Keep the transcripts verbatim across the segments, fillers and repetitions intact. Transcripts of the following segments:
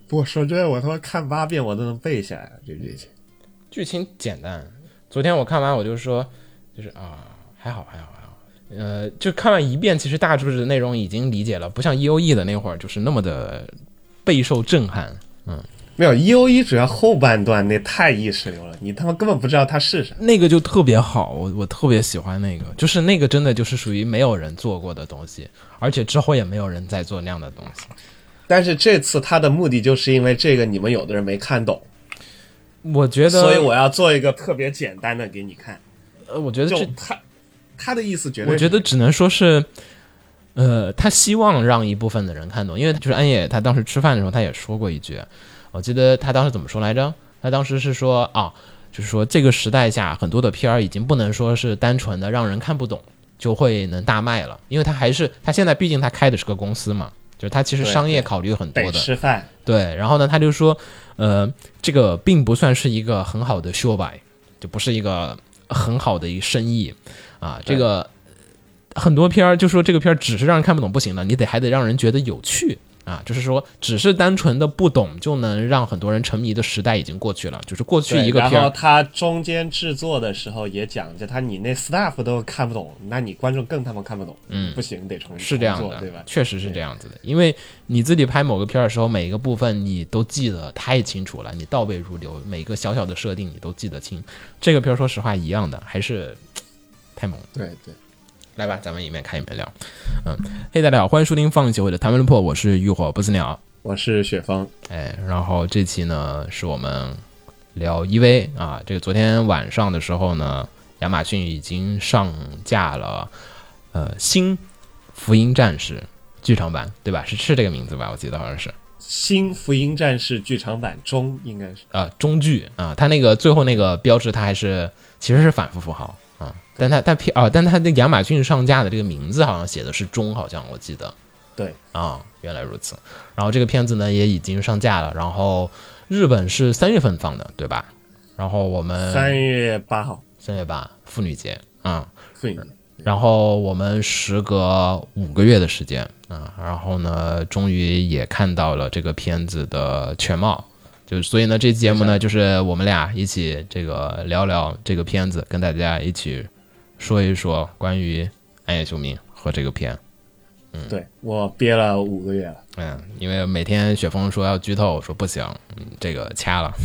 我说真的，我他妈看八遍我都能背下来这剧情。 剧情简单，昨天我看完我就说，就是啊，还好还好还好，呃，就看完一遍，其实大致的内容已经理解了，不像 E O E 的那会儿就是那么的备受震撼。嗯， 没有 E O E 主要后半段那太意识流了，你他妈根本不知道它是啥。 那个就特别好，我我特别喜欢那个，就是那个真的就是属于没有人做过的东西，而且之后也没有人再做那样的东西。 但是这次他的目的就是因为这个你们有的人没看懂， 我觉得， 所以我要做一个特别简单的给你看。 呃，我觉得这就他他的意思绝对， 我觉得只能说是，呃，他希望让一部分的人看懂，因为就是安野他当时吃饭的时候他也说过一句，我记得他当时怎么说来着？他当时是说啊，就是说这个时代下很多的片儿已经不能说是单纯的让人看不懂就会能大卖了，因为他还是他现在毕竟他开的是个公司嘛。就是他其实商业考虑很多的， 得吃饭。 对，然后呢，他就说，呃，这个并不算是一个很好的商売，就不是一个很好的一个生意啊。这个很多片儿就说这个片儿只是让人看不懂不行了，你得还得让人觉得有趣啊。就是说，只是单纯的不懂就能让很多人沉迷的时代已经过去了。就是过去一个片儿， 然后他中间制作的时候也讲着，他你那 staff 都看不懂，那你观众更他妈看不懂。嗯，不行，得重是这样的， 对吧？ 确实是这样子的，因为你自己拍某个片的时候，每一个部分你都记得太清楚了，你倒背如流，每个小小的设定你都记得清。这个片说实话一样的，还是太猛了。 对对。 来吧，咱们一面看一面聊。嗯，嘿，大家好，欢迎收听放映协会的谈论破，我是浴火不死鸟， 我是雪峰。 哎，然后这期呢是我们聊 E V 啊，这个昨天晚上的时候呢，亚马逊已经上架了，呃，新福音战士剧场版，对吧？是是这个名字吧？我记得好像是新福音战士剧场版中，应该是啊，中剧啊，它那个最后那个标志，它还是其实是反复符号。啊，但他但啊，但他那亚马逊上架的这个名字好像写的是中，好像我记得。 对啊，原来如此。然后这个片子呢也已经上架了，然后日本是三月份放的，对吧？然后我们三月八号， 三月八妇女节啊， 妇女节。 然后我们时隔五个月的时间啊，然后呢，终于也看到了这个片子的全貌。就所以呢，这期节目呢，就是我们俩一起这个聊聊这个片子，跟大家一起说一说关于暗夜秀明和这个片。嗯， 对，我憋了五个月了。 嗯，因为每天雪峰说要剧透，我说不行，嗯，这个掐了。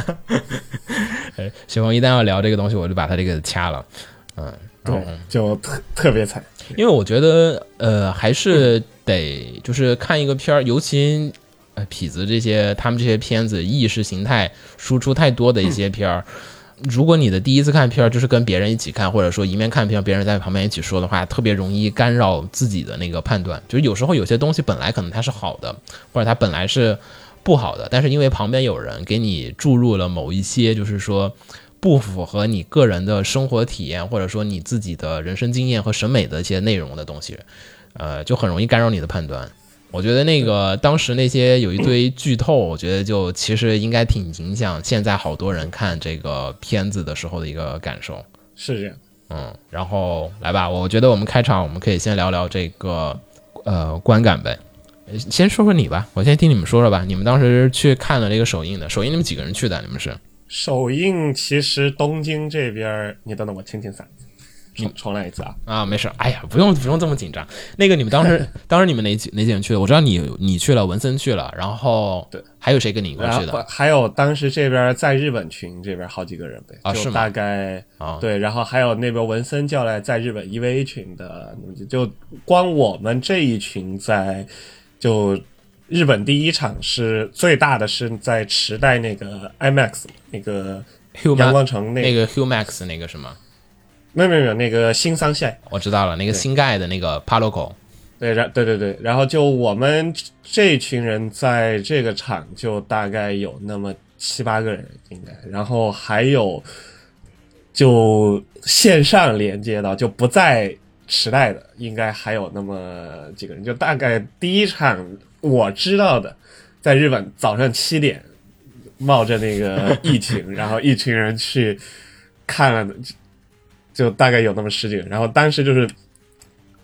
雪峰一旦要聊这个东西，我就把他这个掐了。嗯， 对，就特特别惨。 因为我觉得，呃，还是得就是看一个片儿，尤其。呃，痞子这些，他们这些片子意识形态输出太多的一些片儿，如果你的第一次看片儿就是跟别人一起看，或者说一面看片，别人在旁边一起说的话，特别容易干扰自己的那个判断。就是有时候有些东西本来可能它是好的，或者它本来是不好的，但是因为旁边有人给你注入了某一些，就是说不符合你个人的生活体验，或者说你自己的人生经验和审美的一些内容的东西，呃，就很容易干扰你的判断。我觉得那个当时那些有一堆剧透，我觉得就其实应该挺影响现在好多人看这个片子的时候的一个感受。 是这样。 嗯，然后来吧，我觉得我们开场我们可以先聊聊这个呃观感呗。先说说你吧，我先听你们说说吧。你们当时去看了这个首映的，首映你们几个人去的？你们是？ 首映其实东京这边，你等等我清清嗓子。重重来一次啊！ 啊，没事，哎呀，不用不用这么紧张。那个你们当时当时你们哪几哪几人去的？我知道你你去了，文森去了，然后对， 还有谁跟你一块去的？ 还有当时这边在日本群这边好几个人呗， 啊，是吗？ 大概啊， 对，然后还有那边文森叫来在日本 E V A 群的，就光我们这一群在就日本第一场是最大的，是在池袋那个 IMAX 那个阳光城那个 Humax 那个是吗？ 没有没有没有，那个新桑塞我知道了，那个新盖的那个 Paloco。 对，然对对对，然后就我们这群人在这个场就大概有那么七八个人应该，然后还有就线上连接到就不在时代的，应该还有那么几个人，就大概第一场我知道的，在日本早上七点冒着那个疫情，然后一群人去看了。就大概有那么十几个人，然后当时就是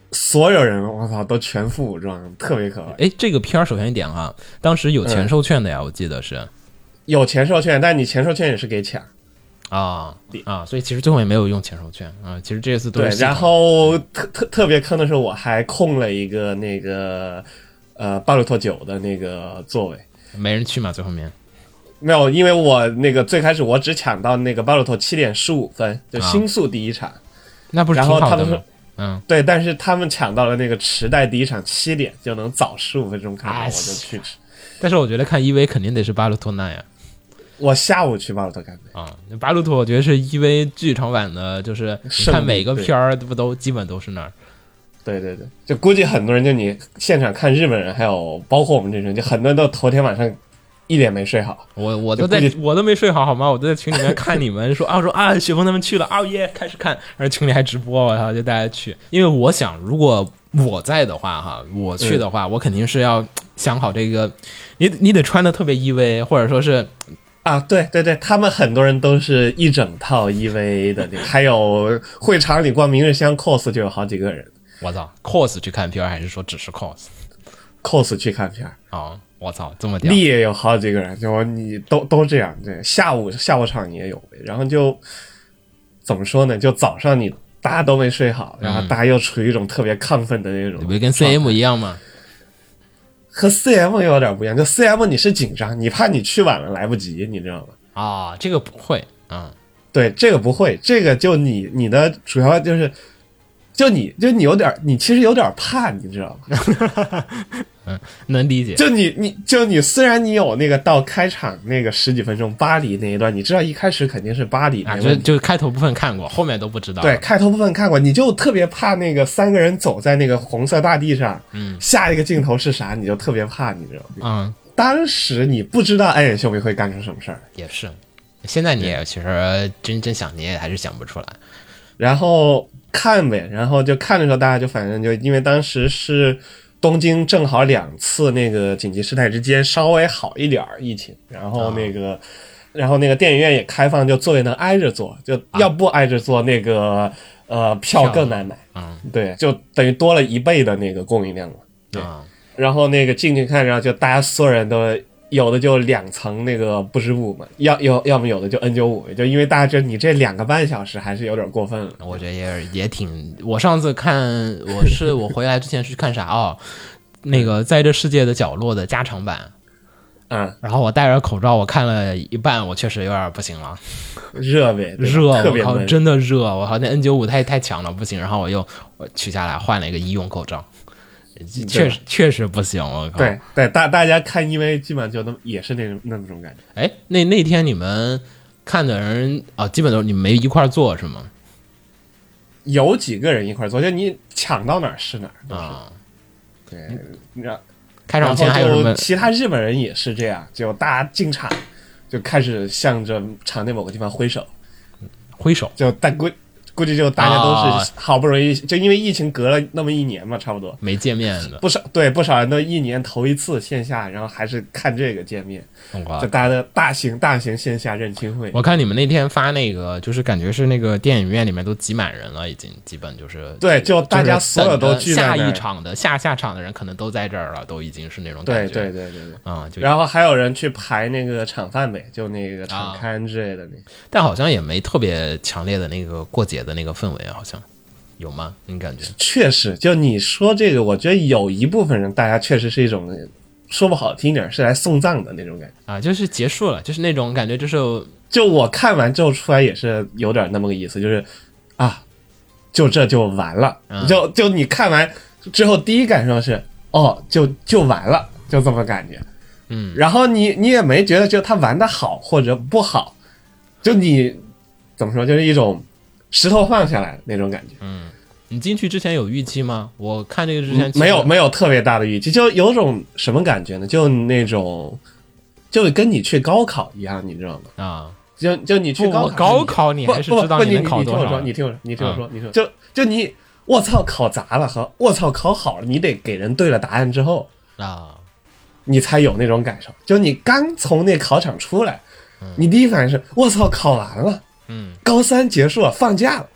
所有人我操都全副武装，特别可爱。 哎，这个片儿首先一点啊，当时有前售券的呀，嗯、我记得是有前售券，但你前售券也是给抢啊啊，所以其实最后也没有用前售券啊。其实这次都是对，然后特特特别坑的是，我还空了一个那个呃巴鲁托九的那个座位， 没人去嘛，最后面。 没有，因为我那个最开始我只抢到那个巴鲁托七点十五分，就新宿第一场，啊、 那不是挺好的吗？嗯， 对，但是他们抢到了那个池袋第一场七点，就能早十五分钟看到，我就去吃。 但是我觉得看 E V 肯定得是巴鲁托那呀。 我下午去巴鲁托看的啊，巴鲁托我觉得是 E V 剧场版的，就是你看每个片儿不都基本都是那儿。 对对对，就估计很多人就你现场看日本人，还有包括我们这种，就很多人都头天晚上一点没睡好。 我我都在我都没睡好好吗？我都在群里面看你们说啊说啊雪峰他们去了啊耶开始看，而群里还直播，我操就大家去。因为我想如果我在的话哈，我去的话，嗯、我肯定是要想好这个，你你得穿的特别 E V， 或者说是。 啊，对对对，他们很多人都是一整套 E V 的，还有会场里光明日香 cos 就有好几个人。 我操 ，cos 去看片还是说只是 cos？cos 去看片啊、哦！我操，这么屌！ 力也有好几个人，就你都都这样。对，下午下午场也有，然后就怎么说呢？就早上你大家都没睡好，然后大家又处于一种特别亢奋的那种， 不、嗯、跟 C M 一样吗？ 和 C M 有点不一样，就 C M 你是紧张，你怕你去晚了来不及，你知道吗？ 啊、哦，这个不会，嗯， 对，这个不会，这个就你你的主要就是，就你就你有点，你其实有点怕，你知道吗？ 嗯，能理解。 就你你就你虽然你有那个到开场那个十几分钟巴黎那一段，你知道一开始肯定是巴黎， 啊，就就开头部分看过，后面都不知道。 对，开头部分看过，你就特别怕那个三个人走在那个红色大地上， 嗯， 下一个镜头是啥，你就特别怕，你知道吗？ 嗯， 当时你不知道暗眼秀明会干出什么事儿， 也是。现在你也其实真真想，你也还是想不出来。 然后看呗，然后就看的时候，大家就反正就因为当时是。东京正好两次那个紧急事态之间稍微好一点疫情，然后那个、啊、然后那个电影院也开放，就座位能挨着坐，就要不挨着坐那个、啊、呃票更难买， 嗯， 对，就等于多了一倍的那个供应量了，对， 啊、 然后那个进去看，然后就大家所有人都有的就两层那个不织布嘛，要要要么有的就 N 九十五， 就因为大家觉得你这两个半小时还是有点过分了。 我觉得也也挺，我上次看我是我回来之前是去看啥哦，那个在这世界的角落的加长版， 嗯， 然后我戴着口罩，我看了一半，我确实有点不行了， 热呗， 热， 特别我靠，真的热，我靠，那 N 九十五 太太强了，不行，然后我又我取下来换了一个医用口罩。确实确实不行，我靠！ 对对，大大家看 E V 基本上就那么也是那种那种感觉。 哎，那那天你们看的人啊，基本都是你们没一块坐是吗？ 有几个人一块坐，就你抢到哪儿是哪儿啊。 对，你知道， 开场前还有什么？ 其他日本人也是这样，就大家进场就开始向着场内某个地方挥手， 挥手， 就大估估计就大家都是好不容易，哦、就因为疫情隔了那么一年嘛，差不多没见面的， 不少对不少人都一年头一次线下，然后还是看这个见面，就大家的大型大型线下认亲会。 我看你们那天发那个，就是感觉是那个电影院里面都挤满人了，已经基本就是对，就大家所有都聚在下一场的下下场的人可能都在这儿了，都已经是那种感觉。 对对对对对， 啊、嗯，就然后还有人去排那个场饭呗，就那个场刊之类的那、啊， 但好像也没特别强烈的那个过节的那个氛围，好像。有吗？你感觉？ 确实，就你说这个，我觉得有一部分人，大家确实是一种说不好听点是来送葬的那种感觉啊，就是结束了，就是那种感觉，就是就我看完之后出来也是有点那么个意思，就是啊，就这就完了，嗯、就就你看完之后第一感受是哦，就就完了，就这么感觉， 嗯， 然后你你也没觉得就他玩的好或者不好，就你怎么说，就是一种。石头放下来那种感觉。 嗯，你进去之前有预期吗？我看这个之前、嗯、 没有没有特别大的预期，就有种什么感觉呢？就那种，就跟你去高考一样，你知道吗？ 啊， 就就你去高考， 高考你还是知道你能考多少？ 你听我说，你听我说，你听我说，你说，就就你，我操，考砸了和我操考好了，你得给人对了答案之后啊， 你才有那种感受。就你刚从那考场出来， 嗯、 你第一反应是我操考完了。 嗯， 高三结束了，放假了，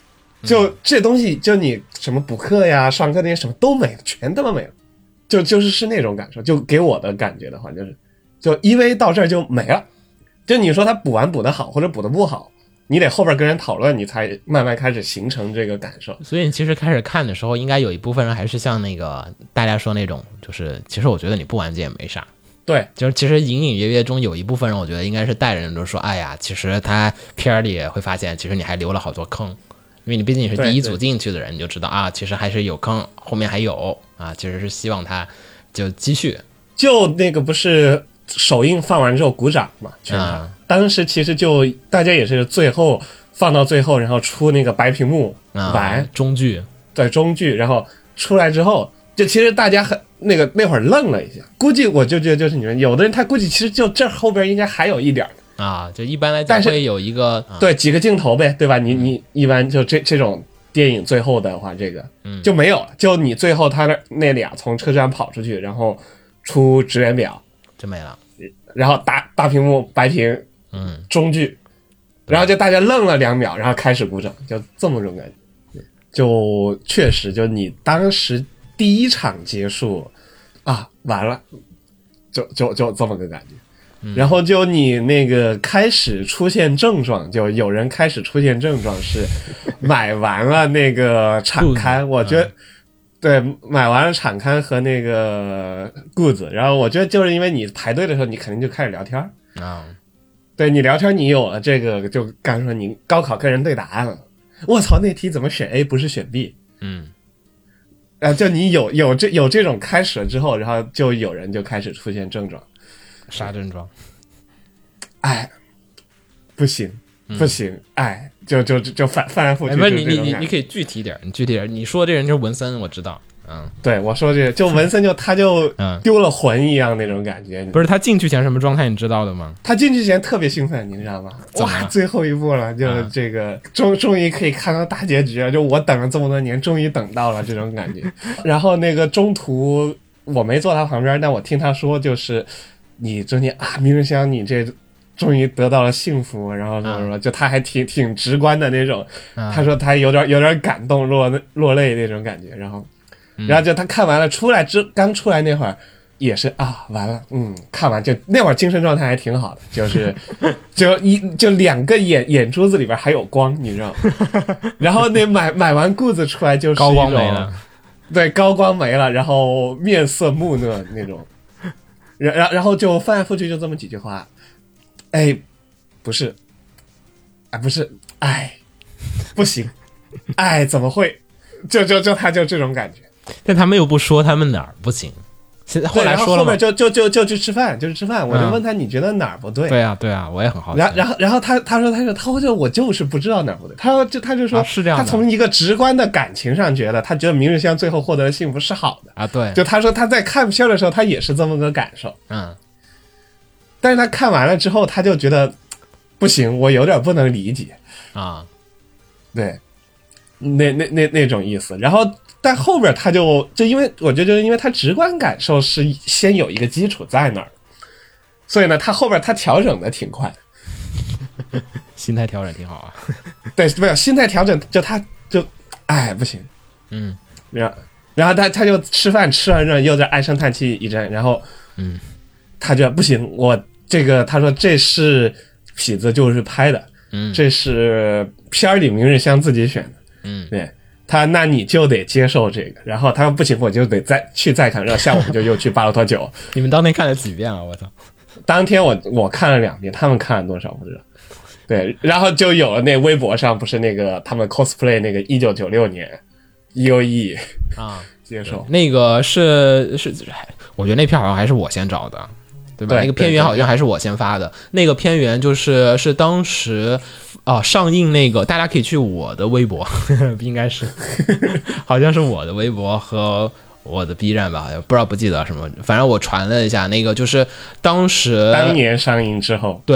就这东西，就你什么补课呀、上课那些什么都没了，全他妈没了，就就是是那种感受。就给我的感觉的话，就是就 E V 到这儿就没了。就你说他补完补得好或者补得不好，你得后边跟人讨论，你才慢慢开始形成这个感受。 所以你其实开始看的时候，应该有一部分人还是像那个大家说那种，就是其实我觉得你不完结也没啥。 对， 就是其实隐隐约约中有一部分人，我觉得应该是带着人都说，哎呀，其实他片儿里也会发现，其实你还留了好多坑，因为你毕竟你是第一组进去的人，你就知道啊，其实还是有坑，后面还有啊，其实是希望他就继续。 就那个不是首映放完之后鼓掌嘛，全场、啊、当时其实就大家也是最后放到最后，然后出那个白屏幕完、 啊、中剧， 对中剧，然后出来之后，就其实大家很。那个那会儿愣了一下，估计我就觉得就是你们有的人他估计其实就这后边应该还有一点啊，就一般来讲会有一个、 啊、对几个镜头呗，对吧？你你一般就这这种电影最后的话，这个就没有了，就你最后他那那俩从车站跑出去，然后出职员表就没了， 然后大大屏幕白屏， 嗯， 中剧，然后就大家愣了两秒，然后开始鼓掌，就这么种感觉，就确实就你当时第一场结束。啊，完了，就就就这么个感觉、嗯，然后就你那个开始出现症状，就有人开始出现症状是买完了那个场刊，我觉得、嗯、对，买完了场刊和那个 goods， 然后我觉得就是因为你排队的时候，你肯定就开始聊天啊、嗯， 对你聊天，你有了这个，就刚说你高考跟人对答案了，我操，那题怎么选 A 不是选 B？ 嗯。 啊，就你有有这有这种开始了之后，然后就有人就开始出现症状， 啥症状？ 哎，不行，不行，嗯、哎，就就就反反来覆去。 不是你你你你可以具体点，你具体点。你说这人就是文森，我知道，嗯， 对我说这就文森就他就丢了魂一样那种感觉。 不是他进去前什么状态，你知道的吗？ 他进去前特别兴奋，你知道吗？哇，最后一步了，就这个、嗯、终终于可以看到大结局了，就我等了这么多年，终于等到了这种感觉。然后那个中途我没坐他旁边，但我听他说，就是你中间啊，明日香，你这终于得到了幸福，然后什么什么，就他还挺挺直观的那种。他说他有点有点感动，落落泪那种感觉，然后。然后就他看完了出来之刚出来那会儿也是啊完了嗯看完就那会儿精神状态还挺好的，就是就一就两个眼眼珠子里边还有光，你知道吗？然后那买买完裤子出来就是高光没了， 对，高光没了，然后面色木讷那种，然然然后就翻来覆去就这么几句话，哎不是哎不是哎不行哎怎么会就就就他就这种感觉。 但他们又不说他们哪儿不行，现在后来说了后面就就就就去吃饭，就去吃饭，我就问他你觉得哪儿不对？ 对啊对啊，我也很好奇。 然后然后然后他他说他说他就我就是不知道哪儿不对，他说就他就说、 啊、是这样的， 他从一个直观的感情上觉得他觉得明日香最后获得的幸福是好的啊，对， 就他说他在看片的时候他也是这么个感受， 嗯， 但是他看完了之后他就觉得不行，我有点不能理解啊， 对，那那那那种意思，然后。但后边他就就因为我觉得就是因为他直观感受是先有一个基础在那儿，所以呢他后边他调整的挺快的， 心态调整挺好啊。 对，没有心态调整就他就哎不行， 嗯， 然后然后他他就吃饭吃完之后又在唉声叹气一阵，然后嗯， 他就不行，我这个他说这是痞子就是拍的， 嗯， 这是片里明日香自己选的， 嗯， 对。他那你就得接受这个，然后他说不行，我就得再去再看，然后下午我们就又去巴洛托九。 你们当天看了几遍啊？我操！ 当天我我看了两遍，他们看了多少不知道。对，然后就有了那微博上不是那个他们 cosplay 那个一九九六年 E O E 啊接受那个是是，我觉得那片好像还是我先找的，对吧？ 对那个片源好像还是我先发的。那个片源就是是当时。啊，上映那个大家可以去我的微博，呵呵应该是，好像是我的微博和我的 B 站吧，不知道不记得什么，反正我传了一下那个，就是当时当年上映之后， 对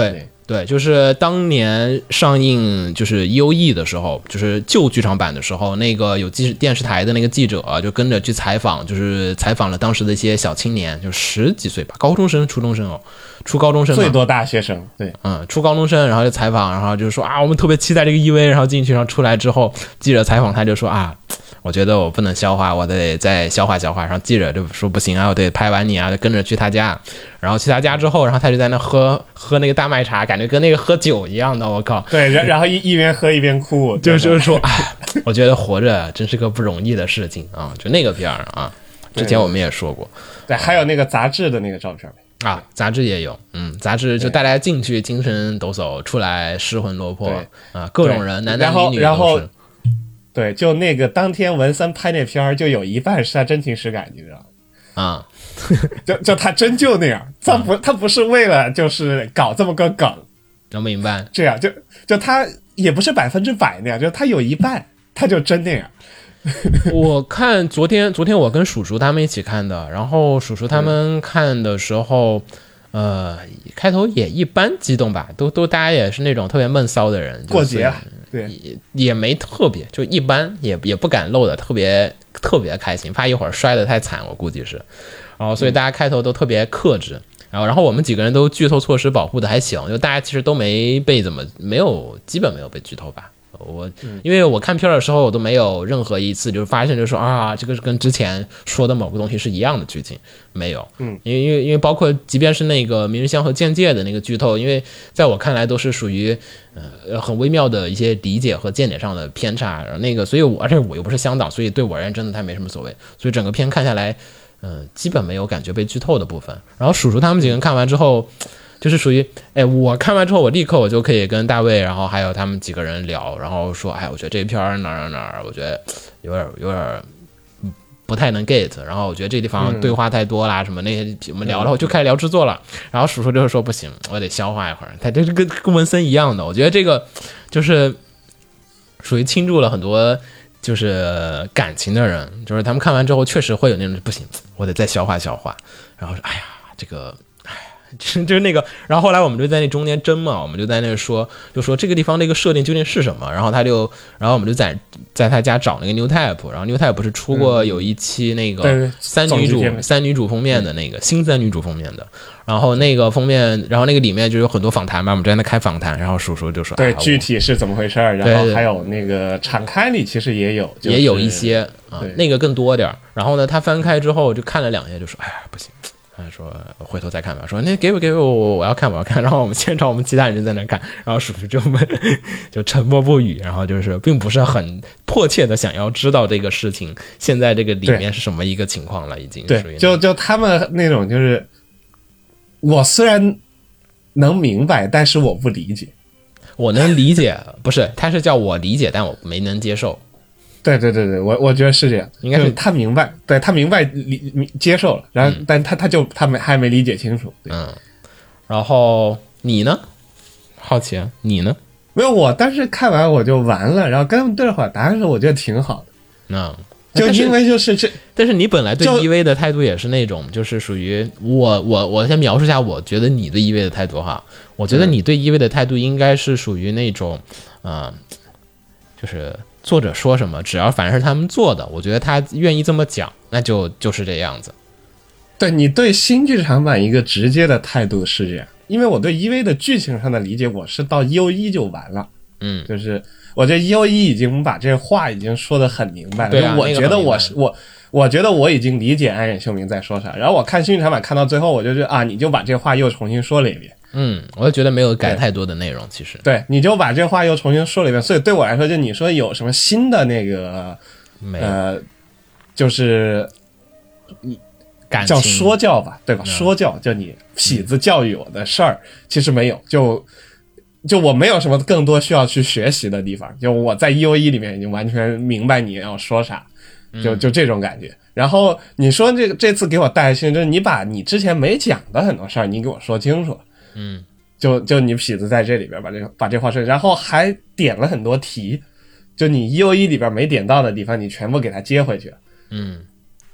对，就是当年上映就是 E O E 的时候，就是旧剧场版的时候，那个有记电视台的那个记者就跟着去采访，就是采访了当时的一些小青年，就十几岁吧，高中生、初中生哦，初高中生最多大学生，对， 嗯，初高中生，然后就采访，然后就说啊，我们特别期待这个 E V， 然后进去，然后出来之后，记者采访他就说啊，我觉得我不能消化，我得再消化消化。然后记者就说不行啊，我得拍完你啊，就跟着去他家。然后去他家之后，然后他就在那喝喝那个大麦茶，感觉跟那个喝酒一样的，我靠。 对，然然后一一边喝一边哭， 就就是说，哎，我觉得活着真是个不容易的事情啊！就那个片儿啊，之前我们也说过。 对，还有那个杂志的那个照片啊，杂志也有，嗯，杂志就大家进去精神抖擞，出来失魂落魄啊，各种人，男男女女都是。 对，就那个当天文森拍那片儿，就有一半是他真情实感，你知道吗？ 啊， 就就他真就那样，他不他不是为了就是搞这么个梗， 能明白？ 这样就就他也不是百分之百那样，就他有一半他就真那样。 我看昨天昨天我跟叔叔他们一起看的，然后叔叔他们看的时候，呃，开头也一般激动吧，都都大家也是那种特别闷骚的人， 过节了。对， 也也没特别，就一般，也也不敢露的特别特别开心，怕一会儿摔得太惨，我估计是。然后所以大家开头都特别克制，然后然后我们几个人都剧透措施保护的还行，就大家其实都没被怎么没有基本没有被剧透吧。我因为我看片的时候，我都没有任何一次就是发现就是说啊，这个是跟之前说的某个东西是一样的剧情，没有。 嗯， 因为因为因为包括即便是那个明日香和剑界的那个剧透，因为在我看来都是属于呃很微妙的一些理解和见解上的偏差，那个所以我而且我又不是香党，所以对我而言真的他没什么所谓，所以整个片看下来，嗯、呃，基本没有感觉被剧透的部分。然后叔叔他们几个人看完之后。就是属于，哎，我看完之后，我立刻我就可以跟大卫，然后还有他们几个人聊，然后说，哎，我觉得这片儿哪儿哪儿哪儿，我觉得有点有点不太能 get， 然后我觉得这地方对话太多啦，嗯、什么那些我们聊了，我就开始聊制作了，然后叔叔就是说不行，我得消化一会儿，他这是跟跟文森一样的，我觉得这个就是属于倾注了很多。就是感情的人，就是他们看完之后确实会有那种不行，我得再消化消化，然后说，哎呀，这个。就是那个，然后后来我们就在那中间争嘛，我们就在那说，就说这个地方这个设定究竟是什么？然后他就，然后我们就在在他家找那个 New Type， 然后 New Type 不是出过有一期那个三女主、嗯、三女主封面的那个、嗯、新三女主封面的，然后那个封面，然后那个里面就有很多访谈嘛，我们就在那开访谈，然后叔叔就说， 对， 哎、 具体是怎么回事？然后还有那个场刊里其实也有，就是、 也有一些啊，那个更多点。然后呢，他翻开之后就看了两页，就说，哎呀，不行。他说回头再看吧，说那给我给我我要看我要看，然后我们现场我们其他人在那看，然后叔叔就就沉默不语，然后就是并不是很迫切的想要知道这个事情现在这个里面是什么一个情况了，已经对，就就他们那种就是我虽然能明白，但是我不理解， 我能理解，不是他是叫我理解，但我没能接受。 对对对对，我我觉得是这样， 应该是他明白，对他明白理接受了，然后、嗯、但他他就他没还没理解清楚。 嗯，然后你呢？好奇啊，你呢？ 没有我，但是看完我就完了，然后跟他们对会儿答案的时候，我觉得挺好的。 嗯， 就因为就是这， 但是你本来对 E V 的态度也是那种，就是属于我我我先描述一下，我觉得你对 E V 的态度哈，我觉得你对 E V 的态度应该是属于那种，嗯、呃，就是。作者说什么，只要反正是他们做的，我觉得他愿意这么讲，那就就是这样子。 对，你对新剧场版一个直接的态度是这样，因为我对 E V 的剧情上的理解，我是到 E O E 就完了。 嗯， 就是我觉得 E O E 已经把这话已经说得很明白了。 对啊， 我觉得我是、那个、我，我觉得我已经理解安野秀明在说啥。然后我看新剧场版看到最后，我就觉得啊，你就把这话又重新说了一遍。 嗯，我就觉得没有改太多的内容，其实对，你就把这话又重新说了一遍，所以对我来说，就你说有什么新的那个呃，就是叫说教吧，对吧？嗯、说教，就你痞子教育我的事儿、嗯，其实没有，就就我没有什么更多需要去学习的地方，就我在 E O E 里面已经完全明白你要说啥，就就这种感觉。嗯、然后你说这个这次给我带来新，就是你把你之前没讲的很多事儿，你给我说清楚。 嗯， 就就你痞子在这里边把这个把这话说，然后还点了很多题，就你 E O E 里边没点到的地方，你全部给它接回去。 嗯，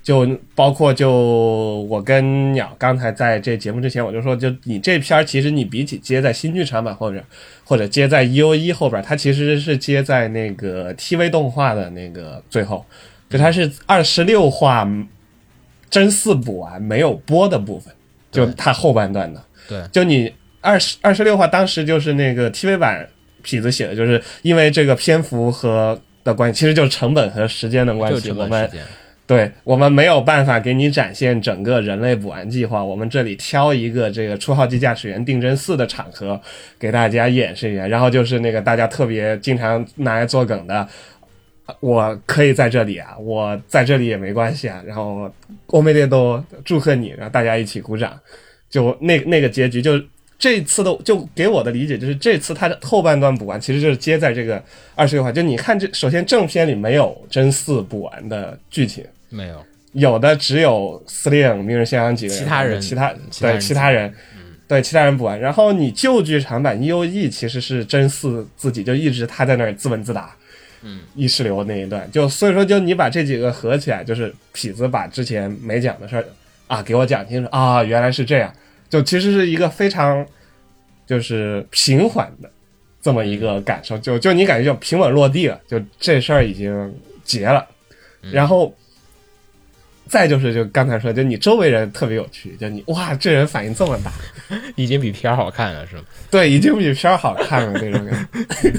就包括就我跟鸟刚才在这节目之前我就说，就你这片儿其实你比起接在新剧场版或者或者接在 E O E 后边，它其实是接在那个 T V 动画的那个最后，就它是二十六话真四补完没有播的部分，就它后半段的。 对， 就你二十二十六话当时就是那个 T V 版痞子写的，就是因为这个篇幅和的关系，其实就是成本和时间的关系，我们对我们没有办法给你展现整个人类补完计划，我们这里挑一个这个初号机驾驶员定真四的场合给大家演示一下，然后就是那个大家特别经常拿来做梗的，我可以在这里啊，我在这里也没关系啊，然后欧美列都祝贺你，然后大家一起鼓掌，就那那个结局，就这次的就给我的理解就是这次他的后半段补完其实就是接在这个二十六话，就你看这首先正片里没有真四补完的剧情， 没有， 有的只有司令、明日香阳几个人， 其他人其他其他人对其他人，嗯，对其他人补完。然后你旧剧场版 E O E 其实是真四自己就一直他在那儿自问自答， 嗯，意识流那一段，就所以说就你把这几个合起来，就是痞子把之前没讲的事儿啊给我讲清楚啊，原来是这样，就其实是一个非常就是平缓的这么一个感受，就就你感觉就平稳落地了，就这事儿已经结了，然后。再就是就刚才说，就你周围人特别有趣，就你哇，这人反应这么大， 已经比片儿好看了是吗？ 对，已经比片儿好看了那种感觉。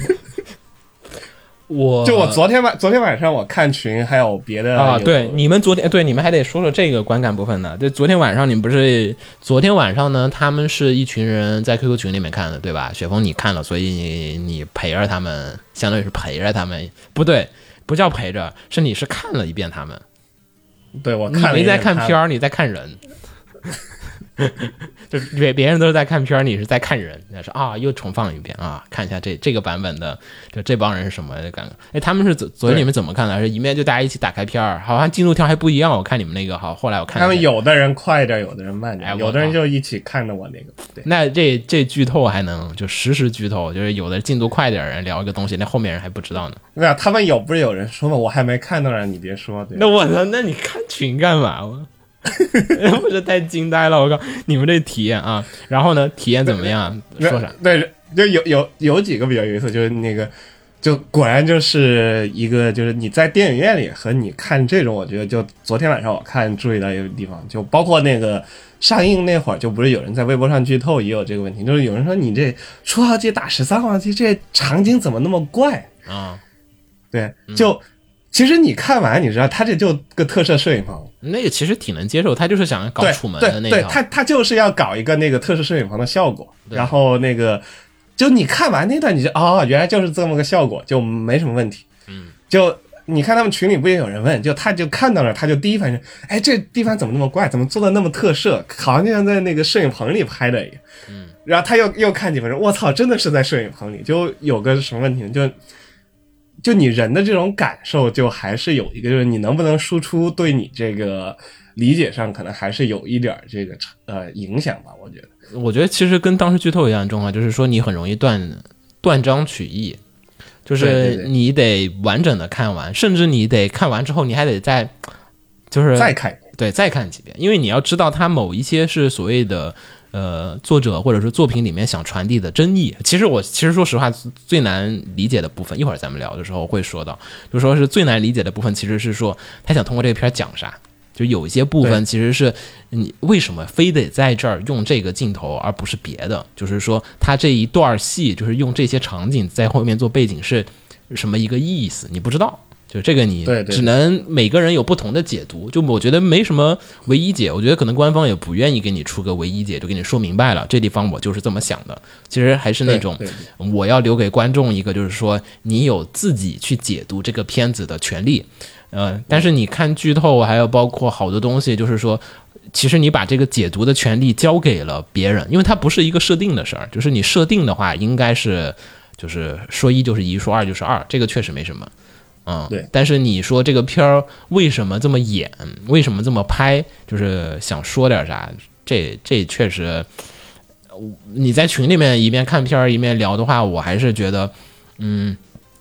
我就我昨天晚昨天晚上我看群还有别的啊，对，你们昨天对你们还得说说这个观感部分呢。对，昨天晚上你们不是昨天晚上呢，他们是一群人在 Q Q 群里面看的，对吧？雪峰你看了，所以你你陪着他们，相当于是陪着他们，不对，不叫陪着，是你是看了一遍他们。 对，我看了你没在看片儿，你在看人。就别别人都是在看片儿，你是在看人。他说啊，又重放一遍啊，看一下这这个版本的，就这帮人是什么感觉？哎，他们是昨昨天你们怎么看的？是一面就大家一起打开片儿，好像进度条还不一样。我看你们那个好，后来我看他们有的人快点，有的人慢点， 哎、 有的人就一起看着我那个。对， 那这这剧透还能就实时剧透，就是有的进度快点人聊一个东西，那后面人还不知道呢。 对啊，他们有不是有人说吗？我还没看到呢，你别说。对， 那我操，那你看群干嘛？我。不是太惊呆了，我靠！你们这体验啊，然后呢，体验怎么样？说啥？ 对，就有有有几个比较有意思，就是那个，就果然就是一个，就是你在电影院里和你看这种，我觉得就昨天晚上我看注意到一个地方，就包括那个上映那会儿，就不是有人在微博上剧透也有这个问题，就是有人说你这初号机打十三号机，这场景怎么那么怪啊？ 对，就。嗯其实你看完，你知道他这就个特摄摄影棚， 那个其实挺能接受，他就是想搞楚门的那个，对，他他就是要搞一个那个特摄摄影棚的效果，然后那个就你看完那段，你就哦，原来就是这么个效果，就没什么问题。 嗯， 就你看他们群里不也有人问，就他就看到了，他就第一反应，哎，这地方怎么那么怪，怎么做的那么特摄，好像就像在那个摄影棚里拍的一样。 嗯， 然后他又又看几分钟，我操，真的是在摄影棚里，就有个什么问题呢？就。就你人的这种感受，就还是有一个，就是你能不能输出，对你这个理解上，可能还是有一点这个呃影响吧。我觉得， 我觉得其实跟当时剧透一样的状况，就是说你很容易断断章取义，就是你得完整的看完，甚至你得看完之后，你还得再就是再看， 对，再看几遍，因为你要知道它某一些是所谓的。呃，作者或者是作品里面想传递的真意，其实我其实说实话，最难理解的部分，一会儿咱们聊的时候会说到，就说是最难理解的部分，其实是说他想通过这个片讲啥，就有一些部分其实是你为什么非得在这儿用这个镜头，而不是别的，就是说他这一段戏就是用这些场景在后面做背景是什么一个意思，你不知道。就这个你只能每个人有不同的解读，就我觉得没什么唯一解，我觉得可能官方也不愿意给你出个唯一解，就给你说明白了，这地方我就是这么想的。其实还是那种我要留给观众一个，就是说你有自己去解读这个片子的权利。呃，但是你看剧透，还有包括好多东西，就是说其实你把这个解读的权利交给了别人，因为它不是一个设定的事儿，就是你设定的话应该是就是说一就是一，说二就是二，这个确实没什么。嗯， 对。 但是你说这个片儿为什么这么演，为什么这么拍，就是想说点啥？这这确实，你在群里面一边看片儿一边聊的话，我还是觉得，嗯，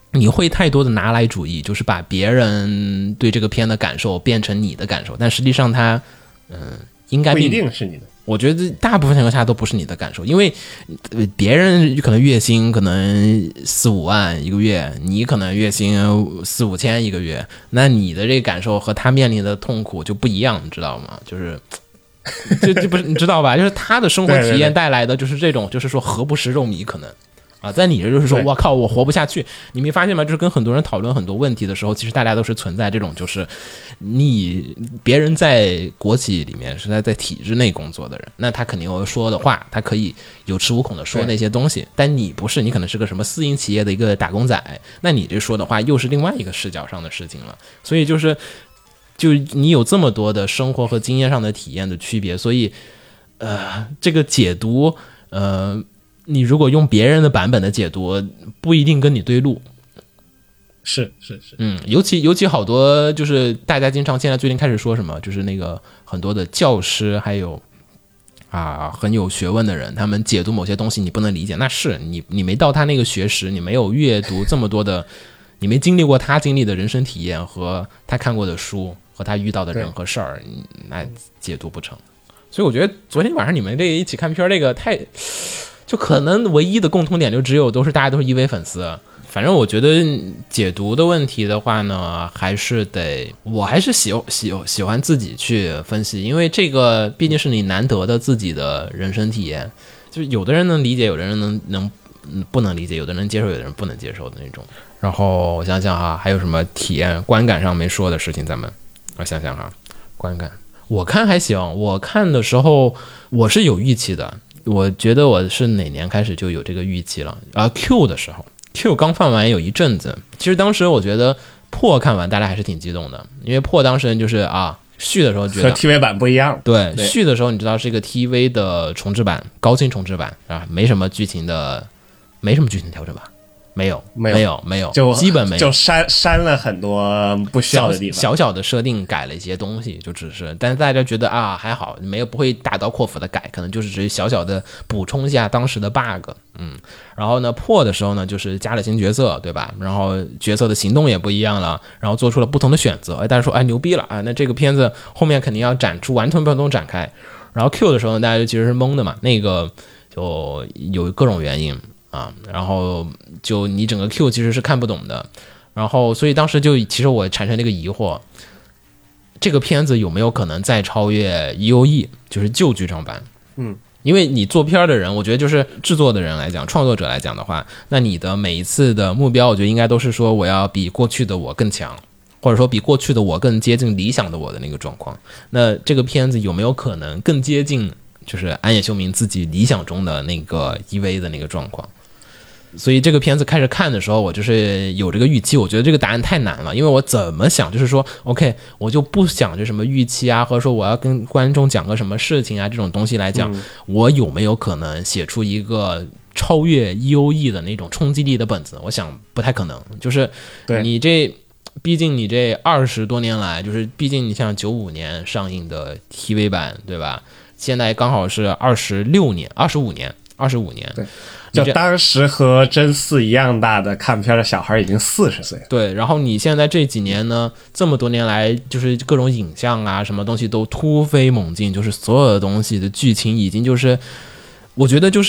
你会太多的拿来主义，就是把别人对这个片的感受变成你的感受，但实际上它，嗯、呃，应该不一定是你的。 我觉得大部分情况下都不是你的感受，因为别人可能月薪可能四五万一个月，你可能月薪四五千一个月，那你的这个感受和他面临的痛苦就不一样，你知道吗？就是就就不是你知道吧？就是他的生活体验带来的就是这种，就是说何不食肉糜可能。啊，在你这就是说，我靠，我活不下去。你没发现吗？就是跟很多人讨论很多问题的时候，其实大家都是存在这种，就是你别人在国企里面是在在体制内工作的人，那他肯定会说的话，他可以有恃无恐的说那些东西。但你不是，你可能是个什么私营企业的一个打工仔，那你这说的话又是另外一个视角上的事情了。所以就是，就你有这么多的生活和经验上的体验的区别，所以呃，这个解读呃。你如果用别人的版本的解读，不一定跟你对路。 是是是， 嗯，尤其尤其好多就是大家经常现在最近开始说什么，就是那个很多的教师还有啊很有学问的人，他们解读某些东西你不能理解，那是你你没到他那个学识，你没有阅读这么多的，你没经历过他经历的人生体验和他看过的书和他遇到的人和事儿，那解读不成。所以我觉得昨天晚上你们这一起看片这个太。就可能唯一的共同点就只有都是大家都是 E V 粉丝，反正我觉得解读的问题的话呢，还是得我还是喜喜喜欢自己去分析，因为这个毕竟是你难得的自己的人生体验，就是有的人能理解，有的人能能不能理解，有的人能接受，有的人不能接受的那种。然后我想想哈，还有什么体验观感上没说的事情，咱们我想想哈，观感我看还行，我看的时候我是有预期的。我觉得我是哪年开始就有这个预期了啊 ？Q 的时候 ，Q 刚放完有一阵子，其实当时我觉得破看完大家还是挺激动的，因为破当时就是啊续的时候觉得和 T V 版不一样， 对，对续的时候你知道是一个 T V 的重制版，高清重制版啊，没什么剧情的，没什么剧情调整吧。没有， 没有， 没有，没有， 就基本没有， 就删删了很多不需要的地方， 小小的设定改了一些东西，就只是，但是大家觉得啊还好，没有不会大刀阔斧的改，可能就是只是小小的补充一下当时的 bug， 嗯，然后呢破的时候呢，就是加了新角色，对吧？然后角色的行动也不一样了，然后做出了不同的选择，哎，大家说哎牛逼了啊，那这个片子后面肯定要展出完全不同展开，然后 Q 的时候呢，大家就其实是懵的嘛，那个就有各种原因。啊，然后就你整个 Q 其实是看不懂的，然后所以当时就其实我产生了一个疑惑，这个片子有没有可能再超越 E O E， 就是旧剧场版？ 嗯， 因为你做片的人，我觉得就是制作的人来讲，创作者来讲的话，那你的每一次的目标，我觉得应该都是说我要比过去的我更强，或者说比过去的我更接近理想的我的那个状况。那这个片子有没有可能更接近，就是安野秀明自己理想中的那个 E V 的那个状况？所以这个片子开始看的时候，我就是有这个预期，我觉得这个答案太难了，因为我怎么想就是说 OK 我就不想着什么预期啊，或者说我要跟观众讲个什么事情啊，这种东西来讲、嗯、我有没有可能写出一个超越 E O E 的那种冲击力的本子，我想不太可能，就是你这毕竟你这二十多年来，就是毕竟你像九五年上映的 T V 版对吧，现在刚好是二十六年二十五年二十五年， 对，就当时和真四一样大的看片的小孩已经四十岁了。 对，然后你现在这几年呢，这么多年来，就是各种影像啊，什么东西都突飞猛进，就是所有的东西的剧情已经就是，我觉得就是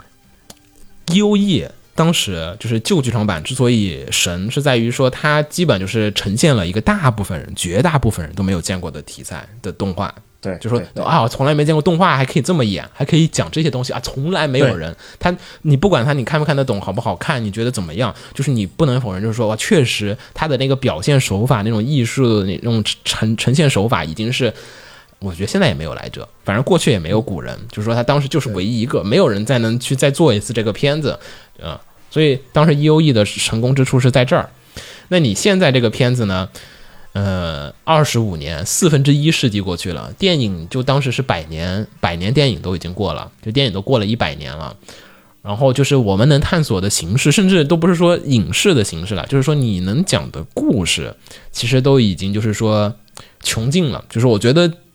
E O E 当时就是旧剧场版之所以神，是在于说它基本就是呈现了一个大部分人、绝大部分人都没有见过的题材的动画。 对， 就说啊，我从来没见过动画还可以这么演，还可以讲这些东西啊，从来没有人。他，你不管他，你看不看得懂，好不好看，你觉得怎么样？就是你不能否认，就是说，哇，确实他的那个表现手法，那种艺术，那种呈呈现手法，已经是，我觉得现在也没有来者，反正过去也没有古人，就是说他当时就是唯一一个，没有人再能去再做一次这个片子，啊、呃，所以当时 E O E 的成功之处是在这儿。那你现在这个片子呢？呃，二十五年，四分之一世纪过去了，电影就当时是百年，百年电影都已经过了，就电影都过了一百年了。然后就是我们能探索的形式，甚至都不是说影视的形式了，就是说你能讲的故事，其实都已经就是说穷尽了。就是我觉得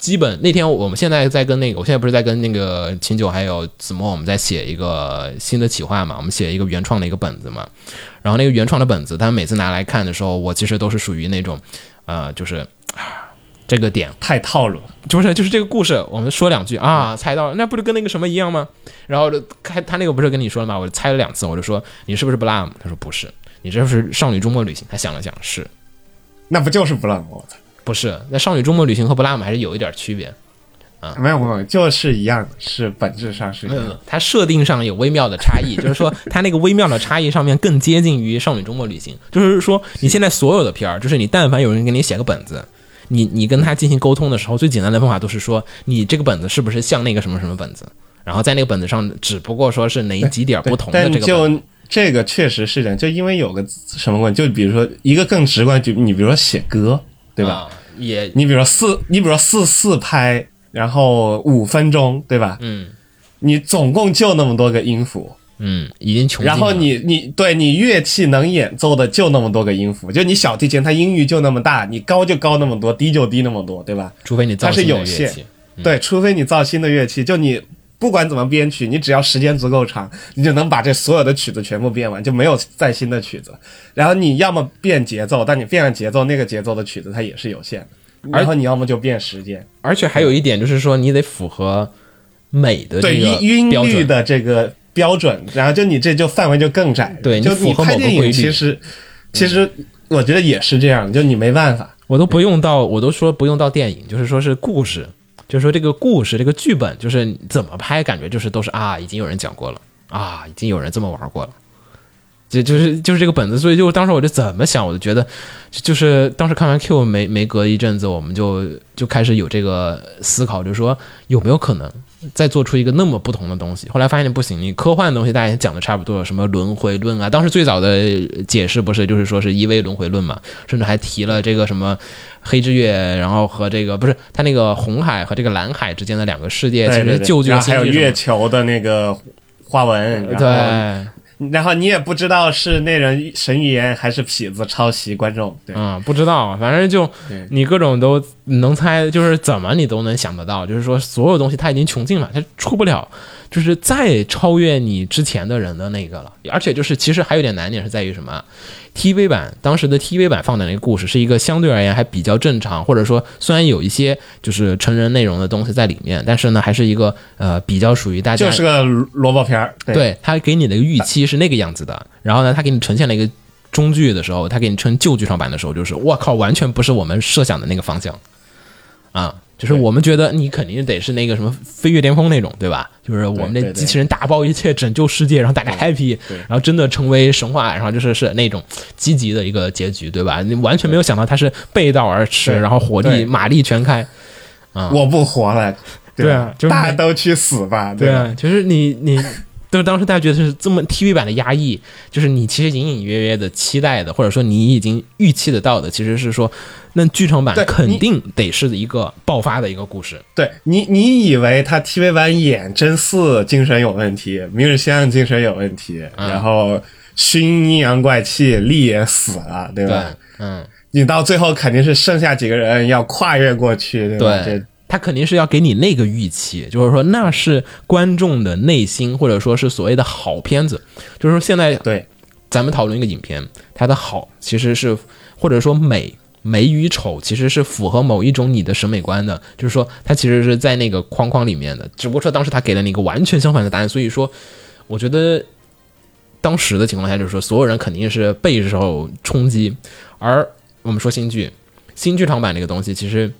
基本那天我们现在在跟那个，我现在不是在跟那个秦九还有子墨，我们在写一个新的企划嘛，我们写一个原创的一个本子嘛。然后那个原创的本子，他们每次拿来看的时候，我其实都是属于那种，呃，就是这个点太套路了， 就是就是这个故事，我们说两句啊，猜到了，那不是跟那个什么一样吗？然后开他那个不是跟你说了吗？我猜了两次，我就说你是不是布拉姆？他说不是，你这是少女周末旅行。他想了想，是， 那不就是布拉姆？我操！ 不是，那少女周末旅行和布拉姆还是有一点区别啊。 没有没有，就是一样的，是本质上是一样的。 嗯，它设定上有微妙的差异，就是说它那个微妙的差异上面更接近于少女周末旅行。就是说你现在所有的片儿，就是你但凡有人给你写个本子，你你跟他进行沟通的时候，最简单的方法都是说你这个本子是不是像那个什么什么本子，然后在那个本子上只不过说是哪几点不同的这个本子。 但就这个确实是这样，就因为有个什么问题，就比如说一个更直观，就你比如说写歌，对吧？ 啊、也你比如说四，你比如说四四拍，然后五分钟，对吧？ 嗯， 你总共就那么多个音符， 嗯，已经穷尽了。 然后你你对你乐器能演奏的就那么多个音符，就你小提琴它音域就那么大，你高就高那么多，低就低那么多，对吧？ 除非你造新的乐器， 它是有限，嗯、对，除非你造新的乐器，就你不管怎么编曲，你只要时间足够长，你就能把这所有的曲子全部编完，就没有再新的曲子。然后你要么变节奏，但你变了节奏，那个节奏的曲子它也是有限的。然后你要么就变时间， 而且还有一点就是说，你得符合美的这个对音律的这个标准，然后就你这就范围就更窄。 对， 就你拍电影其实其实我觉得也是这样，就你没办法， 我都不用到，我都说不用到电影，就是说是故事，就是说这个故事这个剧本就是怎么拍，感觉就是都是啊，已经有人讲过了啊，已经有人这么玩过了。就就是就是这个本子，所以就当时我就怎么想，我就觉得，就是当时看完 Q 没没隔一阵子，我们就就开始有这个思考，就是说有没有可能再做出一个那么不同的东西。后来发现不行，你科幻的东西大家也讲的差不多了，什么轮回论啊，当时最早的解释不是就是说是一维轮回论嘛，甚至还提了这个什么黑之月，然后和这个不是它那个红海和这个蓝海之间的两个世界，其实旧旧还有月球的那个花纹， 对。 然后你也不知道是那人神预言还是痞子抄袭观众，对， 嗯，不知道，反正就你各种都能猜，就是怎么你都能想得到，就是说所有东西它已经穷尽了，它出不了，就是再超越你之前的人的那个了。而且就是其实还有点难点是在于什么 ？T V 版当时的 T V 版放的那个故事是一个相对而言还比较正常，或者说虽然有一些就是成人内容的东西在里面，但是呢还是一个呃比较属于大家就是个萝卜片儿，对， 对他给你的预期是那个样子的，然后呢他给你呈现了一个中剧的时候，他给你呈旧剧场版的时候，就是我靠，完全不是我们设想的那个方向啊。就是我们觉得你肯定得是那个什么飞跃巅峰那种，对吧？就是我们的机器人打爆一切，拯救世界，然后大家 happy， 然后真的成为神话，然后就是是那种积极的一个结局，对吧？你完全没有想到它是背道而驰，然后火力马力全开啊！ 我不活了， 对啊，就是大家都去死吧， 对啊，就是你你。就是当时大家觉得是这么 T V 版的压抑，就是你其实隐隐约约的期待的，或者说你已经预期得到的，其实是说，那剧场版肯定得是一个爆发的一个故事。 对你，你以为他 T V 版演真嗣精神有问题，明日香精神有问题，嗯、然后熏阴阳怪气，力也死了，对吧？ 对，嗯， 你到最后肯定是剩下几个人要跨越过去，对吧？ 对。他肯定是要给你那个预期，就是说那是观众的内心，或者说是所谓的好片子。就是说现在对咱们讨论一个影片，它的好其实是或者说美美与丑其实是符合某一种你的审美观的，就是说它其实是在那个框框里面的，只不过说当时他给了你一个完全相反的答案。所以说我觉得当时的情况下就是说所有人肯定是备受冲击。而我们说新剧新剧场版这个东西其实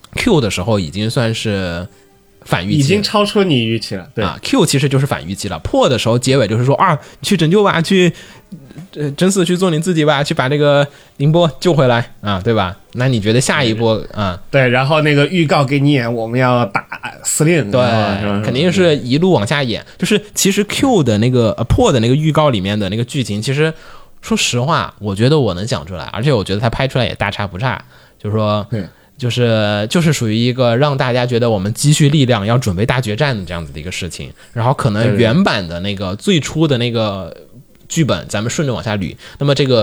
Q 的时候已经算是反预期， 已经超出你预期了。对啊 ，Q 其实就是反预期了。破的时候结尾就是说啊，去拯救吧，去呃真嗣去做你自己吧，去把这个宁波救回来啊，对吧？那你觉得下一波啊？ 对，然后那个预告给你演，我们要打司令， 对，肯定是一路往下演。就是其实 Q 的那个、呃、破的那个预告里面的那个剧情，其实说实话，我觉得我能想出来，而且我觉得他拍出来也大差不差，就是说。就是就是属于一个让大家觉得我们积蓄力量要准备大决战的这样子的一个事情，然后可能原版的那个最初的那个剧本咱们顺着往下捋，那么这个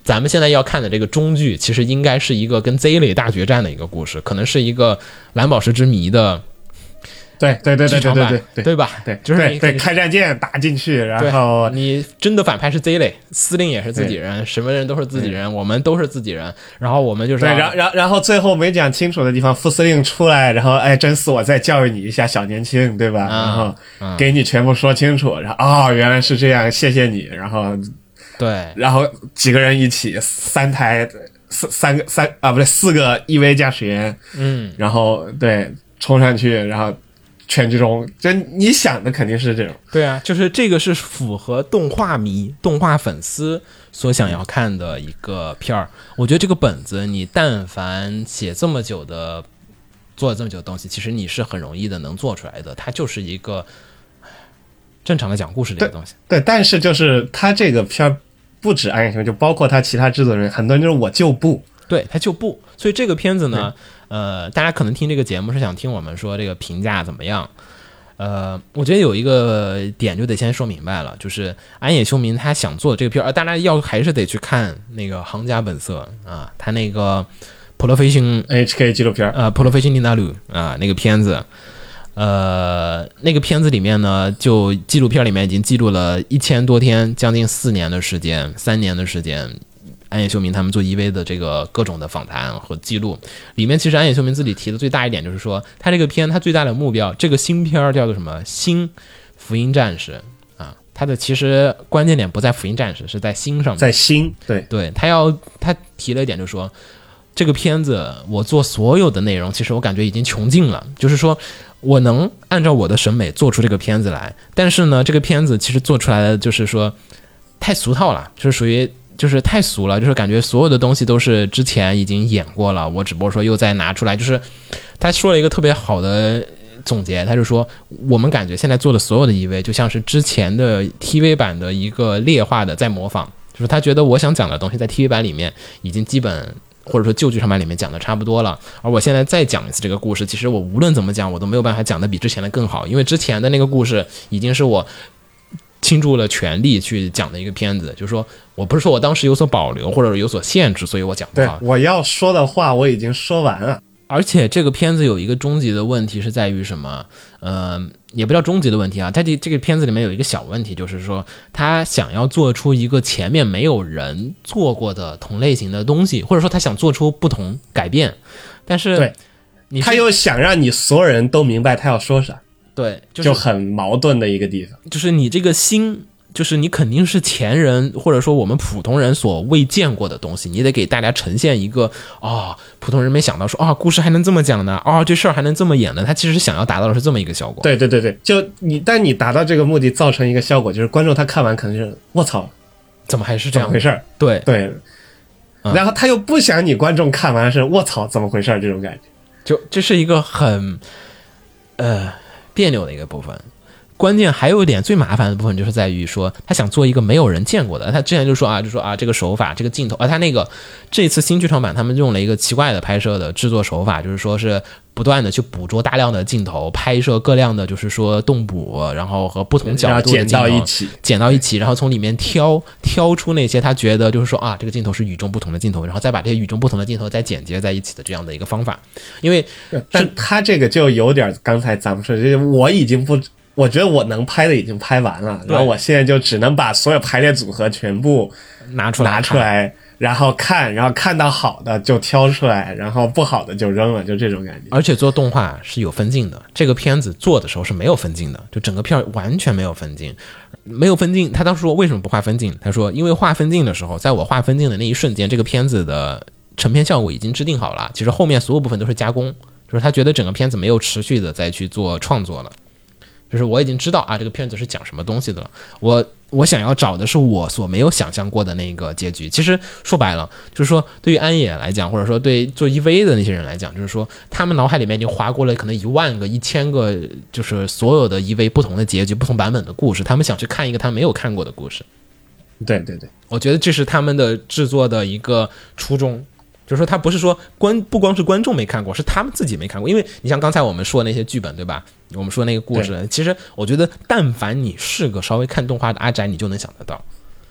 咱们现在要看的这个中剧，其实应该是一个跟 Z 类大决战的一个故事，可能是一个蓝宝石之谜的。 对对对对对对对对对吧？ 对， 就是对对开战舰打进去，然后你真的反派是 Z 类，司令也是自己人，什么人都是自己人，我们都是自己人，然后我们就是对，然然然后最后没讲清楚的地方，副司令出来，然后哎，真死我再教育你一下，小年轻，对吧？然后给你全部说清楚，然后哦，原来是这样，谢谢你，然后对， 然后几个人一起，三台三三个三啊不对，四个 E V 驾驶员， 嗯， 然后对冲上去，然后。全剧终，就你想的肯定是这种。 对啊，就是这个是符合动画迷、动画粉丝所想要看的一个片儿。我觉得这个本子，你但凡写这么久的、做了这么久的东西，其实你是很容易的能做出来的。它就是一个正常的讲故事的一个东西。 对，对，但是就是它这个片儿不止暗夜雄，就包括他其他制作人，很多人就是我就不。 对，他就不。所以这个片子呢。呃，大家可能听这个节目是想听我们说这个评价怎么样？呃，我觉得有一个点就得先说明白了，就是安野秀明他想做的这个片儿，大家要还是得去看那个《行家本色》啊，他那个 Profession H K 纪录片， 呃 Profession Nalu 啊那个片子，呃，那个片子里面呢，就纪录片里面已经记录了一千多天，将近四年的时间，三年的时间。安野秀明他们做 E V 的这个各种的访谈和记录里面，其实安野秀明自己提的最大一点就是说，他这个片他最大的目标，这个新片叫做什么？新福音战士啊，他的其实关键点不在福音战士，是在新上面， 在新，对对，他要他提了一点就是说，这个片子我做所有的内容，其实我感觉已经穷尽了，就是说我能按照我的审美做出这个片子来，但是呢，这个片子其实做出来的就是说太俗套了，就是属于。就是太俗了，就是感觉所有的东西都是之前已经演过了，我只不过说又再拿出来。就是他说了一个特别好的总结，他就说我们感觉现在做的所有的 E V 就像是之前的 T V 版的一个劣化的在模仿，就是他觉得我想讲的东西在 T V 版里面已经基本或者说旧剧场版里面讲的差不多了，而我现在再讲一次这个故事，其实我无论怎么讲我都没有办法讲的比之前的更好，因为之前的那个故事已经是我倾注了全力去讲的一个片子，就是说我不是说我当时有所保留或者有所限制，所以我讲不好。 对，我要说的话我已经说完了。 而且这个片子有一个终极的问题是在于什么？呃，也不叫终极的问题啊，它这这个片子里面有一个小问题，就是说他想要做出一个前面没有人做过的同类型的东西，或者说他想做出不同改变，但是对， 你他又想让你所有人都明白他要说啥。 对，就是、 就很矛盾的一个地方， 就是你这个心，就是你肯定是前人或者说我们普通人所未见过的东西，你得给大家呈现一个哦，普通人没想到说啊、哦，故事还能这么讲呢，哦，这事儿还能这么演呢，他其实是想要达到的是这么一个效果。 对对对对，就你，但你达到这个目的，造成一个效果，就是观众他看完可能是我操， 怎么还是这样怎么回事？ 对对、嗯，然后他又不想你观众看完是我操怎么回事这种感觉， 就这是一个很呃。别扭的一个部分，关键还有一点最麻烦的部分就是在于说他想做一个没有人见过的，他之前就说啊就说啊这个手法这个镜头啊他那个这次新剧场版他们用了一个奇怪的拍摄的制作手法，就是说是不断的去捕捉大量的镜头，拍摄各量的就是说动捕，然后和不同角度的镜头剪到一起剪到一起，然后从里面挑挑出那些他觉得就是说啊这个镜头是与众不同的镜头，然后再把这些与众不同的镜头再剪接在一起的这样的一个方法。因为但他这个就有点刚才咱们说的，我已经不我觉得我能拍的已经拍完了，然后我现在就只能把所有排列组合全部拿出来拿出来然后看，然后看到好的就挑出来，然后不好的就扔了，就这种感觉。 而且做动画是有分镜的，这个片子做的时候是没有分镜的，就整个片完全没有分镜，没有分镜。他当时说为什么不画分镜？他说因为画分镜的时候，在我画分镜的那一瞬间，这个片子的成片效果已经制定好了，其实后面所有部分都是加工，就是他觉得整个片子没有持续的再去做创作了。就是我已经知道啊，这个片子是讲什么东西的了。我我想要找的是我所没有想象过的那个结局。其实说白了，就是说对于安野来讲，或者说对做 E V 的那些人来讲，就是说他们脑海里面已经划过了可能一万个、一千个，就是所有的 E V 不同的结局、不同版本的故事，他们想去看一个他没有看过的故事。 对对对， 我觉得这是他们的制作的一个初衷。就是说他不是说观不光是观众没看过，是他们自己没看过。因为你像刚才我们说的那些剧本，对吧？我们说那个故事，其实我觉得但凡你是个稍微看动画的阿宅，你就能想得到。 对，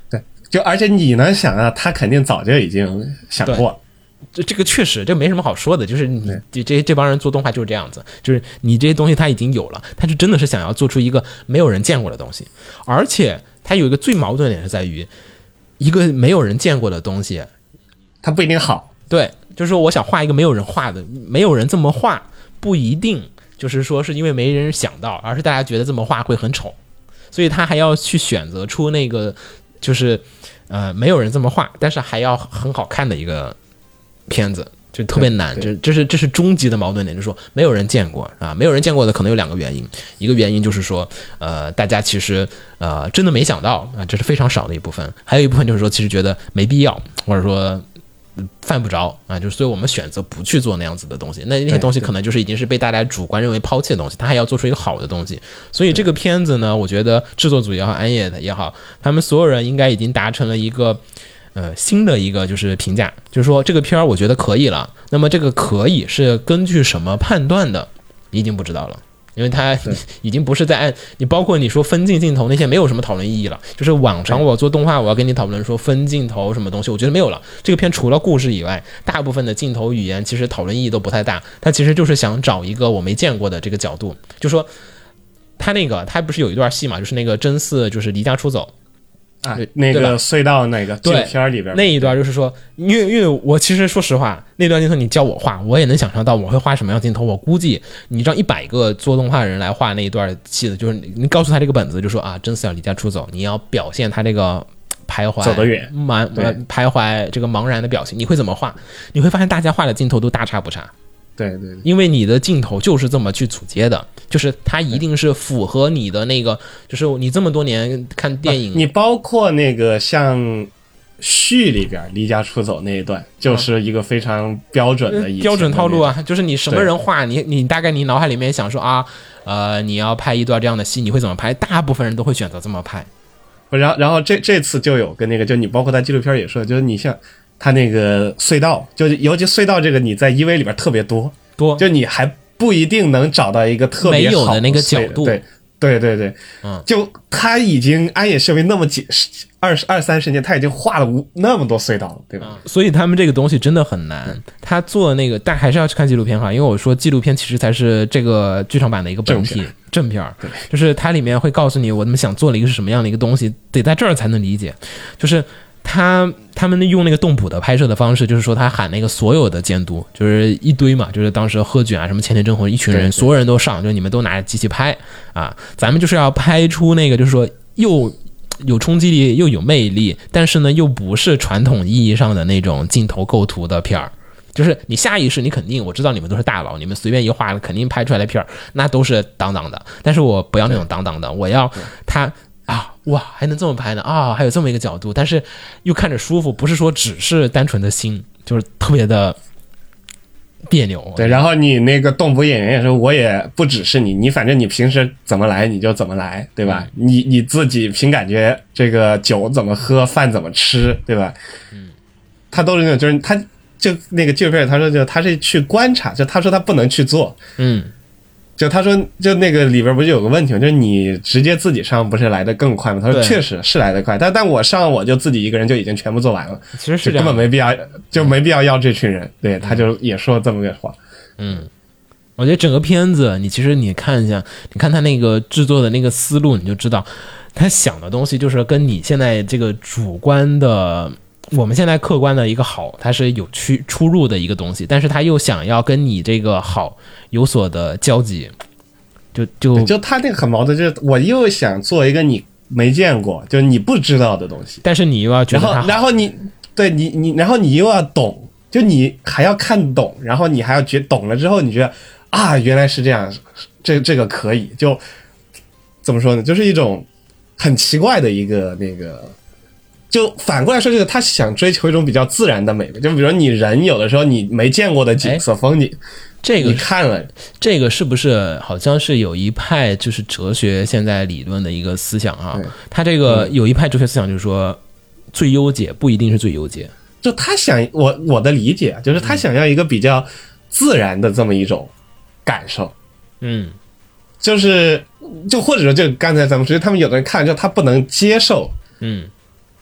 就而且你能想啊，他肯定早就已经想过了。 这这个确实，这没什么好说的，就是你这这这帮人做动画就是这样子，就是你这些东西他已经有了，他就真的是想要做出一个没有人见过的东西，而且他有一个最矛盾的点是在于，一个没有人见过的东西， 它不一定好。 对，就是说我想画一个没有人画的，没有人这么画，不一定就是说是因为没人想到，而是大家觉得这么画会很丑，所以他还要去选择出那个就是呃没有人这么画，但是还要很好看的一个片子，就特别难，这这是这是终极的矛盾点，就是说没有人见过啊，没有人见过的可能有两个原因，一个原因就是说，呃，大家其实呃真的没想到啊，这是非常少的一部分，还有一部分就是说其实觉得没必要，或者说犯不着啊，就是所以我们选择不去做那样子的东西，那那些东西可能就是已经是被大家主观认为抛弃的东西，他还要做出一个好的东西，所以这个片子呢，我觉得制作组也好，安野也好，他们所有人应该已经达成了一个。呃，新的一个就是评价，就是说这个片儿我觉得可以了。那么这个可以是根据什么判断的，你已经不知道了，因为它已经不是在按你，包括你说分镜镜头那些没有什么讨论意义了。就是往常我做动画，我要跟你讨论说分镜头什么东西，我觉得没有了。这个片除了故事以外，大部分的镜头语言其实讨论意义都不太大。它其实就是想找一个我没见过的这个角度，就说他那个他不是有一段戏嘛，就是那个真嗣就是离家出走。 啊，那个隧道那个纪录片里边那一段就是说，因为因为我其实说实话，那段镜头你教我画，我也能想象到我会画什么样的镜头。我估计你让一百个做动画的人来画那一段戏的，就是你告诉他这个本子，就说啊，真嗣要离家出走，你要表现他这个徘徊走得远、 茫徘徊这个茫然的表情，你会怎么画？你会发现大家画的镜头都大差不差。 对对对， 因为你的镜头就是这么去组接的，就是它一定是符合你的那个，就是你这么多年看电影， 你包括那个像序里边离家出走那一段，就是一个非常标准的标准套路啊，就是你什么人画，你你大概你脑海里面想说啊，呃，你要拍一段这样的戏，你会怎么拍？大部分人都会选择这么拍。 然后然后这这次就有跟那个，就你包括他纪录片也说，就是你像。他那个隧道，就是尤其隧道这个，你在 E V 里边特别多， 多， 就你还不一定能找到一个特别好没有的那个角度， 对对对对， 嗯， 就他已经安野秀明那么几二十二三十年，他已经画了无那么多隧道了，对吧？ 嗯，所以他们这个东西真的很难。他做那个，但还是要去看纪录片哈，因为我说纪录片其实才是这个剧场版的一个本体正片，对，就是它里面会告诉你我们想做了一个是什么样的一个东西，得在这儿才能理解，就是。他他们用那个动捕的拍摄的方式，就是说他喊那个所有的监督，就是一堆嘛，就是当时贺卷啊什么前田真弘一群人，所有人都上，就是你们都拿着机器拍啊，咱们就是要拍出那个就是说又有冲击力又有魅力，但是呢又不是传统意义上的那种镜头构图的片儿。就是你下意识你肯定我知道你们都是大佬，你们随便一画肯定拍出来的片儿那都是当当的，但是我不要那种当当的，我要他啊，哇，还能这么拍呢啊，还有这么一个角度，但是又看着舒服，不是说只是单纯的心，就是特别的别扭。 对，然后你那个动捕演员也说，我也不只是你，你反正你平时怎么来你就怎么来，对吧？嗯、你你自己凭感觉，这个酒怎么喝，饭怎么吃，对吧？嗯，他都是那种，就是他就那个纪录片，他说就他是去观察，就他说他不能去做， 嗯。 就他说，就那个里边不是有个问题吗？就是你直接自己上不是来得更快吗？他说确实是来得快，但但我上我就自己一个人就已经全部做完了， 其实是根本没必要，就没必要要这群人。对，他就也说这么个话。 嗯，我觉得整个片子，你其实你看一下，你看他那个制作的那个思路，你就知道他想的东西就是跟你现在这个主观的。我们现在客观的一个好，它是有区出入的一个东西，但是他又想要跟你这个好有所的交集，就就就他那个很矛盾，就是我又想做一个你没见过，就是你不知道的东西， 但是你又要觉得它好， 然后然后你对你你然后你又要懂，就你还要看懂，然后你还要觉懂了之后，你觉得啊原来是这样，这这个可以，就怎么说呢？就是一种很奇怪的一个那个。就反过来说，这个他想追求一种比较自然的美，就比如你人有的时候你没见过的景色风景， 这个你看了， 这个是不是好像是有一派就是哲学现在理论的一个思想啊？他这个有一派哲学思想就是说，最优解不一定是最优解。 就他想我我的理解就是他想要一个比较自然的这么一种感受， 嗯， 就是就或者说就刚才咱们说，他们有的人看就他不能接受， 嗯。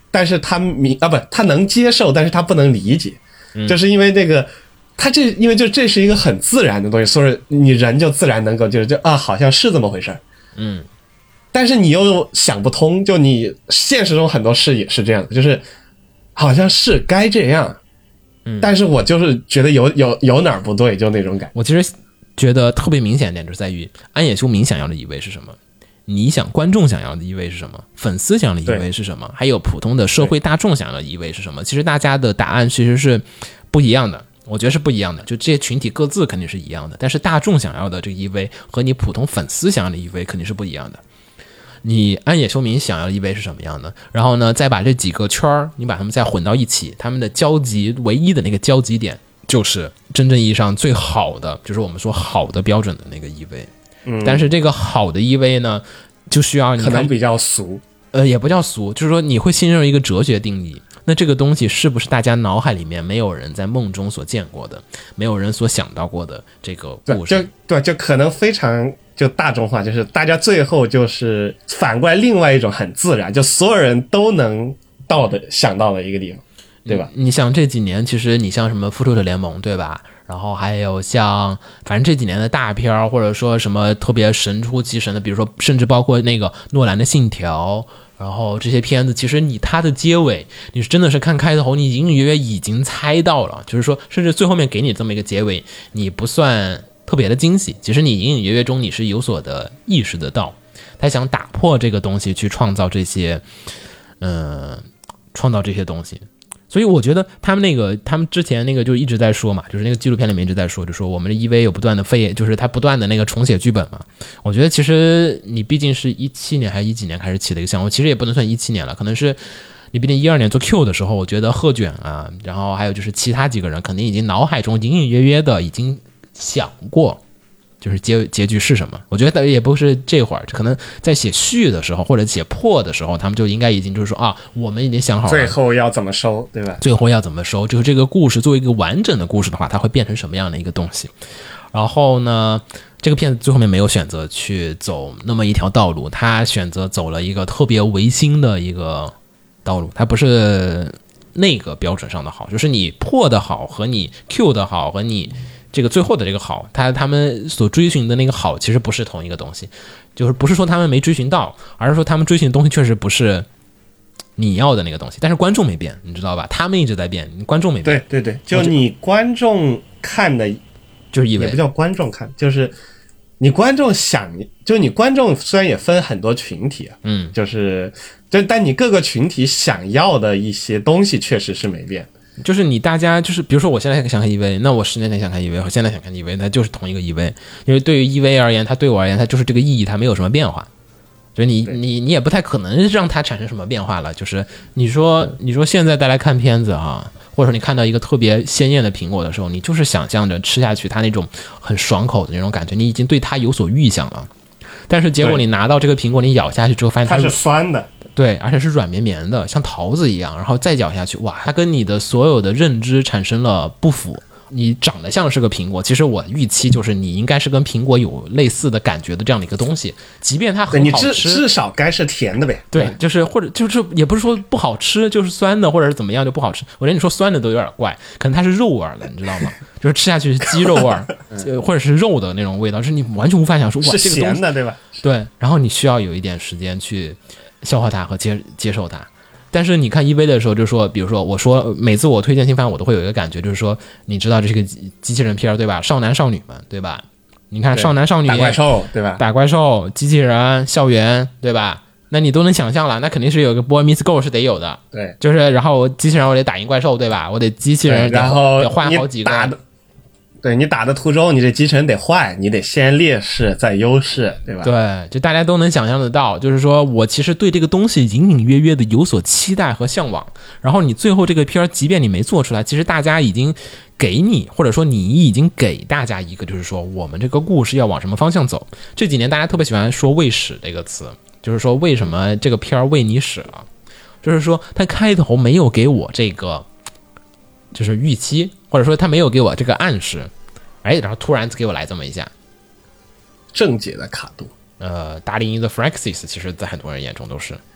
但是他明啊不，他能接受，但是他不能理解，嗯、就是因为那个他这因为就这是一个很自然的东西，所以你人就自然能够就是就啊好像是这么回事嗯， 但是你又想不通，就你现实中很多事也是这样的，就是好像是该这样，嗯，但是我就是觉得有有有哪儿不对，就那种感觉。 我其实觉得特别明显一点就是在于安野秀明想要的意味是什么。你想观众想要的意味是什么？粉丝想要的意味是什么？还有普通的社会大众想要的意味是什么？其实大家的答案其实是不一样的，我觉得是不一样的。就这些群体各自肯定是一样的，但是大众想要的这个意味和你普通粉丝想要的意味肯定是不一样的。你安野秀明想要的意味是什么样的？然后呢，再把这几个圈儿，你把它们再混到一起，他们的交集唯一的那个交集点，就是真正意义上最好的，就是我们说好的标准的那个意味。嗯，但是这个好的意味呢，就需要你可能比较俗， 呃，也不叫俗，就是说你会信任一个哲学定义。那这个东西是不是大家脑海里面没有人在梦中所见过的，没有人所想到过的这个故事？ 对，就对，就可能非常就大众化，就是大家最后就是反过来另外一种很自然，就所有人都能到的想到的一个地方，对吧？ 你像这几年，其实你像什么《复仇者联盟》，对吧？然后还有像，反正这几年的大片或者说什么特别神出其神的，比如说甚至包括那个诺兰的《信条》，然后这些片子，其实你它的结尾，你是真的是看开头，你隐隐约约已经猜到了，就是说，甚至最后面给你这么一个结尾，你不算特别的惊喜，其实你隐隐约约中你是有所的意识得到，他想打破这个东西，去创造这些，嗯、呃，创造这些东西。所以我觉得他们那个，他们之前那个就一直在说嘛，就是那个纪录片里面一直在说，就说我们的 E V 有不断的废，就是他不断的那个重写剧本嘛。我觉得其实你毕竟是一七年还是一几年开始起的一个项目，其实也不能算一七年了，可能是你毕竟一二年做 Q 的时候，我觉得贺卷啊，然后还有就是其他几个人肯定已经脑海中隐隐约约的已经想过。就是结结局是什么？我觉得也不是这会儿，可能在写序的时候或者写破的时候，他们就应该已经就是说啊，我们已经想好了最后要怎么收，对吧？ 最后要怎么收？就是这个故事作为一个完整的故事的话，它会变成什么样的一个东西？然后呢，这个片子最后面没有选择去走那么一条道路，他选择走了一个特别唯心的一个道路，它不是那个标准上的好，就是你破的好和你 Q 的好和你。这个最后的这个好，他他们所追寻的那个好，其实不是同一个东西，就是不是说他们没追寻到，而是说他们追寻的东西确实不是你要的那个东西。但是观众没变，你知道吧？他们一直在变，观众没变。 对对对，就你观众看的， 就是以为也不叫观众看，就是你观众想，就你观众虽然也分很多群体啊， 嗯， 就是就但你各个群体想要的一些东西确实是没变。 就是你大家就是比如说我现在想看 E V， 那我十年前想看 E V 和现在想看 E V， 它就是同一个 E V， 因为对于 E V 而言，它对我而言，它就是这个意义，它没有什么变化。所以你你你也不太可能让它产生什么变化了。就是你说你说现在大家看片子啊，或者说你看到一个特别鲜艳的苹果的时候，你就是想象着吃下去它那种很爽口的那种感觉，你已经对它有所预想了。但是结果你拿到这个苹果，你咬下去之后，发现它是, 它是酸的。 对，而且是软绵绵的，像桃子一样，然后再咬下去，哇，它跟你的所有的认知产生了不符。你长得像是个苹果，其实我预期就是你应该是跟苹果有类似的感觉的这样的一个东西，即便它很好吃， 你至至少该是甜的呗。 对，就是或者就是也不是说不好吃，就是酸的或者是怎么样就不好吃。我觉得你说酸的都有点怪，可能它是肉味的，你知道吗？就是吃下去是鸡肉味儿，嗯、或者是肉的那种味道，是你完全无法想说哇， 是咸的，对吧？ 对，然后你需要有一点时间去消化它和接接受它。但是你看 E V 的时候，就是说，比如说我说每次我推荐新番，我都会有一个感觉，就是说，你知道这是个机器人片对吧？少男少女们，对吧？你看少男少女打怪兽，对吧？ 打怪兽、机器人、校园，对吧？那你都能想象了，那肯定是有个 Boy Meets Girl 是得有的， 对， 就是然后机器人我得打赢怪兽，对吧？我得机器人然后得换好几个。 对，你打的途中，你这机器人得坏，你得先劣势再优势，对吧？ 对，就大家都能想象得到，就是说我其实对这个东西隐隐约约的有所期待和向往。然后你最后这个片儿，即便你没做出来，其实大家已经给你，或者说你已经给大家一个，就是说我们这个故事要往什么方向走。这几年大家特别喜欢说“为使”这个词，就是说为什么这个片儿为你使了，就是说它开头没有给我这个。就是预期，或者说他没有给我这个暗示，哎，然后突然给我来这么一下， 正解的卡度。 呃，达林的 Fraxis 其实在很多人眼中都是，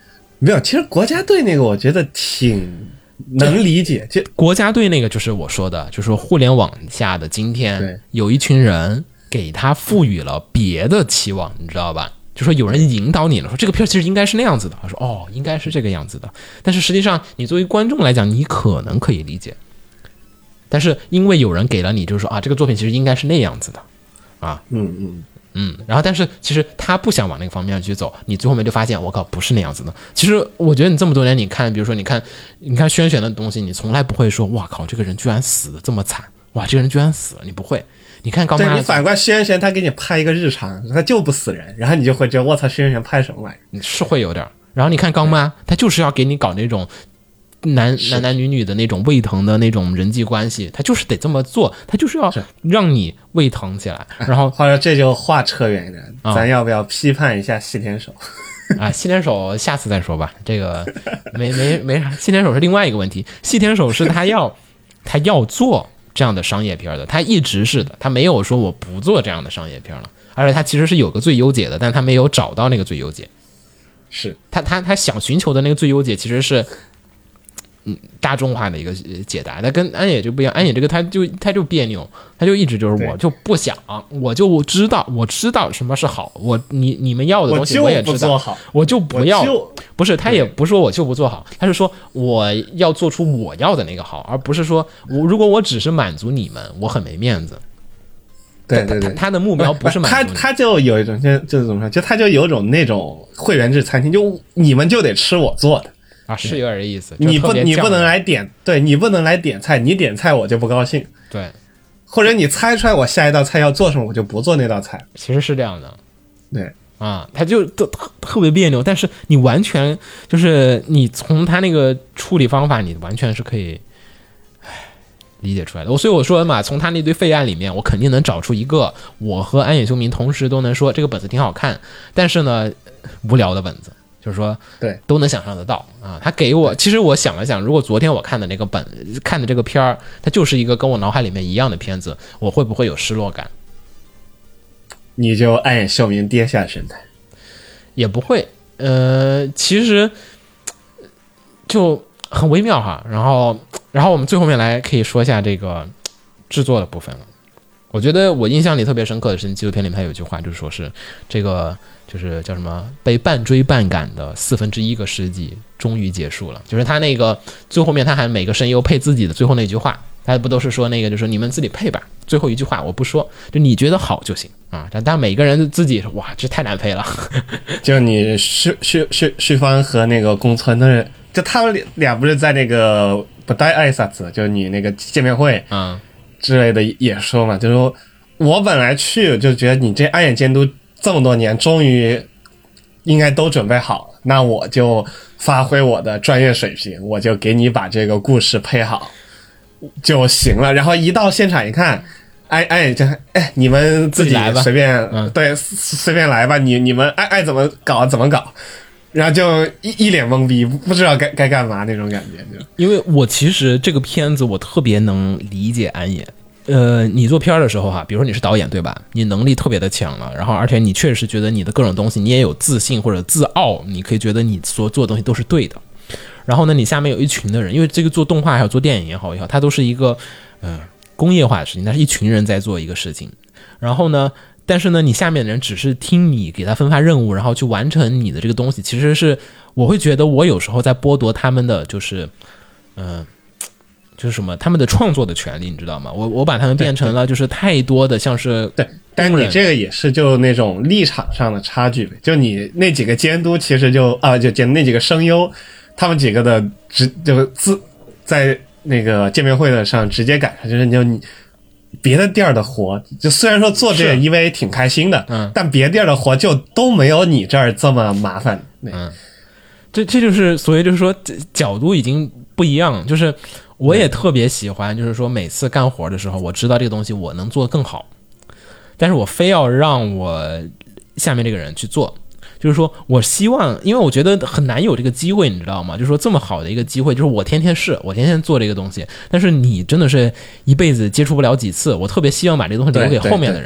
没有，其实国家队那个我觉得挺能理解，就国家队那个就是我说的，就是互联网下的今天有一群人给他赋予了别的期望，你知道吧？就说有人引导你了，说这个片其实应该是那样子的，他说哦，应该是这个样子的，但是实际上你作为观众来讲，你可能可以理解，但是因为有人给了你，就是说啊，这个作品其实应该是那样子的，啊， 嗯嗯。 嗯，然后但是其实他不想往那个方面去走，你最后面就发现我靠不是那样子的。其实我觉得你这么多年你看，比如说你看你看轩辕的东西，你从来不会说哇靠这个人居然死的这么惨，哇这个人居然死了，你不会。你看高妈， 对，你反观轩辕他给你拍一个日常，他就不死人，然后你就会觉得我操轩辕拍什么玩意儿， 你是会有点。然后你看高妈，他就是要给你搞那种男男男女女的那种胃疼的那种人际关系，他就是得这么做，他就是要让你胃疼起来。然后或者这就话扯远一点、嗯、咱要不要批判一下细田守啊？细田守下次再说吧，这个没没没啥。细田守是另外一个问题，细田守是他要他要做这样的商业片的，他一直是的，他没有说我不做这样的商业片了，而且他其实是有个最优解的，但他没有找到那个最优解。 是他他他想寻求的那个最优解其实是嗯，大众化的一个解答，那跟安野就不一样。安野这个他就他就别扭，他就一直就是我就不想，我就知道我知道什么是好，我你你们要的东西我也知道，我就不要，不是他也不说我就不做好，他是说我要做出我要的那个好，而不是说我如果我只是满足你们，我很没面子。 对对对， 他, 他的目标不是满足他，他就有一种就就是怎么说，就他就有一种那种会员制餐厅，就你们就得吃我做的。 啊，是有点意思。 你不，你不能来点，对你不能来点菜，你点菜我就不高兴。 对， 或者你猜出来我下一道菜要做什么，我就不做那道菜。 其实是这样的。 对啊，他就特特别别扭，但是你完全就是你从他那个处理方法，你完全是可以理解出来的。所以我说嘛，从他那堆废案里面，我肯定能找出一个我和安野秀明同时都能说这个本子挺好看，但是呢，无聊的本子。就是说， 对， 都能想象得到啊。他给我，其实我想了想，如果昨天我看的那个本，看的这个片儿，它就是一个跟我脑海里面一样的片子，我会不会有失落感？ 你就安野秀明跌下神坛， 也不会。呃，其实就很微妙哈。然后，然后我们最后面来可以说一下这个制作的部分了。我觉得我印象里特别深刻的是纪录片里面还有一句话，就是说是这个就是叫什么被半追半赶的四分之一个世纪终于结束了。就是他那个最后面他还每个声优配自己的最后那句话，他不都是说那个就是你们自己配吧，最后一句话我不说，就你觉得好就行啊。但但每个人自己哇，这太难配了。 就你旭旭旭旭方和那个宫村的，就他们俩不是在那个不带挨萨子，就是你那个见面会嗯。 之类的也说嘛，就是说我本来去就觉得你这暗眼监督这么多年，终于应该都准备好了，那我就发挥我的专业水平，我就给你把这个故事配好就行了。然后一到现场一看，哎哎，这哎你们自己随便， 嗯、 对，随便来吧，你你们爱爱怎么搞怎么搞。然后就一一脸懵逼，不知道该该干嘛那种感觉。就因为我其实这个片子我特别能理解安野，呃，你做片的时候哈，比如说你是导演对吧？你能力特别的强了，然后而且你确实觉得你的各种东西你也有自信或者自傲，你可以觉得你所做的东西都是对的。然后呢，你下面有一群的人，因为这个做动画还有做电影也好也好，它都是一个呃工业化的事情，它是一群人在做一个事情。然后呢。但是呢，你下面的人只是听你给他分发任务，然后去完成你的这个东西，其实是我会觉得我有时候在剥夺他们的就是，嗯、呃，就是什么他们的创作的权利，你知道吗？我我把他们变成了就是太多的像是对，但是你这个也是就那种立场上的差距呗。就你那几个监督其实就啊，就监那几个声优，他们几个的直就自在那个见面会的上直接赶上，就是就你。别的地儿的活，就虽然说做这个因为挺开心的， 嗯， 但别地儿的活就都没有你这儿这么麻烦。 嗯，这这就是所谓就是说角度已经不一样，就是我也特别喜欢，就是说每次干活的时候，我知道这个东西我能做更好，但是我非要让我下面这个人去做。就是说我希望，因为我觉得很难有这个机会，你知道吗？就是说这么好的一个机会，就是我天天试，我天天做这个东西，但是你真的是一辈子接触不了几次。我特别希望把这个东西留给后面的人，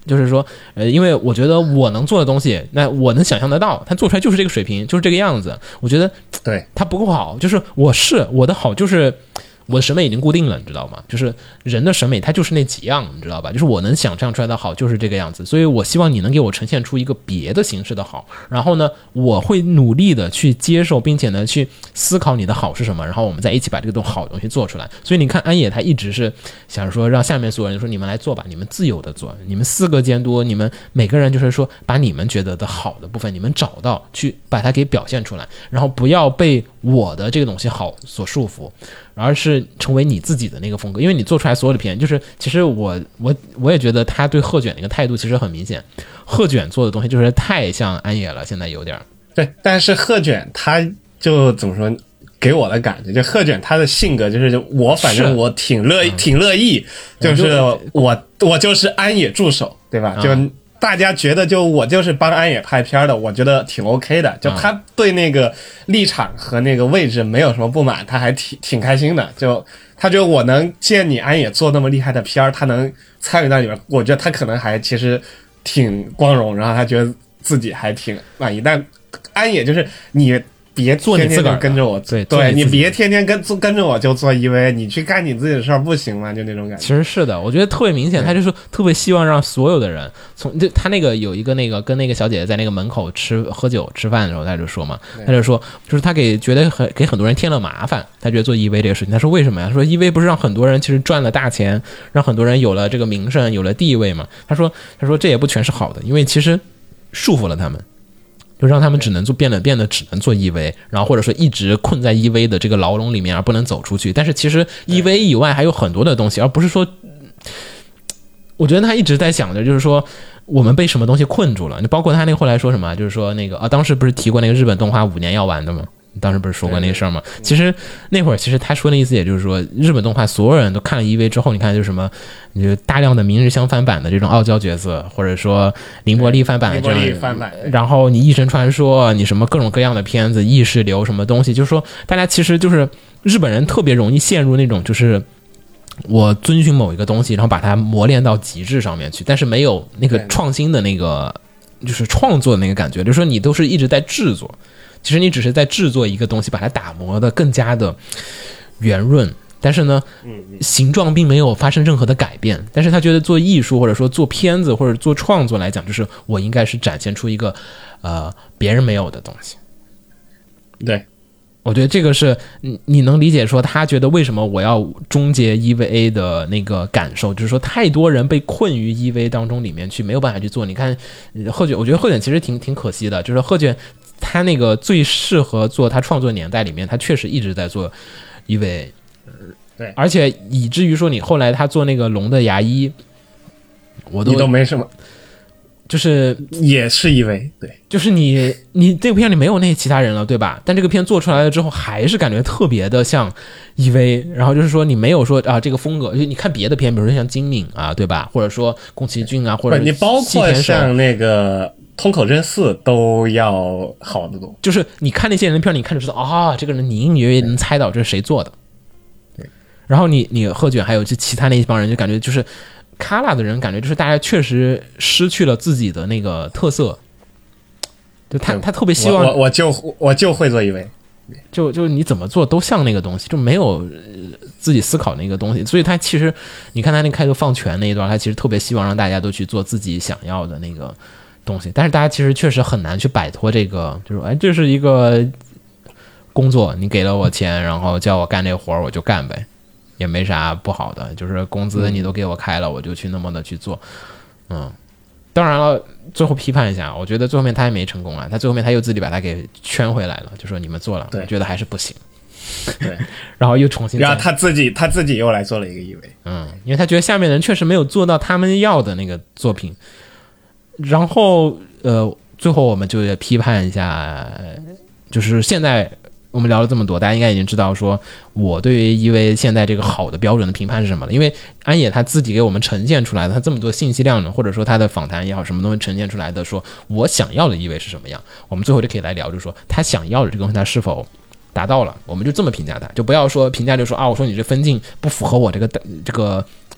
就是说，呃，因为我觉得我能做的东西，那我能想象得到，他做出来就是这个水平，就是这个样子。我觉得对他不够好，就是我是我的好，就是我的审美已经固定了，你知道吗？就是人的审美，它就是那几样，你知道吧？就是我能想象出来的好就是这个样子，所以我希望你能给我呈现出一个别的形式的好。然后呢，我会努力的去接受，并且呢去思考你的好是什么，然后我们再一起把这个东好的东西做出来。所以你看，安野他一直是想说让下面所有人说你们来做吧，你们自由的做，你们四个监督，你们每个人就是说把你们觉得的好的部分，你们找到去把它给表现出来，然后不要被我的这个东西好所束缚。而是成为你自己的那个风格，因为你做出来所有的片，就是其实我我我也觉得他对鹤卷的一个态度其实很明显，鹤卷做的东西就是太像安野了，现在有点对，但是鹤卷他就怎么说，给我的感觉，就鹤卷他的性格就是我反正我挺乐意、嗯、挺乐意，就是我我就是安野助手，对吧？嗯、就大家觉得就我就是帮安野拍片的，我觉得挺 OK 的。就他对那个立场和那个位置没有什么不满，他还挺挺开心的。就他觉得我能见你安野做那么厉害的片，他能参与到里面，我觉得他可能还其实挺光荣，然后他觉得自己还挺满意。但安野就是你。别天天就跟着我， 对对，你别天天跟跟着我就做 E V， 你去干你自己的事儿不行吗？就那种感觉。 其实是的，我觉得特别明显，他就是特别希望让所有的人从就他那个有一个那个跟那个小姐姐在那个门口吃喝酒吃饭的时候，他就说嘛，他就说就是他给觉得很给很多人添了麻烦，他觉得做 E V 这个事情，他说为什么呀？他说 E V 不是让很多人其实赚了大钱，让很多人有了这个名声，有了地位嘛？他说他说这也不全是好的，因为其实束缚了他们。就让他们只能做变得变得只能做 E V， 然后或者说一直困在 E V 的这个牢笼里面而不能走出去。但是其实 E V 以外还有很多的东西，而不是说，我觉得他一直在想着就是说我们被什么东西困住了。你包括他那个后来说什么，就是说那个啊，当时不是提过那个日本动画五年要完的吗？当时不是说过那个事儿吗？其实那会儿其实他说的意思也就是说，日本动画所有人都看了 E V 之后，你看就是什么，你就大量的明日香翻版的这种傲娇角色，或者说凌波丽翻版的这种，然后你异神传说，你什么各种各样的片子，意识流什么东西，就是说大家其实就是日本人特别容易陷入那种就是我遵循某一个东西，然后把它磨练到极致上面去，但是没有那个创新的那个就是创作的那个感觉，就是说你都是一直在制作。其实你只是在制作一个东西，把它打磨的更加的圆润，但是呢，形状并没有发生任何的改变。但是他觉得做艺术或者说做片子或者做创作来讲，就是我应该是展现出一个呃别人没有的东西。 对， 我觉得这个是你你能理解说他觉得为什么我要终结 E V A 的那个感受，就是说太多人被困于 E V 当中里面去，没有办法去做。你看鹤卷，我觉得鹤卷其实挺挺可惜的，就是鹤卷。他那个最适合做他创作年代里面，他确实一直在做 E V A， 对， 而且以至于说你后来他做那个龙的牙医，我都你都没什么， 就是也是 E V， 对， 就是你你这个片里没有那其他人了，对吧？但这个片做出来了之后，还是感觉特别的像 E V， 然后就是说你没有说啊这个风格，就你看别的片，比如说像金敏啊，对吧？或者说宫崎骏啊，或者你包括像那个。通口真嗣都要好得多， 就是你看那些人的片，你看就知道啊、哦，这个人你隐隐约约能猜到这是谁做的。 对， 然后你你鹤卷还有就其他那一帮人，就感觉就是卡拉的人，感觉就是大家确实失去了自己的那个特色。就他他特别希望我我我就我就会做一位， 就就你怎么做都像那个东西，就没有自己思考那个东西。所以他其实你看他那开头放权那一段，他其实特别希望让大家都去做自己想要的那个。东西，但是大家其实确实很难去摆脱这个，就是哎，这是一个工作，你给了我钱，然后叫我干这活我就干呗，也没啥不好的，就是工资你都给我开了，我就去那么的去做，嗯，当然了，最后批判一下，我觉得最后面他也没成功啊，他最后面他又自己把他给圈回来了，就说你们做了，我觉得还是不行， 对， 然后又重新， 然后他自己他自己又来做了一个 E V， 嗯，因为他觉得下面人确实没有做到他们要的那个作品。然后，呃，最后我们就批判一下，就是现在我们聊了这么多，大家应该已经知道说，我对于 E V 现在这个好的标准的评判是什么了。因为安野他自己给我们呈现出来的，他这么多信息量呢，或者说他的访谈也好，什么东西呈现出来的，说我想要的 E V 是什么样，我们最后就可以来聊，就是说他想要的这个东西他是否达到了，我们就这么评价他，就不要说评价就说啊，我说你这分镜不符合我这个这个。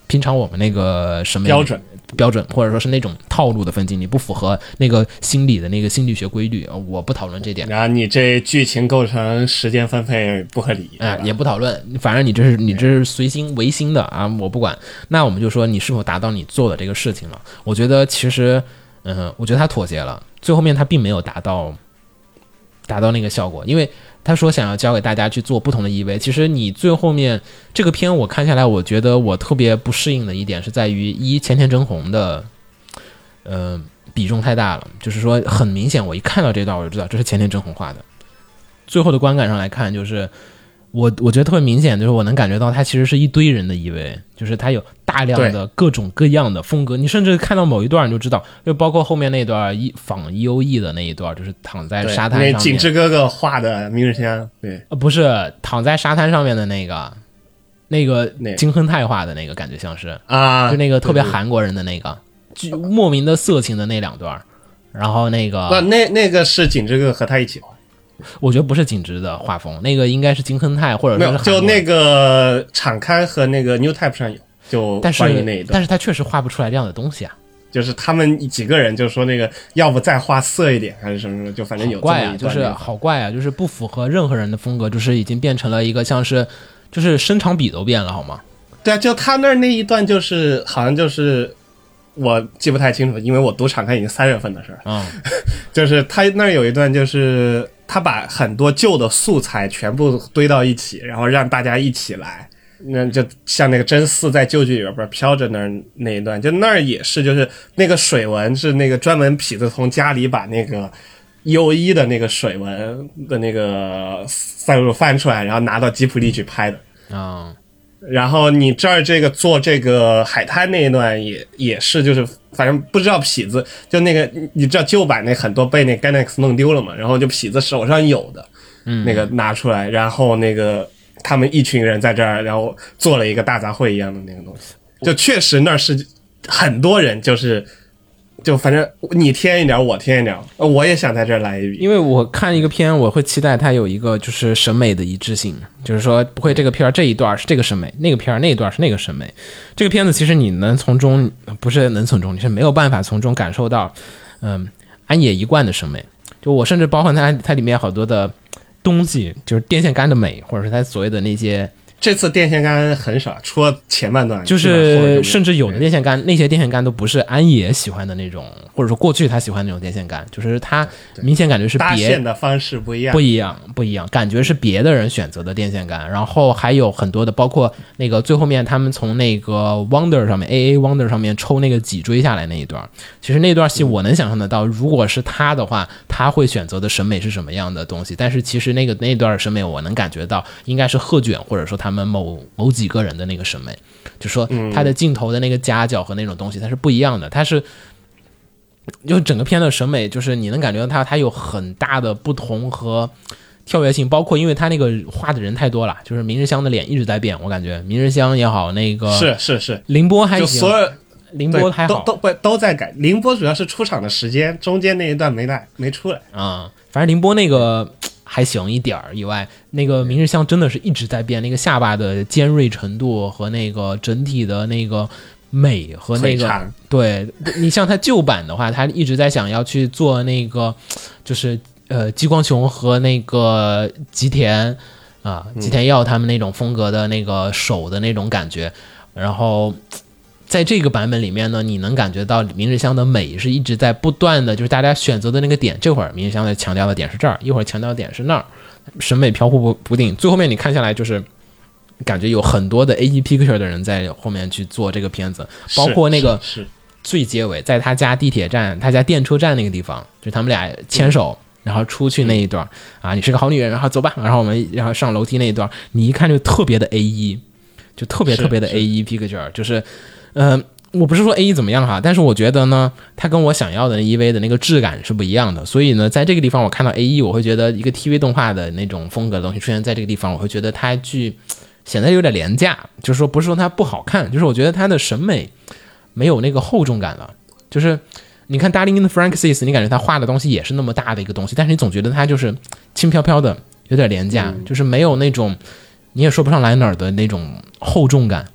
平常我们那个审美标准标准，或者说是那种套路的分镜，你不符合那个心理的那个心理学规律，我不讨论这点。 然后你这剧情构成时间分配不合理， 哎、呃，也不讨论，反正你这是你这是随心唯心的啊，我不管。那我们就说你是否达到你做的这个事情了？我觉得其实，嗯、呃，我觉得他妥协了，最后面他并没有达到达到那个效果，因为他说想要教给大家去做不同的 E V， 其实你最后面这个片我看下来，我觉得我特别不适应的一点是在于一前田真弘的，呃，比重太大了，就是说很明显，我一看到这段我就知道这是前田真弘画的。最后的观感上来看，就是我我觉得特别明显，就是我能感觉到它其实是一堆人的 E V， 就是它有大量的各种各样的风格，你甚至看到某一段你就知道，就包括后面那段一仿 E O E 的那一段，就是躺在沙滩上面， 那景之哥哥画的明日香，对， 呃，不是躺在沙滩上面的那个，那个金亨泰画的那个感觉像是啊， 就那个特别韩国人的那个，就莫名的色情的那两段，然后那个那那那个是景之哥哥和他一起画。 我觉得不是景之的画风，那个应该是金亨泰或者说是就那个场刊和那个 New Type 上有，就关于那一段， 但是他确实画不出来这样的东西啊。 就是他们几个人就说那个要不再画色一点还是什么什么，就反正有这么一段， 怪啊，就是好怪啊，就是不符合任何人的风格，就是已经变成了一个像是就是伸长笔都变了好吗？ 对啊，就他那儿那一段就是好像就是我记不太清楚，因为我读场刊已经三月份的事儿。 嗯， 就是他那儿有一段就是他把很多旧的素材全部堆到一起，然后让大家一起来。那就像那个真嗣在旧剧里边不是飘着那儿那一段，就那儿也是，就是那个水纹是那个专门痞子从家里把那个优一的那个水纹的那个赛璐翻出来，然后拿到吉普力去拍的啊。 嗯，然后你这儿这个做这个海滩那一段也也是，就是反正不知道痞子就那个你知道旧版那很多被那 Gainax 弄丢了嘛，然后就痞子手上有的， 嗯， 那个拿出来，然后那个他们一群人在这儿，然后做了一个大杂烩一样的那个东西，就确实那是很多人，就是就反正你添一点我添一点，我也想在这儿来一笔。 因为我看一个片我会期待它有一个就是审美的一致性，就是说不会这个片这一段是这个审美，那个片那一段是那个审美。这个片子其实你能从中不是能从中，你是没有办法从中感受到嗯安野一贯的审美。就我甚至包括它它里面好多的东西，就是电线杆的美，或者是它所谓的那些， 这次电线杆很少，除了前半段， 就是甚至有的电线杆，那些电线杆都不是安野喜欢的那种，或者说过去他喜欢的那种电线杆，就是他明显感觉是别搭线的方式不一样， 不一样，不一样，感觉是别的人选择的电线杆。然后还有很多的，包括那个最后面他们从那个 Wonder 上面 A A Wonder 上面抽那个脊椎下来那一段，其实那段戏我能想象得到，如果是他的话，他会选择的审美是什么样的东西。但是其实那个那段审美我能感觉到，应该是鹤卷或者说他们某某几个人的那个审美，就说他的镜头的那个夹角和那种东西它是不一样的，它是就整个片的审美，就是你能感觉到它它有很大的不同和跳跃性，包括因为他那个画的人太多了，就是明日香的脸一直在变，我感觉明日香也好，那个是是是凌波还行， 就所有凌波还好， 都都都在改。凌波主要是出场的时间，中间那一段没来没出来啊、嗯。反正凌波那个还行一点儿以外，那个明日香真的是一直在变，那个下巴的尖锐程度和那个整体的那个美和那个，对你像他旧版的话，他一直在想要去做那个，就是呃激光雄和那个吉田啊吉田耀他们那种风格的那个手的那种感觉，然后。在这个版本里面呢，你能感觉到明日香的美是一直在不断的，就是大家选择的那个点，这会儿明日香的强调的点是这儿，一会儿强调的点是那儿，审美飘忽不不定。最后面你看下来，就是感觉有很多的 A E Picture 的人在后面去做这个片子，包括那个最结尾，在他家地铁站、他家电车站那个地方，就他们俩牵手。嗯然后出去那一段啊，你是个好女人，然后走吧，然后我们然后上楼梯那一段，你一看就特别的 A E， 就特别特别的 A E Picture， 就是，呃，我不是说 A E 怎么样哈，但是我觉得呢，它跟我想要的 E V 的那个质感是不一样的，所以呢，在这个地方我看到 A E， 我会觉得一个 T V 动画的那种风格的东西出现在这个地方，我会觉得它具显得有点廉价，就是说不是说它不好看，就是我觉得它的审美没有那个厚重感了，就是。你看 Darling in the Franxx， 你感觉他画的东西也是那么大的一个东西，但是你总觉得他就是轻飘飘的，有点廉价、嗯，就是没有那种你也说不上来哪儿的那种厚重感。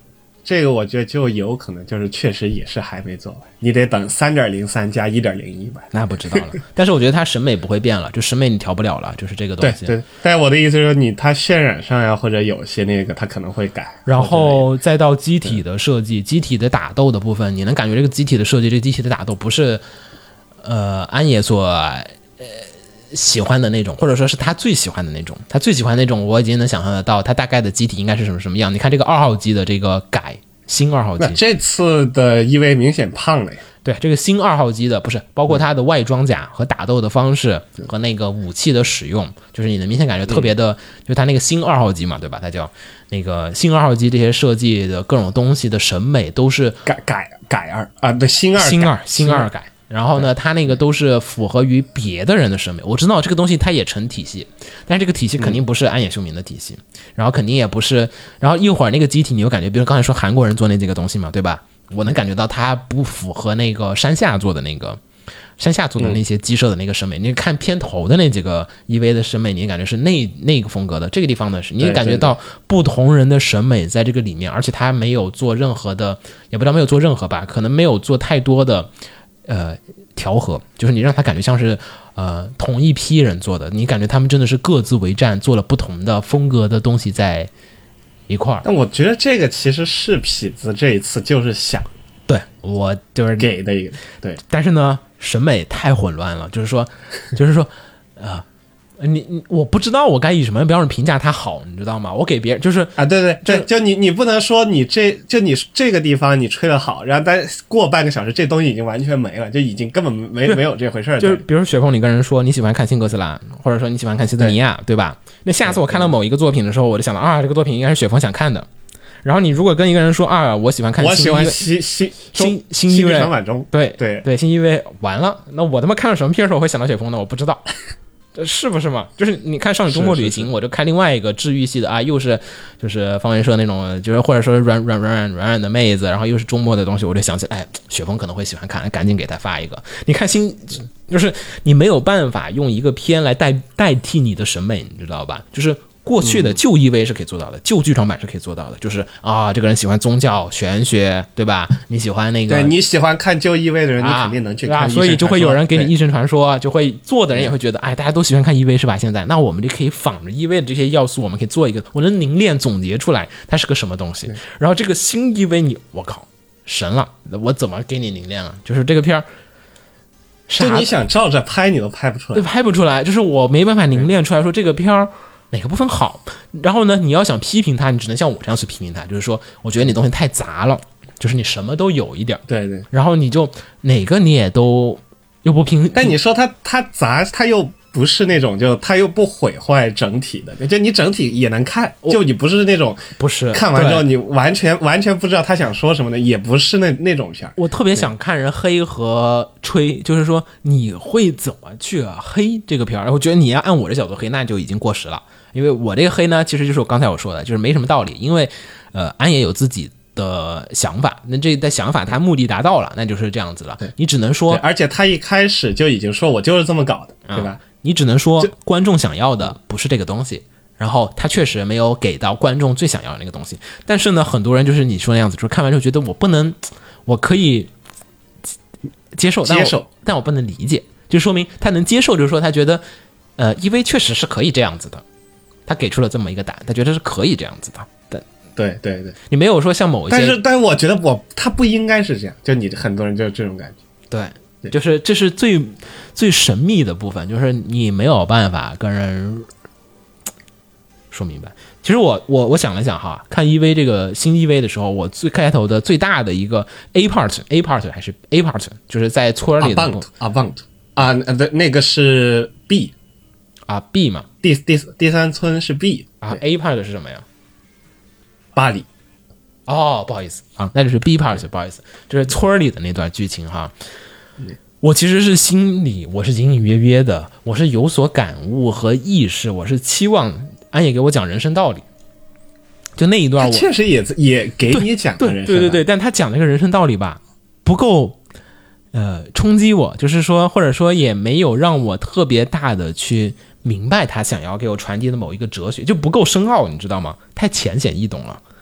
这个我觉得就有可能就是确实也是还没做完，你得等 三点零三 加 一点零一 版。 那不知道了。但是我觉得它审美不会变了，就审美你调不了了，就是这个东西。 对对，但我的意思是说，你它渲染上呀，或者有些那个它可能会改， 然后再到机体的设计，机体的打斗的部分，你能感觉这个机体的设计，这个机体的打斗不是呃安野所呃喜欢的那种，或者说是他最喜欢的那种。他最喜欢那种，我已经能想象得到，他大概的机体应该是什么什么样。你看这个二号机的这个改。新二号机， 那这次的 E V 明显胖了呀。 对，这个新二号机的不是包括它的外装甲和打斗的方式和那个武器的使用，就是你能明显感觉特别的，嗯、就是它那个新二号机嘛，对吧？它叫那个新二号机，这些设计的各种东西的审美都是改改改二啊，对，新二新二新二改。然后呢，它那个都是符合于别的人的审美。我知道这个东西它也成体系，但是这个体系肯定不是安野秀明的体系，嗯、然后肯定也不是。然后一会儿那个机体，你有感觉，比如刚才说韩国人做那几个东西嘛，对吧？我能感觉到它不符合那个山下做的那个山下做的那些机设的那个审美。嗯、你看片头的那几个 E V 的审美，你感觉是那那个风格的。这个地方呢，是你感觉到不同人的审美在这个里面，而且他没有做任何的，也不知道没有做任何吧，可能没有做太多的。呃，调和就是你让他感觉像是呃同一批人做的，你感觉他们真的是各自为战，做了不同的风格的东西在一块儿。 但我觉得这个其实是痞子这一次就是想对我就是给的一个对， 但是呢，审美太混乱了，就是说，就是说，呃。你你我不知道我该以什么标准评价它好，你知道吗？我给别人就是啊，对对对，就你你不能说你这就你这个地方你吹得好，然后但过半个小时这东西已经完全没了，就已经根本没没有这回事儿。 就是比如说雪峰，你跟人说你喜欢看新哥斯拉，或者说你喜欢看西德尼亚， 对, 对吧？那下次我看到某一个作品的时候，我就想到啊，这个作品应该是雪峰想看的。然后你如果跟一个人说啊，我喜欢看新， 我喜欢新新新新一位，对对对，新一位完了，那我他妈看了什么片的时候会想到雪峰呢？我不知道。是不是嘛？就是你看《少女周末旅行》，我就看另外一个治愈系的啊，又是就是方文社那种，就是或者说软软软软软软的妹子，然后又是周末的东西，我就想起来，哎，雪峰可能会喜欢看，赶紧给他发一个。你看新，就是你没有办法用一个片来代代替你的审美，你知道吧？就是。过去的旧 E V 是可以做到的，旧剧场版是可以做到的，就是啊，这个人喜欢宗教玄学，对吧？你喜欢那个， 对你喜欢看旧 E V 的人，你肯定能去看、啊。 所以就会有人给你《异神传说》，就会做的人也会觉得，哎，大家都喜欢看 E V 是吧？现在，那我们就可以仿着 E V 的这些要素，我们可以做一个，我能凝练总结出来它是个什么东西。然后这个新 E V 你，我靠，神了！我怎么给你凝练啊？就是这个片儿。 就你想照着拍，你都拍不出来， 拍不出来，就是我没办法凝练出来说这个片儿。哪个部分好？然后呢，你要想批评它，你只能像我这样去批评它，就是说，我觉得你东西太杂了，就是你什么都有一点， 对对， 然后你就哪个你也都又不评， 但你说它它杂，它又不是那种就它又不毁坏整体的，就你整体也能看，就你不是那种不是看完之后你完全完全不知道他想说什么的，也不是那那种片。 我特别想看人黑和吹，就是说你会怎么去黑这个片儿？我觉得你要按我这角度黑，那就已经过时了。因为我这个黑呢，其实就是我刚才我说的，就是没什么道理。因为，呃，安野有自己的想法，那这的想法他目的达到了，那就是这样子了。你只能说， 而且他一开始就已经说我就是这么搞的，对吧？ 嗯、你只能说观众想要的不是这个东西，然后他确实没有给到观众最想要的那个东西。但是呢，很多人就是你说那样子，就是看完之后觉得我不能，我可以接受， 接受， 但我不能理解，就说明他能接受，就是说他觉得，呃 ，E V 确实是可以这样子的。他给出了这么一个答案，他觉得是可以这样子的。对对对对， 你没有说像某一些， 但是但是我觉得我他不应该是这样，就你很多人就是这种感觉。 对，对就是这是最最神秘的部分，就是你没有办法跟人说明白。其实我我我想了想哈，看 E V 这个新 E V 的时候，我最开头的最大的一个 A part A part 还是 A part， 就是在村里的 Avant 啊，对，那个是 B。 啊 B 嘛， 第第第三村是 B 啊 ，A part 是什么呀？ 巴黎。 哦，不好意思啊，那就是 B part， 不好意思，就是村里的那段剧情哈。我其实是心里我是隐隐约约的，我是有所感悟和意识，我是期望安野给我讲人生道理。就那一段我， 确实也也给你讲的人生道理， 对对对对，但他讲那个人生道理吧，不够。呃，冲击我，就是说，或者说也没有让我特别大的去明白他想要给我传递的某一个哲学，就不够深奥，你知道吗？太浅显易懂了。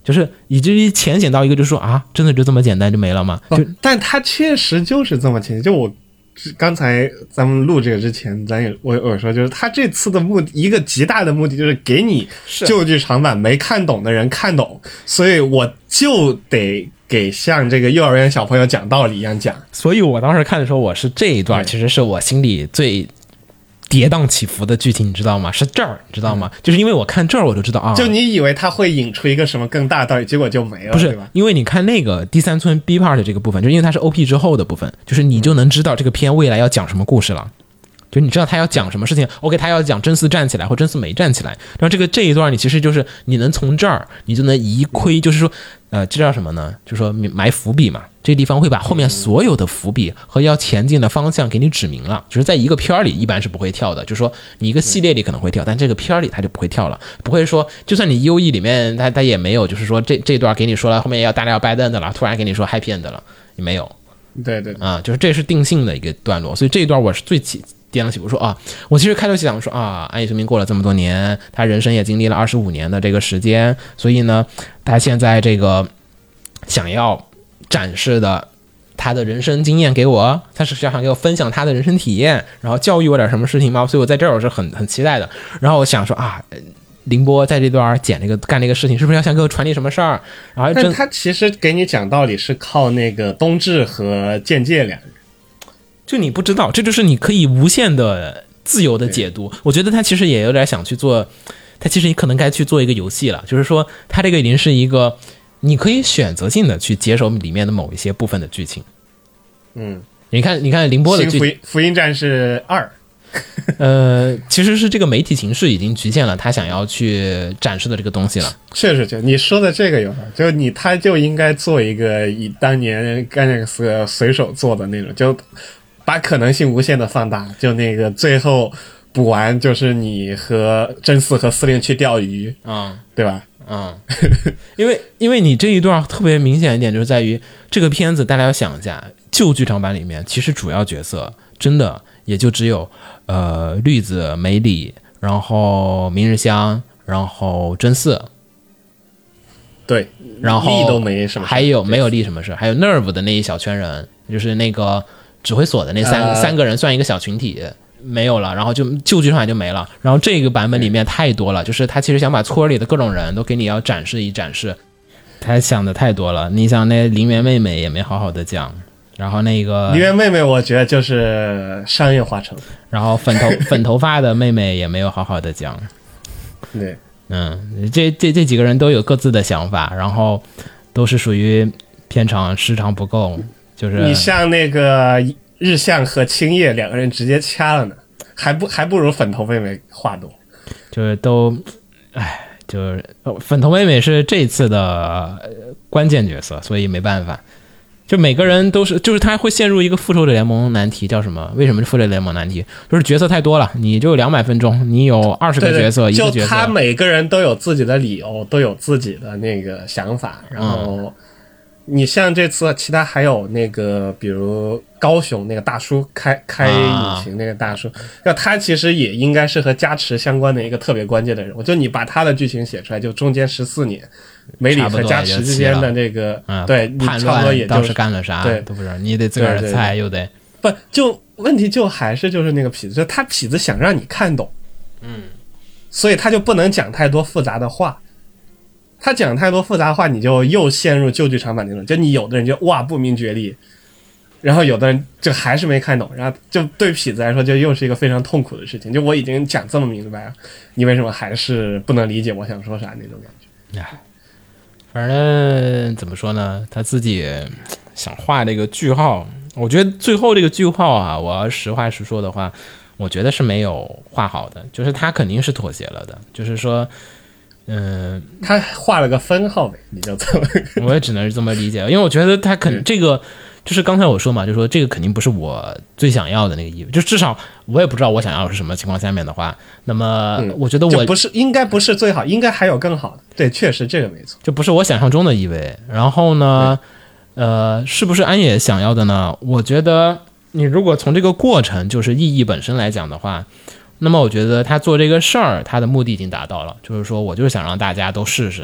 就是以至于浅显到一个就是说啊，真的就这么简单就没了吗？就、 哦、但它确实就是这么浅显。就我刚才咱们录这个之前，咱也我我说就是他这次的目的，一个极大的目的就是给你旧剧场版没看懂的人看懂，所以我就得给像这个幼儿园小朋友讲道理一样讲。 所以我当时看的时候，我是这一段其实是我心里最跌宕起伏的剧情，你知道吗？是这儿，你知道吗？嗯、就是因为我看这儿我就知道啊， 就你以为他会引出一个什么更大的道理，结果就没了， 不是对吧？ 因为你看那个第三村 B part 这个部分，就因为它是 O P 之后的部分，就是你就能知道这个片未来要讲什么故事了。就你知道他要讲什么事情 ，OK， 他要讲真嗣站起来或真嗣没站起来，然后这个这一段你其实就是你能从这儿你就能移窥，就是说，呃，这叫什么呢？就是说埋伏笔嘛，这个地方会把后面所有的伏笔和要前进的方向给你指明了，就是在一个片儿里一般是不会跳的，就是说你一个系列里可能会跳，但这个片儿里它就不会跳了，不会说就算你 U E 里面它它也没有，就是说这这段给你说了后面要大家要拜登的了，突然给你说 happy end 的了，也没有。 对对对啊，就是这是定性的一个段落，所以这一段我是最起。掂了起，我说啊，我其实开头想说啊，安野秀明过了这么多年，他人生也经历了二十五年的这个时间，所以呢，他现在这个想要展示的他的人生经验给我，他是想给我分享他的人生体验，然后教育我点什么事情吗？所以我在这儿我是很很期待的。然后我想说啊，凌波在这段剪这个干这个事情，是不是要想给我传递什么事儿？然后但他其实给你讲道理是靠那个冬至和剑介两人。 就你不知道，这就是你可以无限的自由的解读。我觉得他其实也有点想去做，他其实可能该去做一个游戏了，就是说他这个已经是一个你可以选择性的去接受里面的某一些部分的剧情。 嗯， 你看，你看凌波的剧新福音福音战士二， 呃，其实是这个媒体形式已经局限了他想要去展示的这个东西了。 确实，就你说的这个有，就你他就应该做一个以当年干这个随手做的那种，就。把可能性无限的放大，就那个最后补完就是你和真嗣和司令去钓鱼啊、嗯， 对吧？ 嗯，因为因为你这一段特别明显一点，就是在于这个片子，大家要想一下，旧剧场版里面其实主要角色真的也就只有呃绿子、梅里，然后明日香，然后真嗣， 对， 然后力都没什么事， 还有没有力什么事？还有 Nerve 的那一小圈人，就是那个。指挥所的那三、呃、三个人算一个小群体没有了，然后就旧剧场版就没了。然后这个版本里面太多了，就是他其实想把村里的各种人都给你要展示一展示，他想的太多了。你想那林原妹妹也没好好的讲，然后那个林原妹妹我觉得就是商业化成分， 然后粉头粉头发的妹妹也没有好好的讲。 对， 嗯，这这这几个人都有各自的想法，然后都是属于片场时长不够。就是你像那个日向和青叶两个人直接掐了呢，还不还不如粉头妹妹话多， 就是都，哎，就是粉头妹妹是这次的关键角色，所以没办法，就每个人都是，就是他会陷入一个复仇者联盟难题，叫什么？为什么是复仇者联盟难题？就是角色太多了，你就两百分钟，你有二十个角色， 对对， 一个角色， 就他每个人都有自己的理由，都有自己的那个想法，然后。嗯，你像这次其他还有那个比如高雄那个大叔开开引擎那个大叔，那、啊、他其实也应该是和加持相关的一个特别关键的人物，就你把他的剧情写出来，就中间十四年梅里和加持之间的这个、嗯、对你差不多也就是干了啥， 对都不知道，你得自个儿猜又得不就问题就还是就是那个痞子，就他痞子想让你看懂， 嗯， 所以他就不能讲太多复杂的话。他讲太多复杂话，你就又陷入旧剧场版那种，就你有的人就哇不明觉厉，然后有的人就还是没看懂，然后就对痞子来说就又是一个非常痛苦的事情，就我已经讲这么明白了，你为什么还是不能理解我想说啥那种感觉。 哎，反正怎么说呢，他自己想画这个句号，我觉得最后这个句号啊，我要实话实说的话，我觉得是没有画好的，就是他肯定是妥协了的，就是说嗯， 他画了个分号呗，你就这么， 我也只能是这么理解，因为我觉得他肯这个就是刚才我说嘛，就是说这个肯定不是我最想要的那个意味，就至少我也不知道我想要的是什么情况下面的话，那么我觉得我、 嗯、不是应该不是最好，应该还有更好的，对，确实这个没错， 就不是我想象中的意味。然后呢，呃，是不是安野想要的呢？我觉得你如果从这个过程就是意义本身来讲的话。那么我觉得他做这个事儿，他的目的已经达到了，就是说我就是想让大家都试试，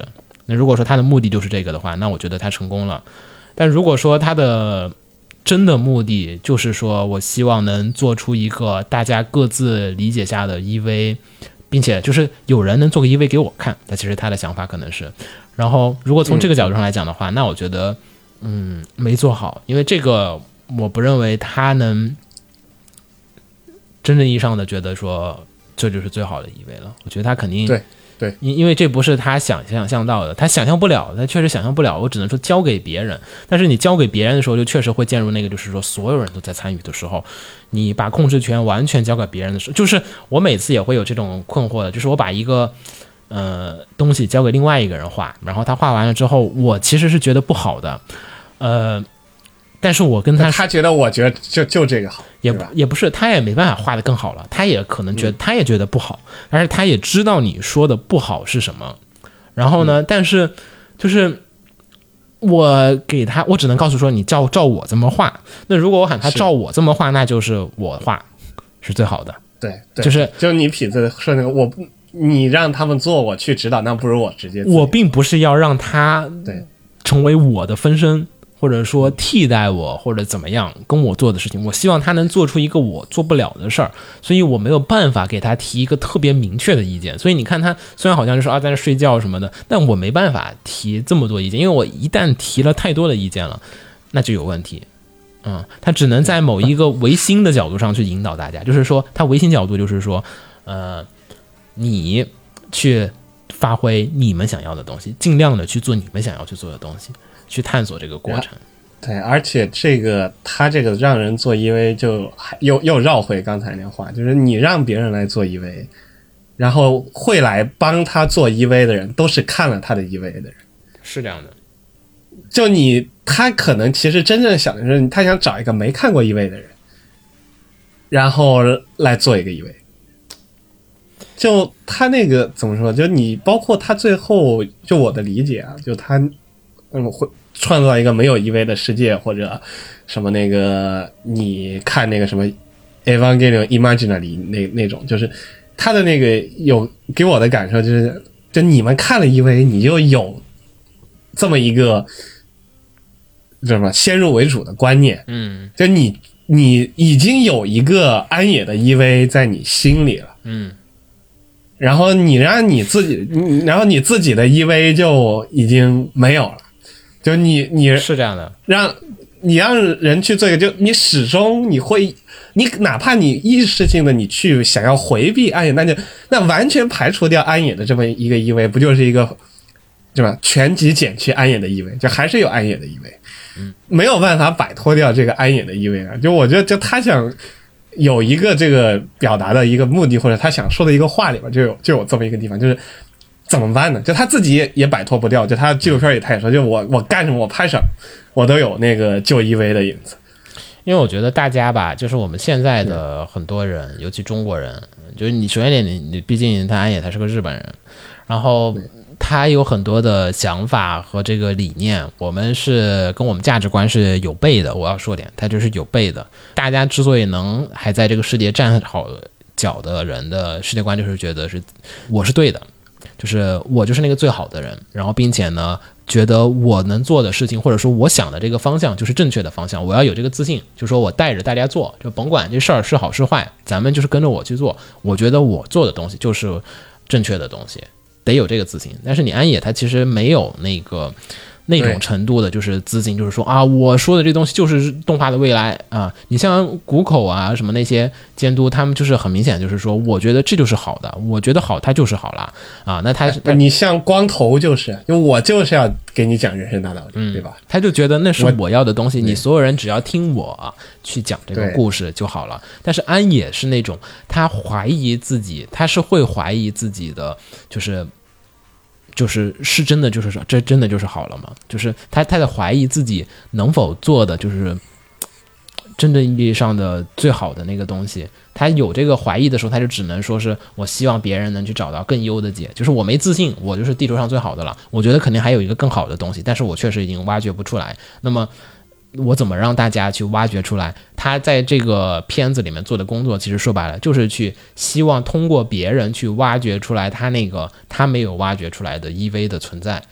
那如果说他的目的就是这个的话，那我觉得他成功了。但如果说他的真的目的就是说我希望能做出一个大家各自理解下的 E V， 并且就是有人能做个 E V 给我看，那其实他的想法可能是，然后如果从这个角度上来讲的话，那我觉得嗯没做好，因为这个我不认为他能真正意义上的觉得说这就是最好的 E V 了。我觉得他肯定对对， 因因为这不是他想象象到的，他想象不了，他确实想象不了。我只能说交给别人，但是你交给别人的时候，就确实会进入那个，就是说所有人都在参与的时候，你把控制权完全交给别人的时候，就是我每次也会有这种困惑的，就是我把一个呃东西交给另外一个人画，然后他画完了之后，我其实是觉得不好的，呃。但是我跟他他觉得我觉得就就这个好， 也也不是，他也没办法画得更好了，他也可能觉得、嗯、他也觉得不好，但是他也知道你说的不好是什么，然后呢，嗯、但是就是我给他，我只能告诉说你照照我这么画，那如果我喊他照我这么画，那就是我画是最好的， 对，对就是就你痞子说那个我。你让他们做，我去指导，那不如我直接。 我并不是要让他对成为我的分身。或者说替代我，或者怎么样跟我做的事情，我希望他能做出一个我做不了的事儿，所以我没有办法给他提一个特别明确的意见。所以你看他虽然好像是说啊在那睡觉什么的，但我没办法提这么多意见，因为我一旦提了太多的意见了，那就有问题。嗯，他只能在某一个唯心的角度上去引导大家，就是说他唯心角度就是说，呃，你去发挥你们想要的东西，尽量的去做你们想要去做的东西。去探索这个过程， 对，而且这个他这个让人做 E V 就又又绕回刚才那话，就是你让别人来做 E V， 然后会来帮他做 E V 的人都是看了他的 E V 的人， 是这样的。 就你他可能其实真正想的是他想找一个没看过 E V 的人，然后来做一个 E V。就他那个怎么说？就你包括他最后，就我的理解啊，就他。嗯，会创造一个没有 E V 的世界，或者什么那个你看那个什么 Evangelion Imaginary 那那种，就是他的那个有给我的感受就是，就你们看了 E V， 你就有这么一个什么先入为主的观念， 嗯， 就你你已经有一个安野的 E V 在你心里了， 嗯。 然后你让你自己，然后你自己的 E V 就已经没有了。就你你是这样的， 让你让人去做一个，就你始终你会，你哪怕你意识性的你去想要回避安野，那就那完全排除掉安野的这么一个 E V， 不就是一个对吧？全集减去安野的 E V， 就还是有安野的 E V， 嗯， 没有办法摆脱掉这个安野的 E V 啊。就我觉得，就他想有一个这个表达的一个目的，或者他想说的一个话里边，就有就有这么一个地方，就是。怎么办呢？就他自己也也摆脱不掉，就他纪录片也他也说，就我我干什么我拍什么，我都有那个旧 E V 的影子。 因为我觉得大家吧，就是我们现在的很多人，尤其中国人，就是你首先你你毕竟他安野他是个日本人，然后他有很多的想法和这个理念，我们是跟我们价值观是有悖的。我要说点，他就是有悖的。大家之所以能还在这个世界站好脚的人的世界观，就是觉得是我是对的。就是我就是那个最好的人，然后并且呢，觉得我能做的事情，或者说我想的这个方向就是正确的方向，我要有这个自信，就是说我带着大家做，就甭管这事儿是好是坏，咱们就是跟着我去做，我觉得我做的东西就是正确的东西，得有这个自信。但是你安野他其实没有那个那种程度的，就是自信，就是说啊，我说的这东西就是动画的未来啊。你像谷口啊什么那些监督，他们就是很明显就是说，我觉得这就是好的，我觉得好，它就是好了啊。那他你像光头就是，就我就是要给你讲人生大道理， 嗯、 对吧？ 他就觉得那是我要的东西，你所有人只要听我去讲这个故事就好了。但是安野是那种他怀疑自己，他是会怀疑自己的，就是。就是是真的，就是说这真的就是好了吗？就是他他在怀疑自己能否做的就是真正意义上的最好的那个东西。他有这个怀疑的时候，他就只能说是我希望别人能去找到更优的解，就是我没自信，我就是地球上最好的了。我觉得肯定还有一个更好的东西，但是我确实已经挖掘不出来。那么我怎么让大家去挖掘出来？他在这个片子里面做的工作，其实说白了就是去希望通过别人去挖掘出来他那个他没有挖掘出来的 E V 的存在。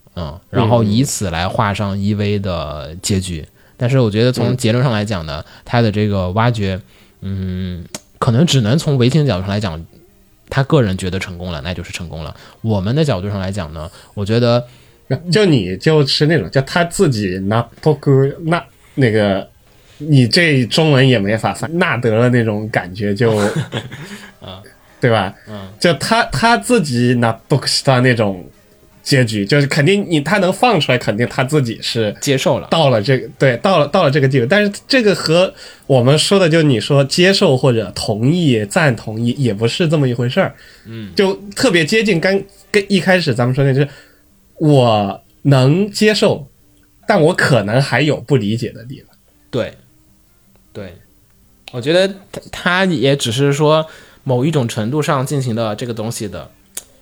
嗯，然后以此来画上 E V 的结局。但是我觉得从结论上来讲呢，他的这个挖掘，嗯，可能只能从维京的角度上来讲，他个人觉得成功了，那就是成功了。我们的角度上来讲呢，我觉得就你就是那种，就他自己拿托哥那那个，你这中文也没法翻，纳德了那种感觉就， 啊， 对吧？ 嗯， 就他他自己拿托克西他那种。结局就是肯定你他能放出来，肯定他自己是接受了， 到了这个对到了到了这个地步，但是这个和我们说的就你说接受或者同意赞同也也不是这么一回事儿， 嗯， 就特别接近刚跟一开始咱们说的，就是我能接受，但我可能还有不理解的地方。 对，对，我觉得他他也只是说某一种程度上进行的这个东西的。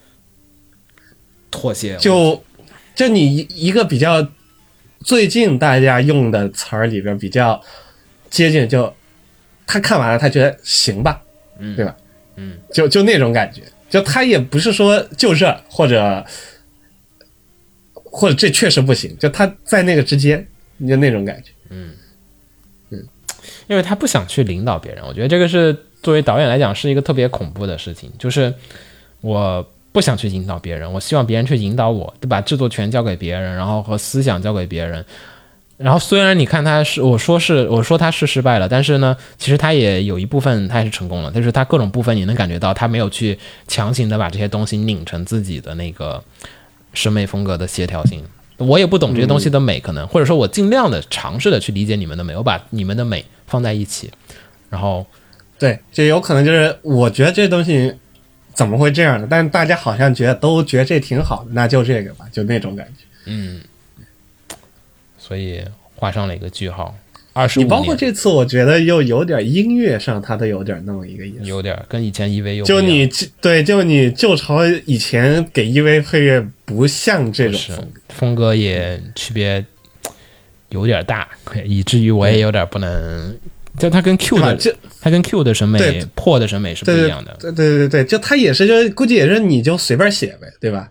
妥协， 就就你一个比较最近大家用的词儿里边比较接近，就他看完了他觉得行吧， 嗯， 对吧？ 嗯， 就就那种感觉，就他也不是说就这或者或者这确实不行，就他在那个之间，就那种感觉， 嗯嗯， 因为他不想去领导别人，我觉得这个是作为导演来讲是一个特别恐怖的事情，就是我。不想去引导别人，我希望别人去引导我，把制作权交给别人，然后和思想交给别人。然后虽然你看他是我说是我说他是失败了，但是呢，其实他也有一部分他也是成功了，但是他各种部分你能感觉到他没有去强行的把这些东西拧成自己的那个审美风格的协调性。我也不懂这些东西的美，可能、嗯、或者说我尽量的尝试的去理解你们的美，我把你们的美放在一起，然后对，这有可能就是我觉得这东西。怎么会这样呢？但是大家好像觉得都觉得这挺好的，那就这个吧，就那种感觉。 嗯，所以画上了一个句号。二十五年，你包括这次，我觉得又有点音乐上，它都有点那么一个意思， 有点跟以前 E V 又就你对，就你旧朝以前给 E V 配乐不像这种风格， 风格也区别有点大，以至于我也有点不能。就它跟 Q 的，它跟 Q 的审美、破的审美是不一样的。 对对对对，就它也是，就估计也是，你就随便写呗，对吧？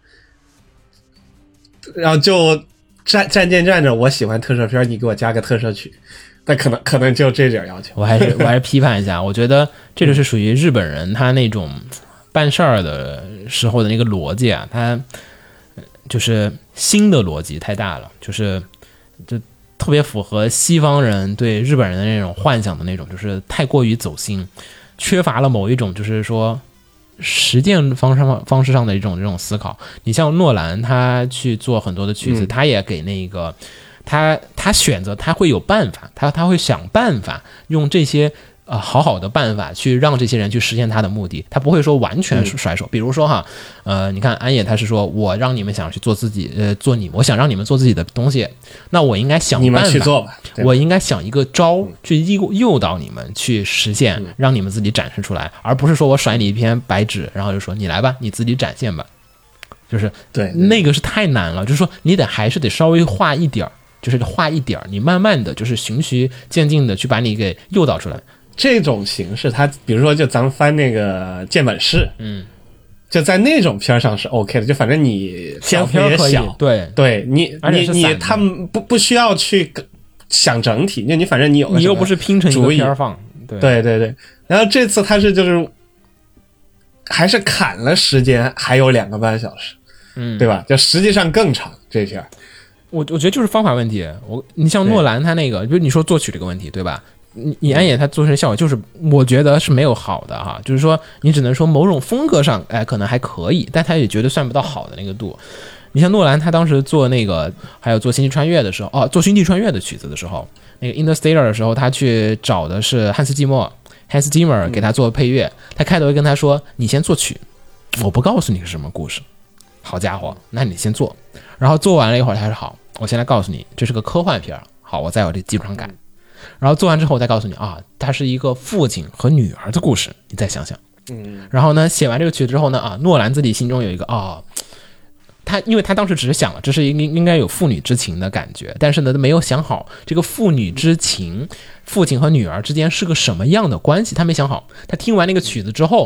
然后就战战舰站着，我喜欢特摄片，你给我加个特摄曲，但可能可能就这点要求。 我还是我还是批判一下，我觉得这就是属于日本人他那种办事儿的时候的那个逻辑啊，他就是新的逻辑太大了，就是就。特别符合西方人对日本人的那种幻想的那种，就是太过于走心，缺乏了某一种就是说实践方上方式上的一种这种思考。你像诺兰，他去做很多的曲子，嗯、他也给那个他他选择，他会有办法，他他会想办法用这些。呃，好好的办法去让这些人去实现他的目的，他不会说完全甩手。嗯、比如说哈，呃，你看安野他是说我让你们想去做自己，呃，做你们，我想让你们做自己的东西，那我应该想办法， 你们去做吧， 我应该想一个招去诱诱导你们去实现， 嗯、 让你们自己展示出来，而不是说我甩你一片白纸，然后就说你来吧，你自己展现吧，就是对那个是太难了，就是说你得还是得稍微画一点，就是画一点，你慢慢的就是循序渐进的去把你给诱导出来。 这种形式，它比如说，就咱们翻那个剑本市， 嗯， 就在那种片上是 OK 的，就反正你篇幅也小， 对对，你你你他们不不需要去想整体，就你反正你有个你又不是拼成一个片放， 对对对对。然后这次他是就是还是砍了时间，还有两个半小时， 嗯， 对吧？就实际上更长这片。 我我觉得就是方法问题。我你像诺兰他那个，就你说作曲这个问题，对吧？你你安野他做成效果就是我觉得是没有好的哈，就是说你只能说某种风格上哎可能还可以，但他也绝对算不到好的那个度。你像诺兰他当时做那个还有做星际穿越的时候哦，做星际穿越的曲子的时候，那个 Interstellar 的时候他去找的是汉斯季默 Hans Zimmer 给他做配乐，他开头跟他说你先作曲，我不告诉你是什么故事。好家伙，那你先做，然后做完了一会儿他说好，我现在告诉你这是个科幻片，好，我在我这基础上改。然后做完之后我再告诉你啊，它是一个父亲和女儿的故事，你再想想。 嗯， 然后呢，写完这个曲子之后呢，啊，诺兰自己心中有一个啊，他因为他当时只是想了，这是应应该有父女之情的感觉，但是呢，没有想好这个父女之情，父亲和女儿之间是个什么样的关系，他没想好。他听完那个曲子之后，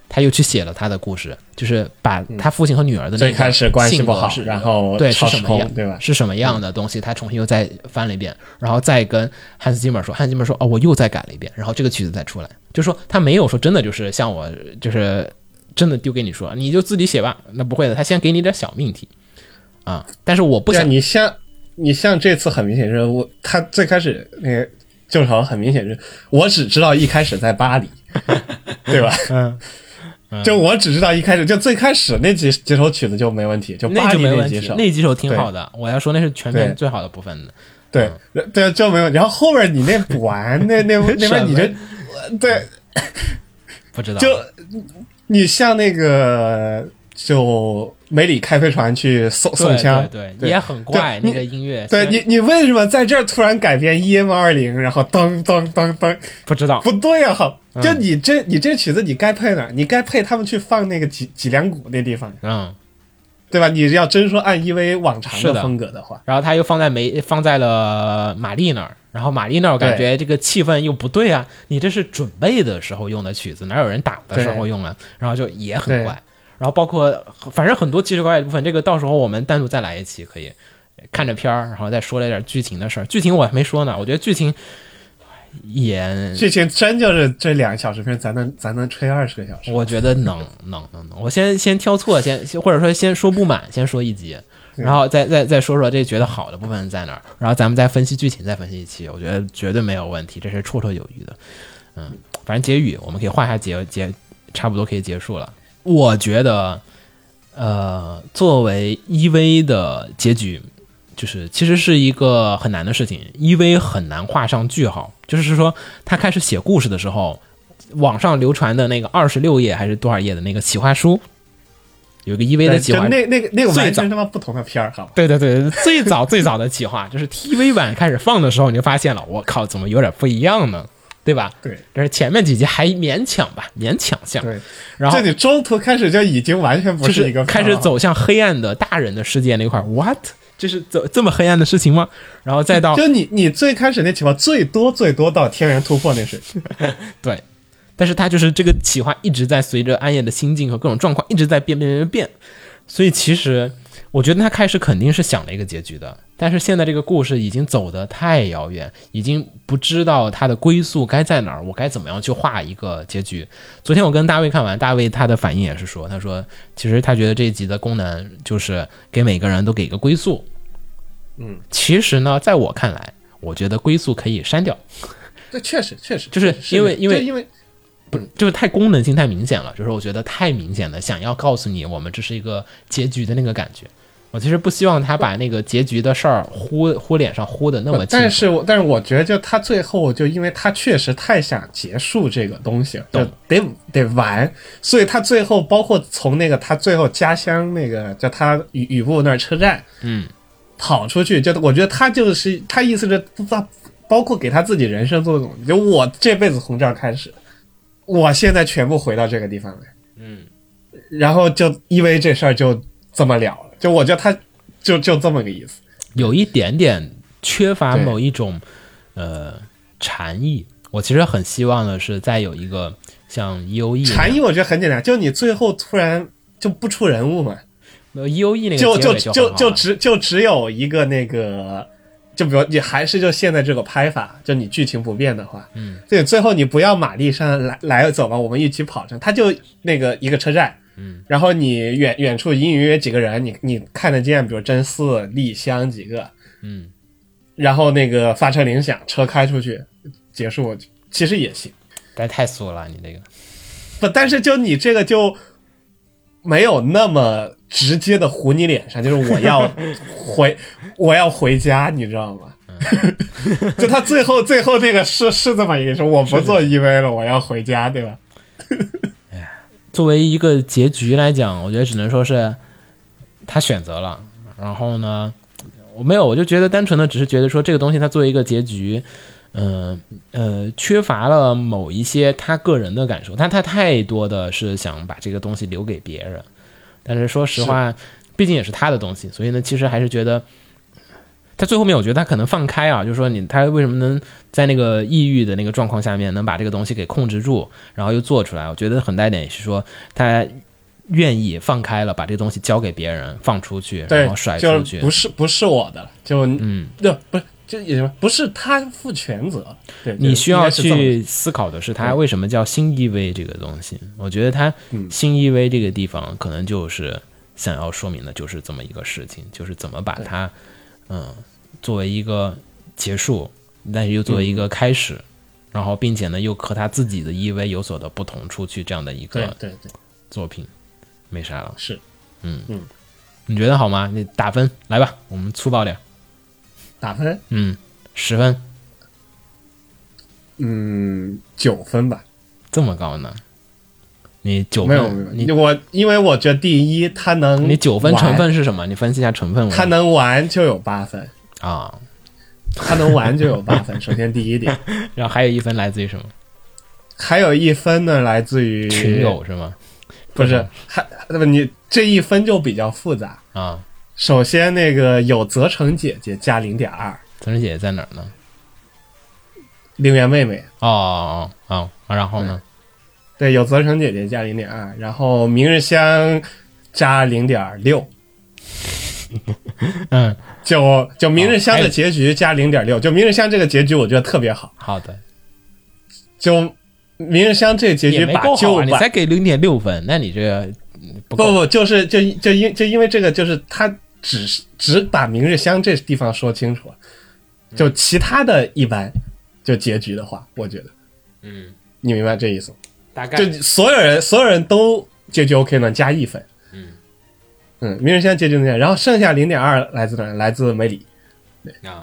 他又去写了他的故事，就是把他父亲和女儿的那最开始关系不好， 是然后对是什么样， 对吧？ 是什么样的东西，他重新又再翻了一遍，然后再跟汉斯季默说，汉斯季默说哦，我又再改了一遍，然后这个曲子再出来，就说他没有说真的就是像我就是真的丢给你说你就自己写吧，那不会的，他先给你点小命题啊，但是我不想你像你像这次很明显是我他最开始那个就好像很明显是我只知道一开始在巴黎，对吧？ 嗯。 就我只知道一开始就最开始那几几首曲子就没问题，就巴黎那几首， 那几首挺好的。我要说那是全片最好的部分的。 对、嗯、对，就没有。然后后面你那补完那那那边你就对， 不知道。 就你像那个就梅里开飞船去送送枪， 对 对, 对, 对也很怪那个音乐。 对你你为什么在这儿突然改编 E M 二零，然后当当当当？ 不知道， 不对啊！就你这你这曲子你该配哪儿？你该配他们去放那个脊脊梁骨那地方， 嗯， 对吧？你要真说按 E V 往常的风格的话， 的然后他又放在梅放在了玛丽那儿，然后玛丽那儿我感觉这个气氛又不对啊！你这是准备的时候用的曲子，哪有人打的时候用啊？然后就也很怪。然后包括反正很多奇奇怪怪的部分，这个到时候我们单独再来一期可以看着片儿，然后再说了点剧情的事儿。剧情我还没说呢，我觉得剧情也剧情真就是这两个小时片，咱能咱能吹二十个小时。 我觉得能能能能。我先先挑错，先或者说先说不满，先说一集，然后再再再说说这觉得好的部分在哪儿，然后咱们再分析剧情，再分析一期，我觉得绝对没有问题，这是绰绰有余的。嗯，反正结语我们可以画下结结，差不多可以结束了。我觉得，呃，作为 E V 的结局，就是其实是一个很难的事情 ，E V 很难画上句号。就是说，他开始写故事的时候，网上流传的那个二十六页还是多少页的那个企划书，有一个 E V 的企划， 那那个那个完全他妈不同的片儿，好。 对对对，最早最早的企划就是 T V 版开始放的时候，你就发现了，我靠，怎么有点不一样呢？对吧？ 对， 但是前面几集还勉强吧，勉强像。 对， 然后这你中途开始就已经完全不是一个、 就是、开始走向黑暗的大人的世界那块 ，what？ 这是走这么黑暗的事情吗？然后再到就你你最开始那企划最多最多到天元突破那水平， 对，但是他就是这个企划一直在随着暗夜的心境和各种状况一直在变变变变，所以其实我觉得他开始肯定是想了一个结局的。但是现在这个故事已经走得太遥远，已经不知道它的归宿该在哪儿，我该怎么样去画一个结局。昨天我跟大卫看完，大卫他的反应也是说，他说其实他觉得这一集的功能就是给每个人都给一个归宿。 嗯， 其实呢，在我看来，我觉得归宿可以删掉。 这确实确实， 就是因为因为因为不就是太功能性太明显了，就是我觉得太明显了，想要告诉你我们这是一个结局的那个感觉。我其实不希望他把那个结局的事儿呼呼脸上呼的那么清楚， 但是我但是我觉得就他最后就因为他确实太想结束这个东西，就得得完，所以他最后包括从那个他最后家乡那个叫他雨雨布那儿车站， 嗯， 跑出去，就我觉得他就是他意思是他包括给他自己人生做的东西，就我这辈子从这儿开始，我现在全部回到这个地方来， 嗯， 然后就因为这事儿就这么了了。就我觉得他就就这么个意思， 有一点点缺乏某一种呃禅意。我其实很希望的是再有一个像 E O E 禅意，我觉得很简单，就你最后突然就不出人物嘛。 E O E 那个就就就就就只就只有一个那个，就比如你还是就现在这个拍法，就你剧情不变的话， 嗯， 对，最后你不要玛丽上来来走吧，我们一起跑上，他就那个一个车站。 嗯， 然后你远远处隐隐约约几个人，你你看得见，比如真嗣、丽香几个， 嗯， 然后那个发车铃响，车开出去，结束，其实也行。 但太俗了，你这个不，但是就你这个就没有那么直接的糊你脸上，就是我要回我要回家，你知道吗？嗯、就他最后最后那个是是这么一个说，我不做 E V 了，我要回家，对吧？ 作为一个结局来讲，我觉得只能说是他选择了。然后呢，我没有，我就觉得单纯的只是觉得说这个东西它作为一个结局，嗯 呃, 呃缺乏了某一些他个人的感受，他他太多的是想把这个东西留给别人。但是说实话，毕竟也是他的东西，所以呢，其实还是觉得他最后面我觉得他可能放开啊，就是说你他为什么能在那个抑郁的那个状况下面能把这个东西给控制住，然后又做出来，我觉得很大一点也是说他愿意放开了，把这个东西交给别人，放出去，然后甩出去， 就不是不是我的，就嗯， 对，不是就也不是他负全责。对， 你需要去思考的是他为什么叫新 E V 这个东西。我觉得他新 E V 这个地方可能就是想要说明的就是这么一个事情，就是怎么把它嗯作为一个结束，但是又作为一个开始，嗯、然后并且呢又和他自己的 E V 有所的不同出去这样的一个对对对作品。没啥了， 是， 嗯嗯，你觉得好吗？你打分来吧，我们粗暴点。 打分， 嗯，十分， 嗯，九分吧。 这么高呢？你九分？ 没有没有，我因为我觉得第一，它能你九分成分是什么？你分析一下成分。 它能玩就有八分啊， 它能玩就有八分。首先第一点， 然后还有一分来自于什么？ 还有一分呢，来自于群友是吗？ 不是，还那么你这一分就比较复杂啊。 首先，那个有泽城姐姐加零点二， 泽城姐姐在哪儿呢？ 陵园妹妹。 哦哦哦哦，然后呢？ 对，有泽城姐姐加零点二，然后明日香加零点六。 嗯， 就就明日香的结局加零点六，就明日香这个结局我觉得特别好。 好的， 就。明日香这个结局把旧版、 啊、你才给零点六分，那你这个不不不就是就就因就因为这个就是他只只把明日香这地方说清楚了，就其他的一般就结局的话，我觉得， 嗯， 你明白这意思吗？ 大概就所有人所有人都结局 OK 了，加一分， 嗯嗯，明日香结局那样，然后剩下零点二来自哪？来自梅里，对啊。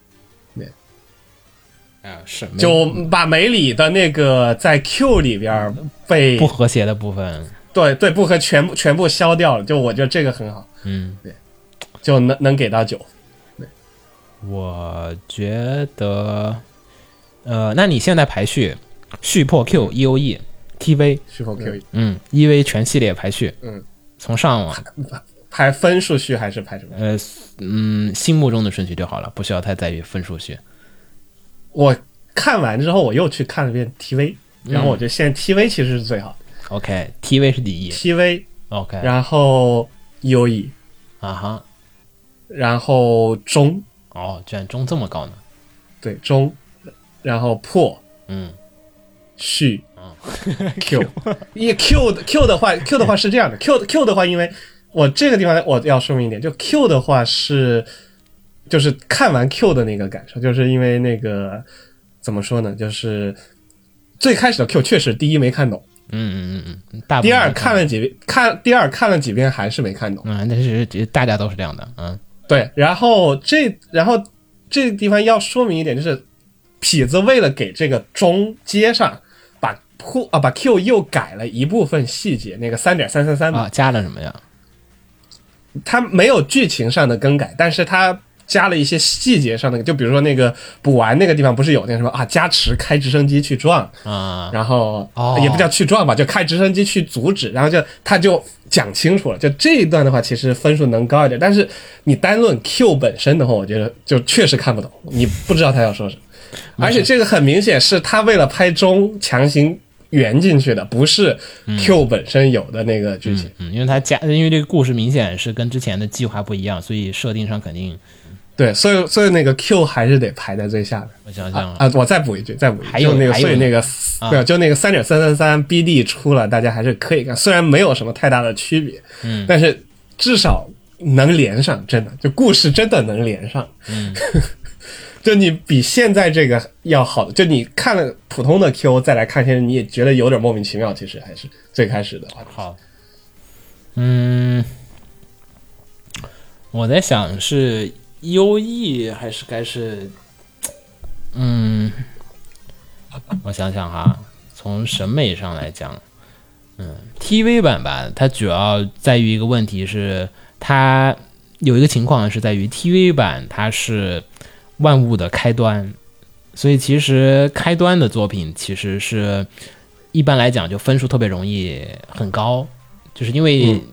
啊、是就把梅里的那个在 Q 里边被不和谐的部分， 对对，不和全部全部消掉了。就我觉得这个很好， 嗯， 对，就能能给到九。对， 我觉得，呃，那你现在排序，序破 Q E O E T V 序破 Q， 嗯 E V 全系列排序， 嗯， 从上往排分数序还是排什么？ 呃嗯，心目中的顺序就好了，不需要太在意分数序。 我看完之后，我又去看了遍 T V， 然后我觉得现在 T V 其实是最好的。 OK，T V 是第一。 T V OK， 然后 E O E 啊哈， 然后中哦，居然中这么高呢？ 对，中，然后破， 嗯， 序，嗯 ，Q， 一 Q 的 Q 的话 ，Q 的话是这样的 ，Q Q 的话，因为我这个地方我要说明一点，就 Q 的话是。就是看完 Q 的那个感受，就是因为那个怎么说呢？就是最开始的 Q 确实第一没看懂， 嗯嗯嗯嗯，大第二看了几遍，看第二看了几遍还是没看懂， 嗯，但是大家都是这样的，嗯， 对。然后这然后这个地方要说明一点，就是痞子为了给这个中接上，把破啊把 Q 又改了一部分细节，那个三点三三三啊加了什么呀？ 他没有剧情上的更改，但是他。加了一些细节上的，就比如说那个补完那个地方不是有那个什么啊，加持开直升机去撞啊， 然后、 哦、 也不叫去撞吧，就开直升机去阻止，然后就他就讲清楚了。就这一段的话，其实分数能高一点，但是你单论 Q 本身的话，我觉得就确实看不懂，你不知道他要说什么，而且这个很明显是他为了拍中强行圆进去的，不是 Q 本身有的那个剧情。 嗯，嗯因为他加，因为这个故事明显是跟之前的计划不一样，所以设定上肯定。 对，所以所以那个 Q 还是得排在最下面。 我想想啊, 啊，我再补一句，再补一句， 还有就那个，所以那个啊、 对，就那个三点三三三 B D 出了，大家还是可以看，虽然没有什么太大的区别， 嗯， 但是至少能连上，真的，就故事真的能连上， 嗯， 就你比现在这个要好，就你看了普通的 Q 再来看现在，你也觉得有点莫名其妙，其实还是最开始的话。 好，嗯，我在想是。优异还是该是，嗯，我想想哈，从审美上来讲，嗯 ，T V 版吧，它主要在于一个问题是，它有一个情况是在于 T V 版它是万物的开端，所以其实开端的作品其实是一般来讲就分数特别容易很高，就是因为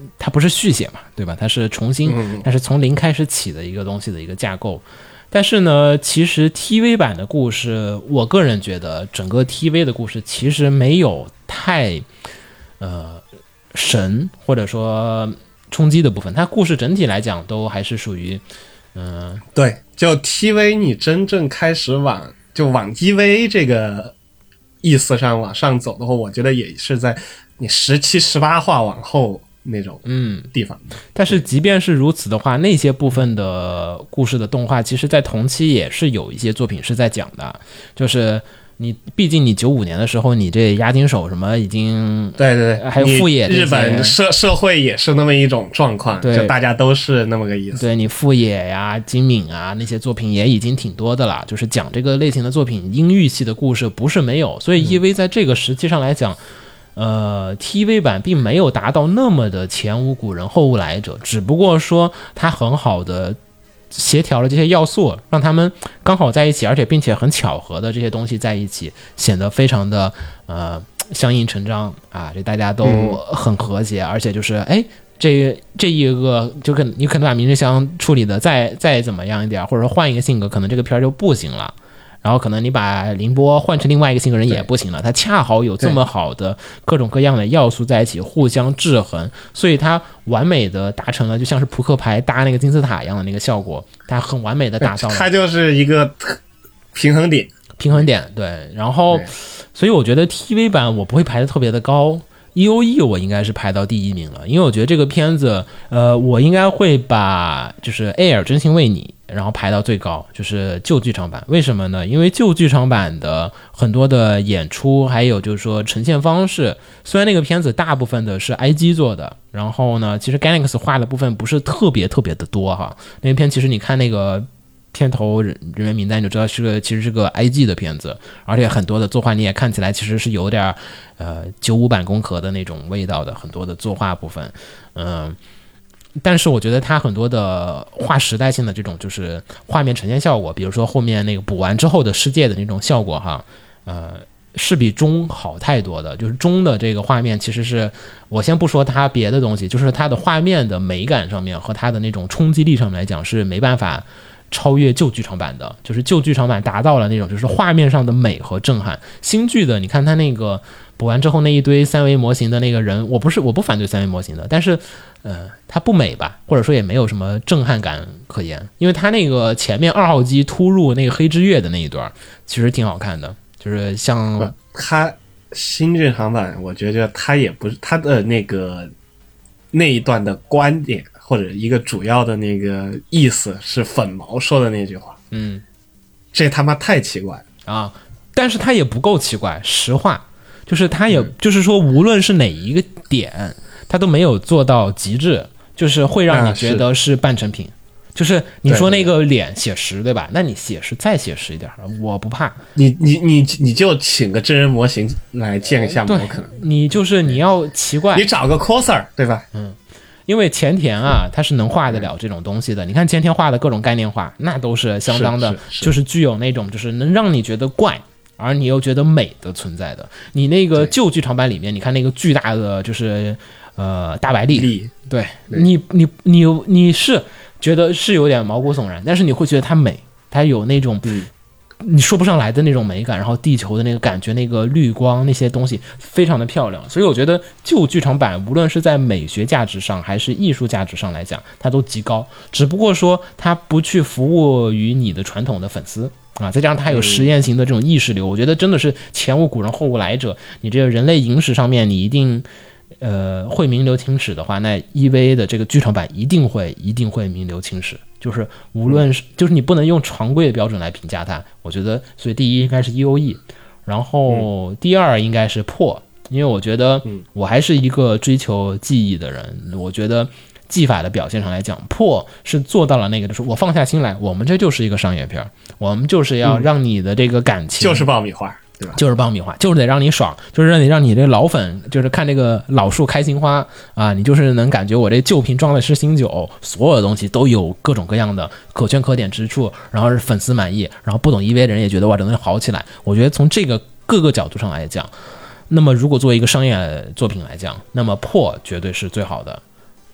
它不是续写嘛，对吧？它是重新，它是从零开始起的一个东西的一个架构。但是呢，其实 T V 版的故事，我个人觉得整个 T V 的故事其实没有太呃神或者说冲击的部分，它故事整体来讲都还是属于嗯、呃、 对，就 T V 你真正开始往就往 E V 这个意思上往上走的话，我觉得也是在你十七、十八话往后那种嗯地方、 嗯。但是即便是如此的话，那些部分的故事的动画，其实在同期也是有一些作品是在讲的，就是你毕竟你九五年的时候，你这押金手什么已经对对对， 还有富野， 日本社社会也是那么一种状况，就大家都是那么个意思。 对，你富野呀、金敏啊那些作品也已经挺多的了，就是讲这个类型的作品，阴郁系的故事不是没有，所以 E V 在这个时期上来讲。嗯呃 ，T V 版并没有达到那么的前无古人后无来者，只不过说它很好的协调了这些要素，让他们刚好在一起，而且并且很巧合的这些东西在一起，显得非常的呃相映成章啊，这大家都很和谐，嗯、而且就是哎。这这一个就跟你可能把明日香处理的再再怎么样一点，或者说换一个性格，可能这个片儿就不行了。然后可能你把凌波换成另外一个性格人也不行了，他恰好有这么好的各种各样的要素在一起互相制衡，所以他完美的达成了就像是扑克牌搭那个金字塔一样的那个效果，他很完美的打造了， 它就是一个平衡点平衡点对。然后所以我觉得 T V 版我不会排的特别的高， E O E 我应该是排到第一名了，因为我觉得这个片子呃，我应该会把就是 Air 真心为你然后排到最高，就是旧剧场版。为什么呢？因为旧剧场版的很多的演出还有就是说呈现方式，虽然那个片子大部分的是 I G 做的，然后呢其实 Gainax 画的部分不是特别特别的多哈，那个片其实你看那个片头人员名单你就知道是个其实是个 I G 的片子，而且很多的作画你也看起来其实是有点呃九五版攻壳的那种味道的，很多的作画部分嗯、呃但是我觉得它很多的画时代性的这种就是画面呈现效果，比如说后面那个补完之后的世界的那种效果哈，呃，是比中好太多的。就是中的这个画面其实是我先不说它别的东西，就是它的画面的美感上面和它的那种冲击力上面来讲是没办法超越旧剧场版的，就是旧剧场版达到了那种就是画面上的美和震撼。新剧的你看它那个补完之后那一堆三维模型的那个人，我不是我不反对三维模型的，但是呃它不美吧，或者说也没有什么震撼感可言，因为它那个前面二号机突入那个黑之月的那一段其实挺好看的，就是像它新剧场版我觉得它也不是它的那个那一段的观点或者一个主要的那个意思是粉毛说的那句话， 嗯， 这他妈太奇怪了啊！但是它也不够奇怪，实话就是它也、嗯、就是说无论是哪一个点它都没有做到极致，就是会让你觉得是半成品、啊、是就是你说那个脸写实 对, 对吧，那你写实再写实一点我不怕， 你你你你就请个真人模型来建一下模，可能你就是你要奇怪你找个 coser 对吧， 嗯，因为前田啊他是能画得了这种东西的，你看前田画的各种概念画那都是相当的，是是是就是具有那种就是能让你觉得怪而你又觉得美的存在的。你那个旧剧场版里面你看那个巨大的就是呃大白力，对你你你你是觉得是有点毛骨悚然，但是你会觉得它美，它有那种、嗯、你说不上来的那种美感，然后地球的那个感觉，那个绿光那些东西非常的漂亮，所以我觉得旧剧场版无论是在美学价值上还是艺术价值上来讲它都极高，只不过说它不去服务于你的传统的粉丝啊，再加上它有实验型的这种意识流、嗯、我觉得真的是前无古人后无来者，你这个人类影史上面你一定呃，会名留青史的话，那 E V 的这个剧场版一定会一定会名留青史，就是无论是就是你不能用常规的标准来评价它，我觉得所以第一应该是 E O E， 然后第二应该是破，因为我觉得我还是一个追求技艺的人，我觉得技法的表现上来讲，破是做到了那个就是我放下心来，我们这就是一个商业片，我们就是要让你的这个感情、 嗯、就是爆米花对吧？ 就是爆米花，就是得让你爽，就是让你让你这老粉，就是看这个老树开心花啊，你就是能感觉我这旧瓶装的是新酒，所有的东西都有各种各样的可圈可点之处，然后是粉丝满意，然后不懂 E V 的人也觉得哇，这东西好起来。我觉得从这个各个角度上来讲，那么如果作为一个商业作品来讲，那么破绝对是最好的。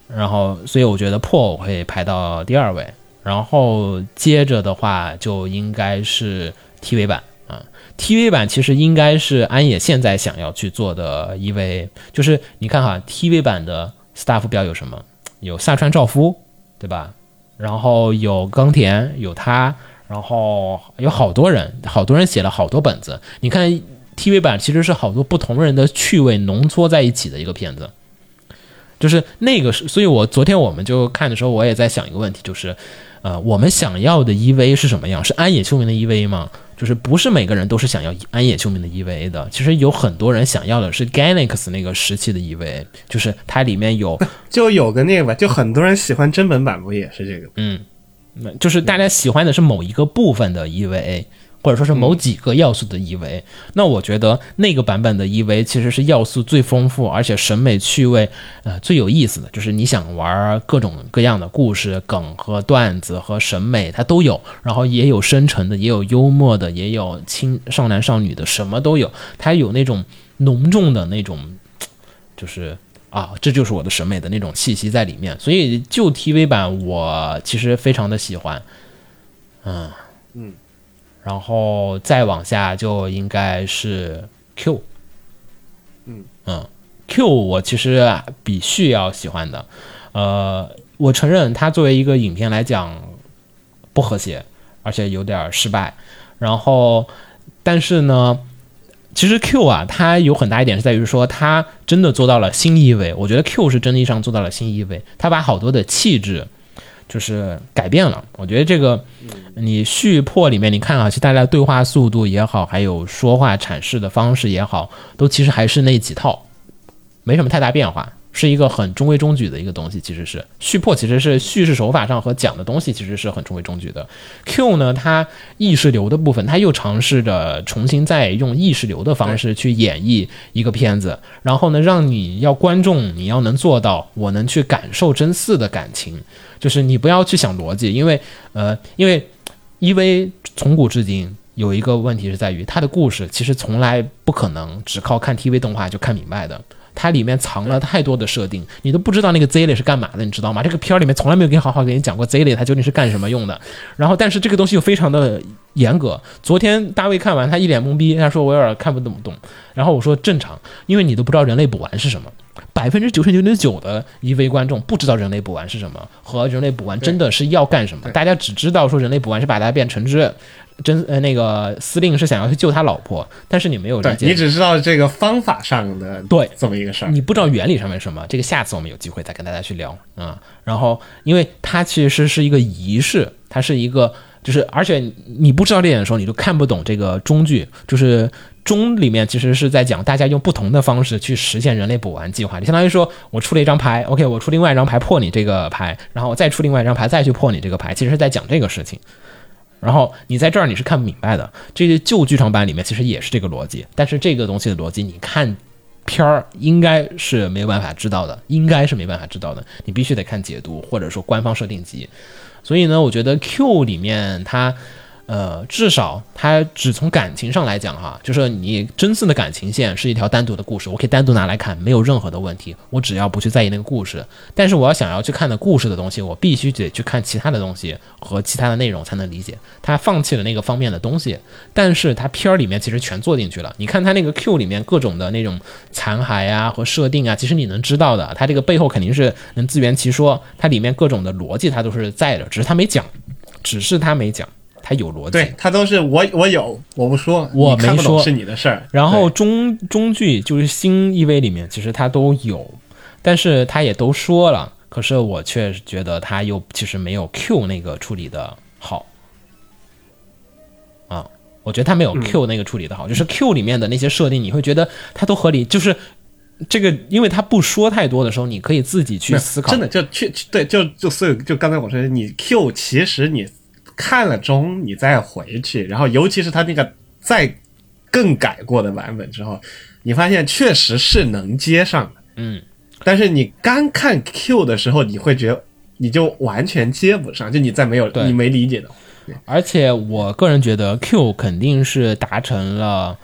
然后所以我觉得破我会排到第二位，然后接着的话就应该是 T V 版啊 ，T V 版其实应该是安野现在想要去做的 E V A， 就是你看哈 T V 版的 staff 标有什么？有萨川照夫，对吧？然后有冈田，有他，然后有好多人，好多人写了好多本子。你看 T V 版其实是好多不同人的趣味浓缩在一起的一个片子，就是那个是，所以我昨天我们就看的时候，我也在想一个问题，就是，呃，我们想要的 E V A 是什么样？是安野秀明的 E V A 吗？就是不是每个人都是想要安野秀明的 E V A 的，其实有很多人想要的是 Gainax 那个时期的 E V A， 就是它里面有就有个那个吧，就很多人喜欢真本版不也是这个？ 嗯，就是大家喜欢的是某一个部分的 E V A。或者说是某几个要素的 E V A，、嗯、那我觉得那个版本的 E V A 其实是要素最丰富，而且审美趣味呃最有意思的，就是你想玩各种各样的故事梗和段子和审美它都有，然后也有深沉的，也有幽默的，也有青少男少女的，什么都有，它有那种浓重的那种就是啊，这就是我的审美的那种气息在里面，所以就 T V 版我其实非常的喜欢，嗯嗯。然后再往下就应该是 Q， 嗯嗯 ，Q 我其实比续要喜欢的，呃，我承认它作为一个影片来讲不和谐，而且有点失败。然后，但是呢，其实 Q 啊，它有很大一点是在于说，它真的做到了新意味。我觉得 Q 是真的意义上做到了新意味，它把好多的气质。就是改变了，我觉得这个你续破里面你看啊，其实大家对话速度也好，还有说话阐释的方式也好，都其实还是那几套，没什么太大变化，是一个很中规中矩的一个东西。其实是续破，其实是叙事手法上和讲的东西其实是很中规中矩的。Q 呢，它意识流的部分，它又尝试着重新再用意识流的方式去演绎一个片子，然后呢，让你要观众你要能做到，我能去感受真嗣的感情。就是你不要去想逻辑，因为呃，因为 E V 从古至今有一个问题是在于，它的故事其实从来不可能只靠看 T V 动画就看明白的，它里面藏了太多的设定，你都不知道那个 Z 类是干嘛的，你知道吗？这个片里面从来没有给你好好给你讲过 Z 类它究竟是干什么用的。然后，但是这个东西又非常的严格。昨天大卫看完，他一脸懵逼，他说我有点看不懂懂。然后我说正常，因为你都不知道人类补完是什么。百分之九十九点九的 E V 观众不知道人类补完是什么，和人类补完真的是要干什么。大家只知道说人类补完是把它变成只真呃那个司令是想要去救他老婆，但是你没有理解， 你只知道这个方法上的对这么一个事儿， 你不知道原理上面什么。这个下次我们有机会再跟大家去聊啊、嗯。然后，因为它其实是一个仪式，它是一个就是，而且你不知道这点的时候，你就看不懂这个中剧，就是中里面其实是在讲大家用不同的方式去实现人类补完计划。相当于说我出了一张牌 ，OK， 我出另外一张牌破你这个牌，然后我再出另外一张牌再去破你这个牌，其实是在讲这个事情。然后你在这儿你是看不明白的，这个旧剧场版里面其实也是这个逻辑，但是这个东西的逻辑你看片儿应该是没有办法知道的，应该是没办法知道的，你必须得看解读或者说官方设定集。所以呢，我觉得 Q 里面它呃，至少它只从感情上来讲哈，就是你真嗣的感情线是一条单独的故事，我可以单独拿来看，没有任何的问题，我只要不去在意那个故事。但是我要想要去看的故事的东西，我必须得去看其他的东西和其他的内容才能理解。他放弃了那个方面的东西，但是他片儿里面其实全做进去了。你看他那个 Q 里面各种的那种残骸啊和设定啊，其实你能知道的，他这个背后肯定是能自圆其说，它里面各种的逻辑它都是在的，只是他没讲，只是他没讲。它有逻辑， 对，它都是我我有我不说， 我没说是你的事儿。 然后中中剧就是新 E V 里面，其实它都有，但是它也都说了，可是我却觉得它又其实没有 Q 那个处理的好啊，我觉得它没有 Q 那个处理的好，嗯、就是 Q 里面的那些设定，你会觉得它都合理，就是这个，因为它不说太多的时候，你可以自己去思考。 真的就去对，就就所以就刚才我说，你 Q 其实你。看了中你再回去，然后尤其是他那个再更改过的版本之后，你发现确实是能接上的， 嗯， 但是你刚看 Q 的时候，你会觉得你就完全接不上，就你再没有你没理解的。 而且我个人觉得 Q 肯定是达成了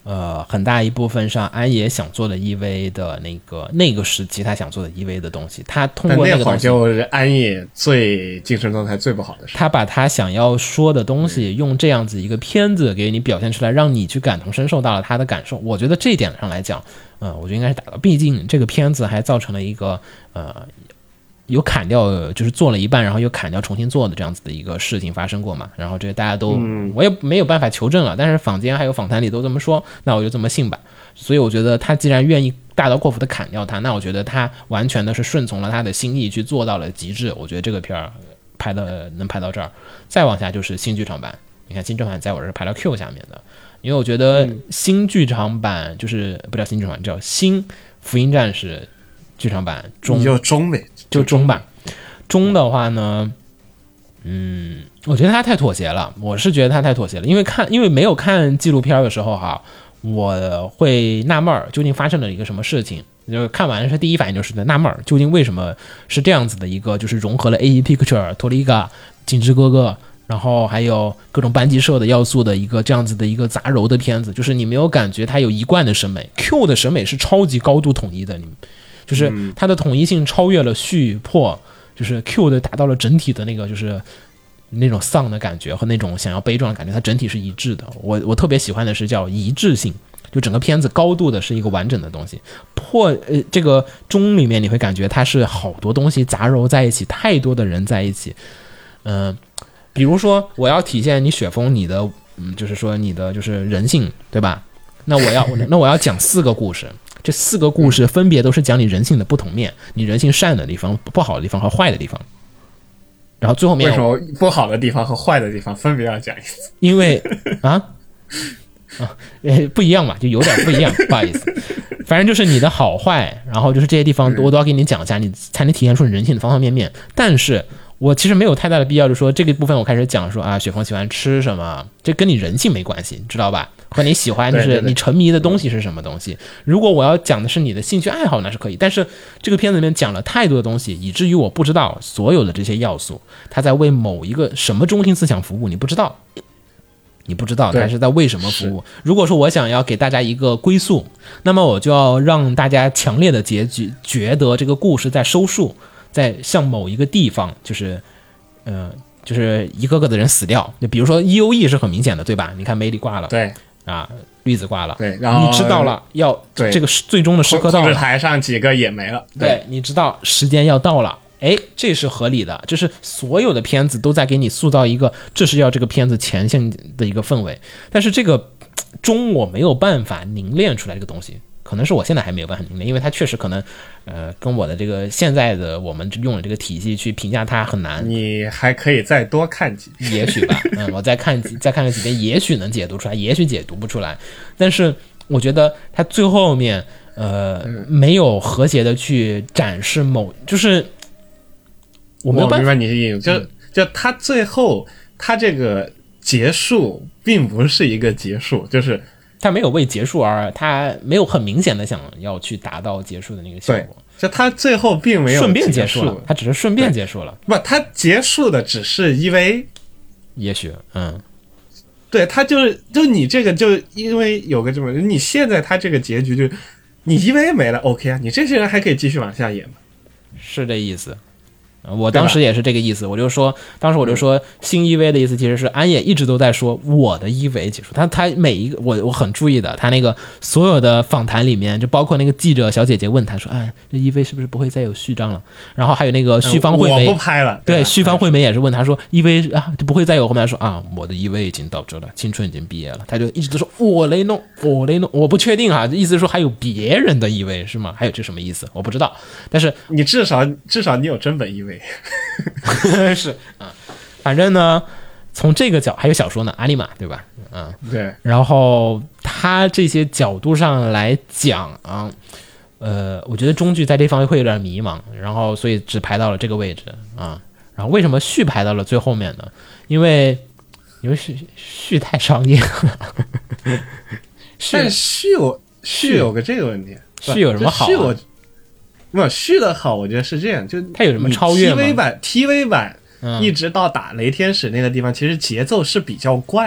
呃，很大一部分上安野想做的 E V 的那个那个时期他想做的 E V 的东西，他通过那个东西， 但那会儿就是安野最精神状态最不好的时候， 他把他想要说的东西用这样子一个片子给你表现出来，让你去感同身受到了他的感受。我觉得这一点上来讲，呃，我觉得应该是达到，毕竟这个片子还造成了一个呃。有砍掉，就是做了一半，然后又砍掉重新做的这样子的一个事情发生过嘛？然后这大家都， 嗯、 我也没有办法求证了，但是坊间还有访谈里都这么说，那我就这么信吧。所以我觉得他既然愿意大刀阔斧的砍掉它，那我觉得他完全的是顺从了他的心意去做到了极致。我觉得这个片儿拍的能拍到这儿，再往下就是新剧场版。你看新剧场版在我这是排到 Q 下面的，因为我觉得新剧场版就是不叫新剧场版，叫新福音战士剧场版中， 你就中呗。 就中吧，中的话呢，嗯，我觉得他太妥协了，我是觉得他太妥协了，因为看，因为没有看纪录片的时候哈，我会纳闷儿，究竟发生了一个什么事情。就是看完是第一反应就是纳闷儿，究竟为什么是这样子的一个，就是融合了 A E Picture、托利嘎、景之哥哥，然后还有各种班级社的要素的一个这样子的一个杂糅的片子，就是你没有感觉它有一贯的审美 ，Q 的审美是超级高度统一的，你。就是它的统一性超越了续破，就是 Q 的达到了整体的那个就是那种丧的感觉和那种想要悲壮的感觉，它整体是一致的。我我特别喜欢的是叫一致性，就整个片子高度的是一个完整的东西。破呃这个中里面你会感觉它是好多东西杂糅在一起，太多的人在一起。嗯、呃，比如说我要体现你雪峰你的嗯，就是说你的就是人性，对吧？那我要那我要讲四个故事。这四个故事分别都是讲你人性的不同面，你人性善的地方、不好的地方和坏的地方。然后最后面为什么不好的地方和坏的地方分别要讲一次？ 因为啊啊呃不一样嘛，就有点不一样，不好意思。反正就是你的好坏，然后就是这些地方我都要给你讲一下，你才能体现出你人性的方方面面。但是我其实没有太大的必要，就说这个部分我开始讲说啊，雪峰喜欢吃什么，这跟你人性没关系，知道吧？和你喜欢就是你沉迷的东西是什么东西。如果我要讲的是你的兴趣爱好，那是可以。但是这个片子里面讲了太多的东西，以至于我不知道所有的这些要素，它在为某一个什么中心思想服务，你不知道。你不知道它是在为什么服务。如果说我想要给大家一个归宿，那么我就要让大家强烈的结局觉得这个故事在收束，在向某一个地方，就是呃就是一个个的人死掉。就比如说 E O E 是很明显的，对吧？你看梅里挂了， 对啊，绿子挂了， 对，然后你知道了要这个最终的时刻到了， 控制台上几个也没了， 对，对你知道时间要到了。哎，这是合理的，就是所有的片子都在给你塑造一个这是要这个片子前线的一个氛围，但是这个中我没有办法凝练出来这个东西，可能是我现在还没有办法凝练，因为它确实可能呃跟我的这个现在的我们用的这个体系去评价它很难。 你还可以再多看几遍， 也许吧，嗯，我再看再看个几遍，也许能解读出来，也许解读不出来，但是我觉得它最后面呃没有和谐的去展示某就是。我没有办法， 我明白你的意思，就就他最后他这个结束并不是一个结束，就是他没有为结束而他没有很明显的想要去达到结束的那个效果， 就他最后并没有顺便结束了，他只是顺便结束了， 不，他结束的只是因为， 也许，嗯， 对他就是就你这个就因为有个这么，你现在他这个结局就你因为没了 ，OK 啊，你这些人还可以继续往下演嘛， 是这意思。我当时也是这个意思，我就说，当时我就说，新 E V 的意思其实是安野一直都在说我的 E V 结束，他他每一个我我很注意的，他那个所有的访谈里面，就包括那个记者小姐姐问他说，哎，这 E V 是不是不会再有续章了？然后还有那个旭方惠美， 我不拍了， 对，旭方惠美也是问他说 E V 啊就不会再有，后面说啊，我的 E V 已经到这了，青春已经毕业了，他就一直都说我雷弄我雷弄，我不确定哈，意思是说还有别人的 E V 是吗？还有这什么意思？我不知道，但是你至少至少你有真本 E V。 是啊，反正呢，从这个角还有小说呢，阿尼玛对吧？嗯， 对。然后他这些角度上来讲啊，呃，我觉得中剧在这方面会有点迷茫，然后所以只排到了这个位置啊。然后为什么续排到了最后面呢？因为因为续续太商业了。 但续有续有个这个问题， 续有什么好、啊？ 续我没有续的好，我觉得是这样，就它有什么超越吗 ？T V 版 T V 版、嗯、一直到打雷天使那个地方，其实节奏是比较怪的。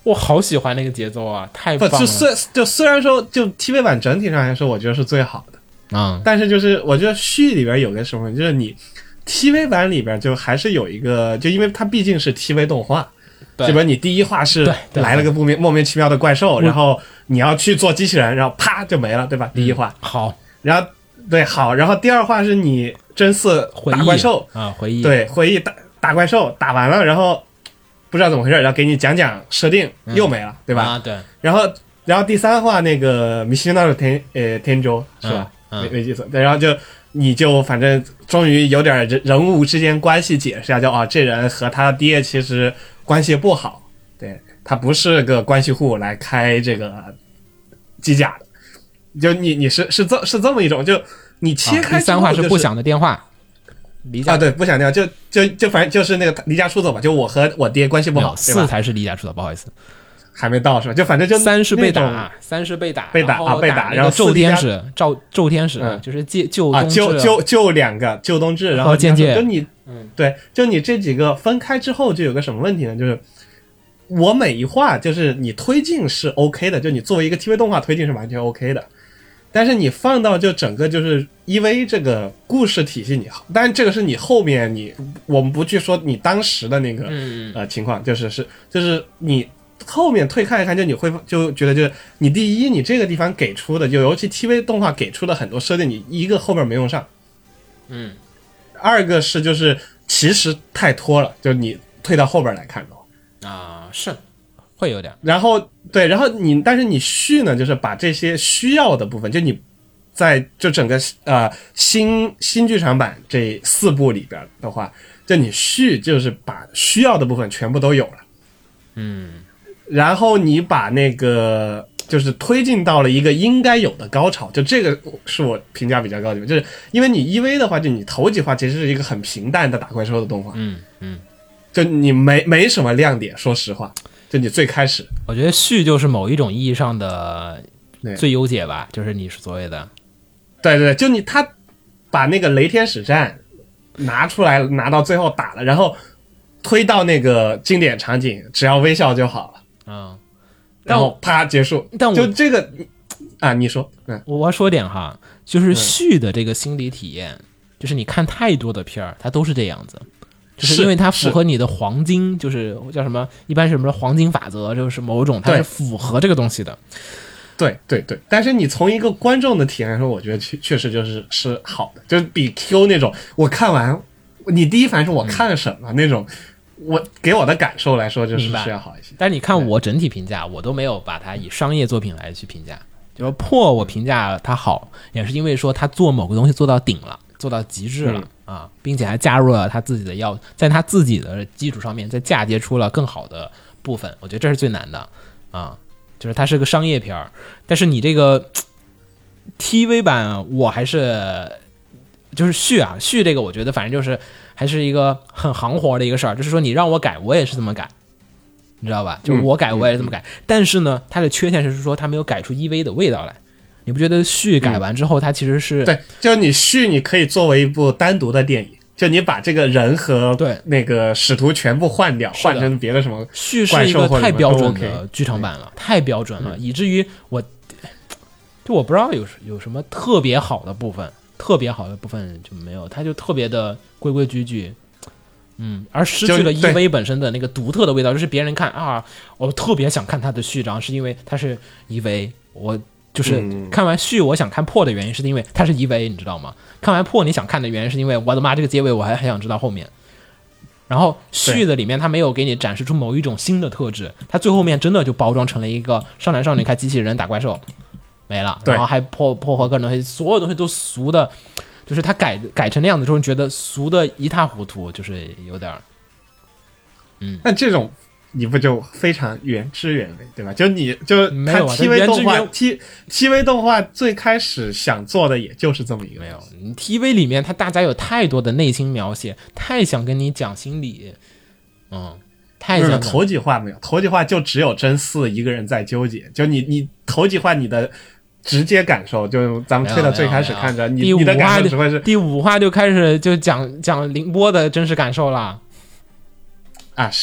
我好喜欢那个节奏啊，太棒了！ 就虽就虽然说就 T V 版整体上来说，我觉得是最好的， 嗯， 但是就是我觉得续里边有个什么，就是你 T V 版里边就还是有一个，就因为它毕竟是 T V 动画， 对， 这边你第一话是来了个莫名莫名其妙的怪兽，然后你要去做机器人，然后啪就没了，对吧？第一话、 嗯、好， 然后对好，然后第二话是你真四打怪兽啊，回忆对回忆打打怪兽打完了，然后不知道怎么回事，然后给你讲讲设定、嗯、又没了，对吧？ 啊对， 然后然后第三话那个米西纳的天呃天舟是吧？ 嗯、 没没记错，对，然后就。你就反正终于有点人人物之间关系解释一下，就啊、哦，这人和他爹其实关系不好，对他不是个关系户来开这个机甲的，就你你是是这是这么一种，就你切开、就是啊、第三话是不响的电话，离家啊对不响电话，就就就反正就是那个离家出走吧，就我和我爹关系不好， 四才是离家出走，不好意思。 还没到是吧？就反正就三是被打，三是被打， 被打啊被打，然后咒天使，咒咒天使、嗯、就是救救啊救救救两个救冬至，然后渐渐就你嗯对，就你这几个分开之后，就有个什么问题呢？就是我每一话就是你推进是 OK 的，就你作为一个 T V 动画推进是完全 OK 的，但是你放到就整个就是 E V 这个故事体系你，当然这个是你后面你我们不去说你当时的那个、 嗯、 呃情况，就是是就是你。后面退看一看，就你会就觉得，就是你第一，你这个地方给出的，就尤其 T V 动画给出的很多设定，你一个后面没用上， 嗯， 二个是就是其实太拖了，就你退到后边来看的话啊，是会有点。 然后对，然后你但是你续呢，就是把这些需要的部分，就你在就整个呃新新剧场版这四部里边的话，就你续就是把需要的部分全部都有了， 嗯。 然后你把那个就是推进到了一个应该有的高潮，就这个是我评价比较高的，就是因为你 E V 的话，就你头几话其实是一个很平淡的打怪兽的动画， 嗯嗯， 就你没没什么亮点，说实话，就你最开始， 我觉得续就是某一种意义上的最优解吧，就是你所谓的， 对对对，就你他把那个雷天使战拿出来，拿到最后打了，然后推到那个经典场景，只要微笑就好了。 嗯， 然后啪结束。 但我就这个啊，你说，嗯， 我要说点哈，就是续的这个心理体验，嗯、就是你看太多的片儿，它都是这样子，就是因为它符合你的黄金，就是叫什么，一般是什么黄金法则，就是某种它是符合这个东西的。 对对对，但是你从一个观众的体验来说，我觉得确确实就是是好的，就是比 Q 那种我看完，你第一反应是我看了什么、嗯、那种。我给我的感受来说，就是是要好一些。 但是你看我整体评价，我都没有把它以商业作品来去评价。就是破，我评价它好，也是因为说它做某个东西做到顶了，做到极致了、嗯、啊，并且还加入了他自己的要，在他自己的基础上面再嫁接出了更好的部分。我觉得这是最难的啊，就是它是个商业片儿。但是你这个 T V 版，我还是就是续啊续这个，我觉得反正就是。还是一个很行活的一个事儿，就是说你让我改，我也是这么改，你知道吧？就是我改，我也是这么改。嗯、但是呢，它的缺陷是说它没有改出 E V 的味道来。你不觉得续改完之后，它其实是、 嗯、对，就你续你可以作为一部单独的电影，就你把这个人和对那个使徒全部换掉，换成别的什么续是一个太标准的剧场版了，太标准了， 嗯、 以至于我就我不知道有有什么特别好的部分。特别好的部分就没有，它就特别的规规矩矩，嗯，而失去了 E V 本身的那个独特的味道，就是别人看啊，我特别想看它的序章，是因为它是 E V， 我就是看完序我想看破的原因是因为它是 E V， 你知道吗？看完破你想看的原因是因为我的妈，这个结尾我还还想知道后面。然后序的里面它没有给你展示出某一种新的特质，它最后面真的就包装成了一个少男少女开机器人打怪兽。没了，然后还破破坏各种东西，所有东西都俗的，就是他改改成那样子之后，觉得俗的一塌糊涂，就是有点，嗯。 那这种你不就非常原汁原味，对吧？就你就他 T V 动画 T T V 动画最开始想做的也就是这么一个。 没有 T V 里面，他大家有太多的内心描写，太想跟你讲心理，嗯。太想头几话没有，头几话就只有真四一个人在纠结，就你你头几话你的。直接感受就咱们推到最开始看着你你的感受只会是第五话就开始就讲讲凌波的真实感受了啊，是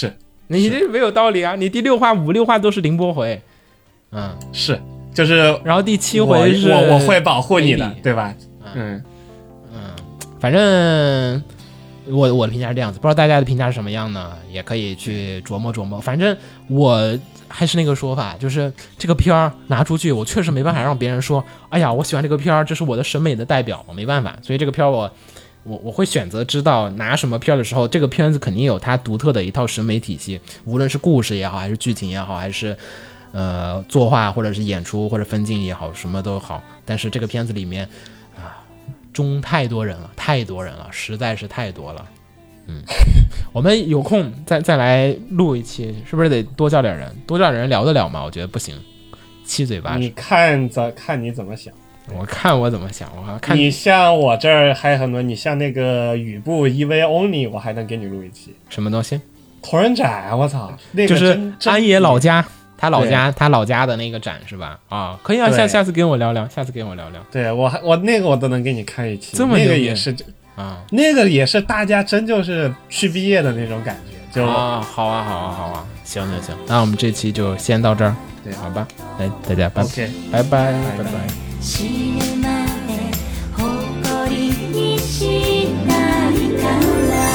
你这没有道理啊！你第六话、五六话都是凌波回，嗯， 是，就是， 然后第七回是我我会保护你的，对吧？嗯嗯，反正我我的评价是这样子，不知道大家的评价是什么样呢？也可以去琢磨琢磨。反正我还是那个说法，就是这个片儿拿出去，我确实没办法让别人说，哎呀，我喜欢这个片儿，这是我的审美的代表，我没办法。所以这个片儿我。我我会选择知道拿什么片的时候，这个片子肯定有它独特的一套审美体系，无论是故事也好，还是剧情也好，还是呃作画或者是演出或者分镜也好，什么都好。但是这个片子里面啊，中太多人了，太多人了，实在是太多了。嗯，我们有空再再来录一期，是不是得多叫点人？多叫点人聊得了吗？我觉得不行，七嘴八舌。 你看怎看你怎么想。 我看我怎么想，我看你像我这儿还有很多，你像那个雨布 E V Only， 我还能给你录一期。 什么东西？ 同人展，我操，那个就是安野老家，他老家他老家的那个展是吧？啊，可以啊，下下次跟我聊聊，下次跟我聊聊。 对我还我那个我都能给你看一期， 这么那个也是啊， 那个也是大家真就是去毕业的那种感觉，就啊，好啊，好啊，好啊，行行行，那我们这期就先到这儿， 对， 好吧，来大家拜 ，OK， 拜拜拜拜。 死ぬまで誇りにしたいから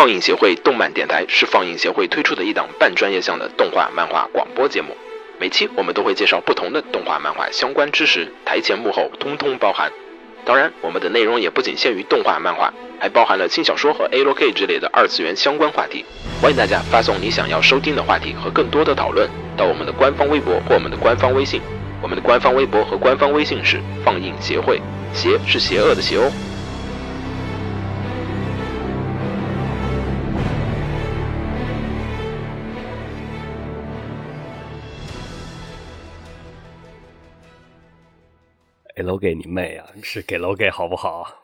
放映协会动漫电台是放映协会推出的一档半专业向的动画漫画广播节目，每期我们都会介绍不同的动画漫画相关知识，台前幕后通通包含。当然，我们的内容也不仅限于动画漫画，还包含了轻小说和 A L O K 之类的二次元相关话题。欢迎大家发送你想要收听的话题和更多的讨论到我们的官方微博或我们的官方微信。我们的官方微博和官方微信是放映协会，邪是邪恶的邪哦。 给楼给你妹啊！是给楼给好不好？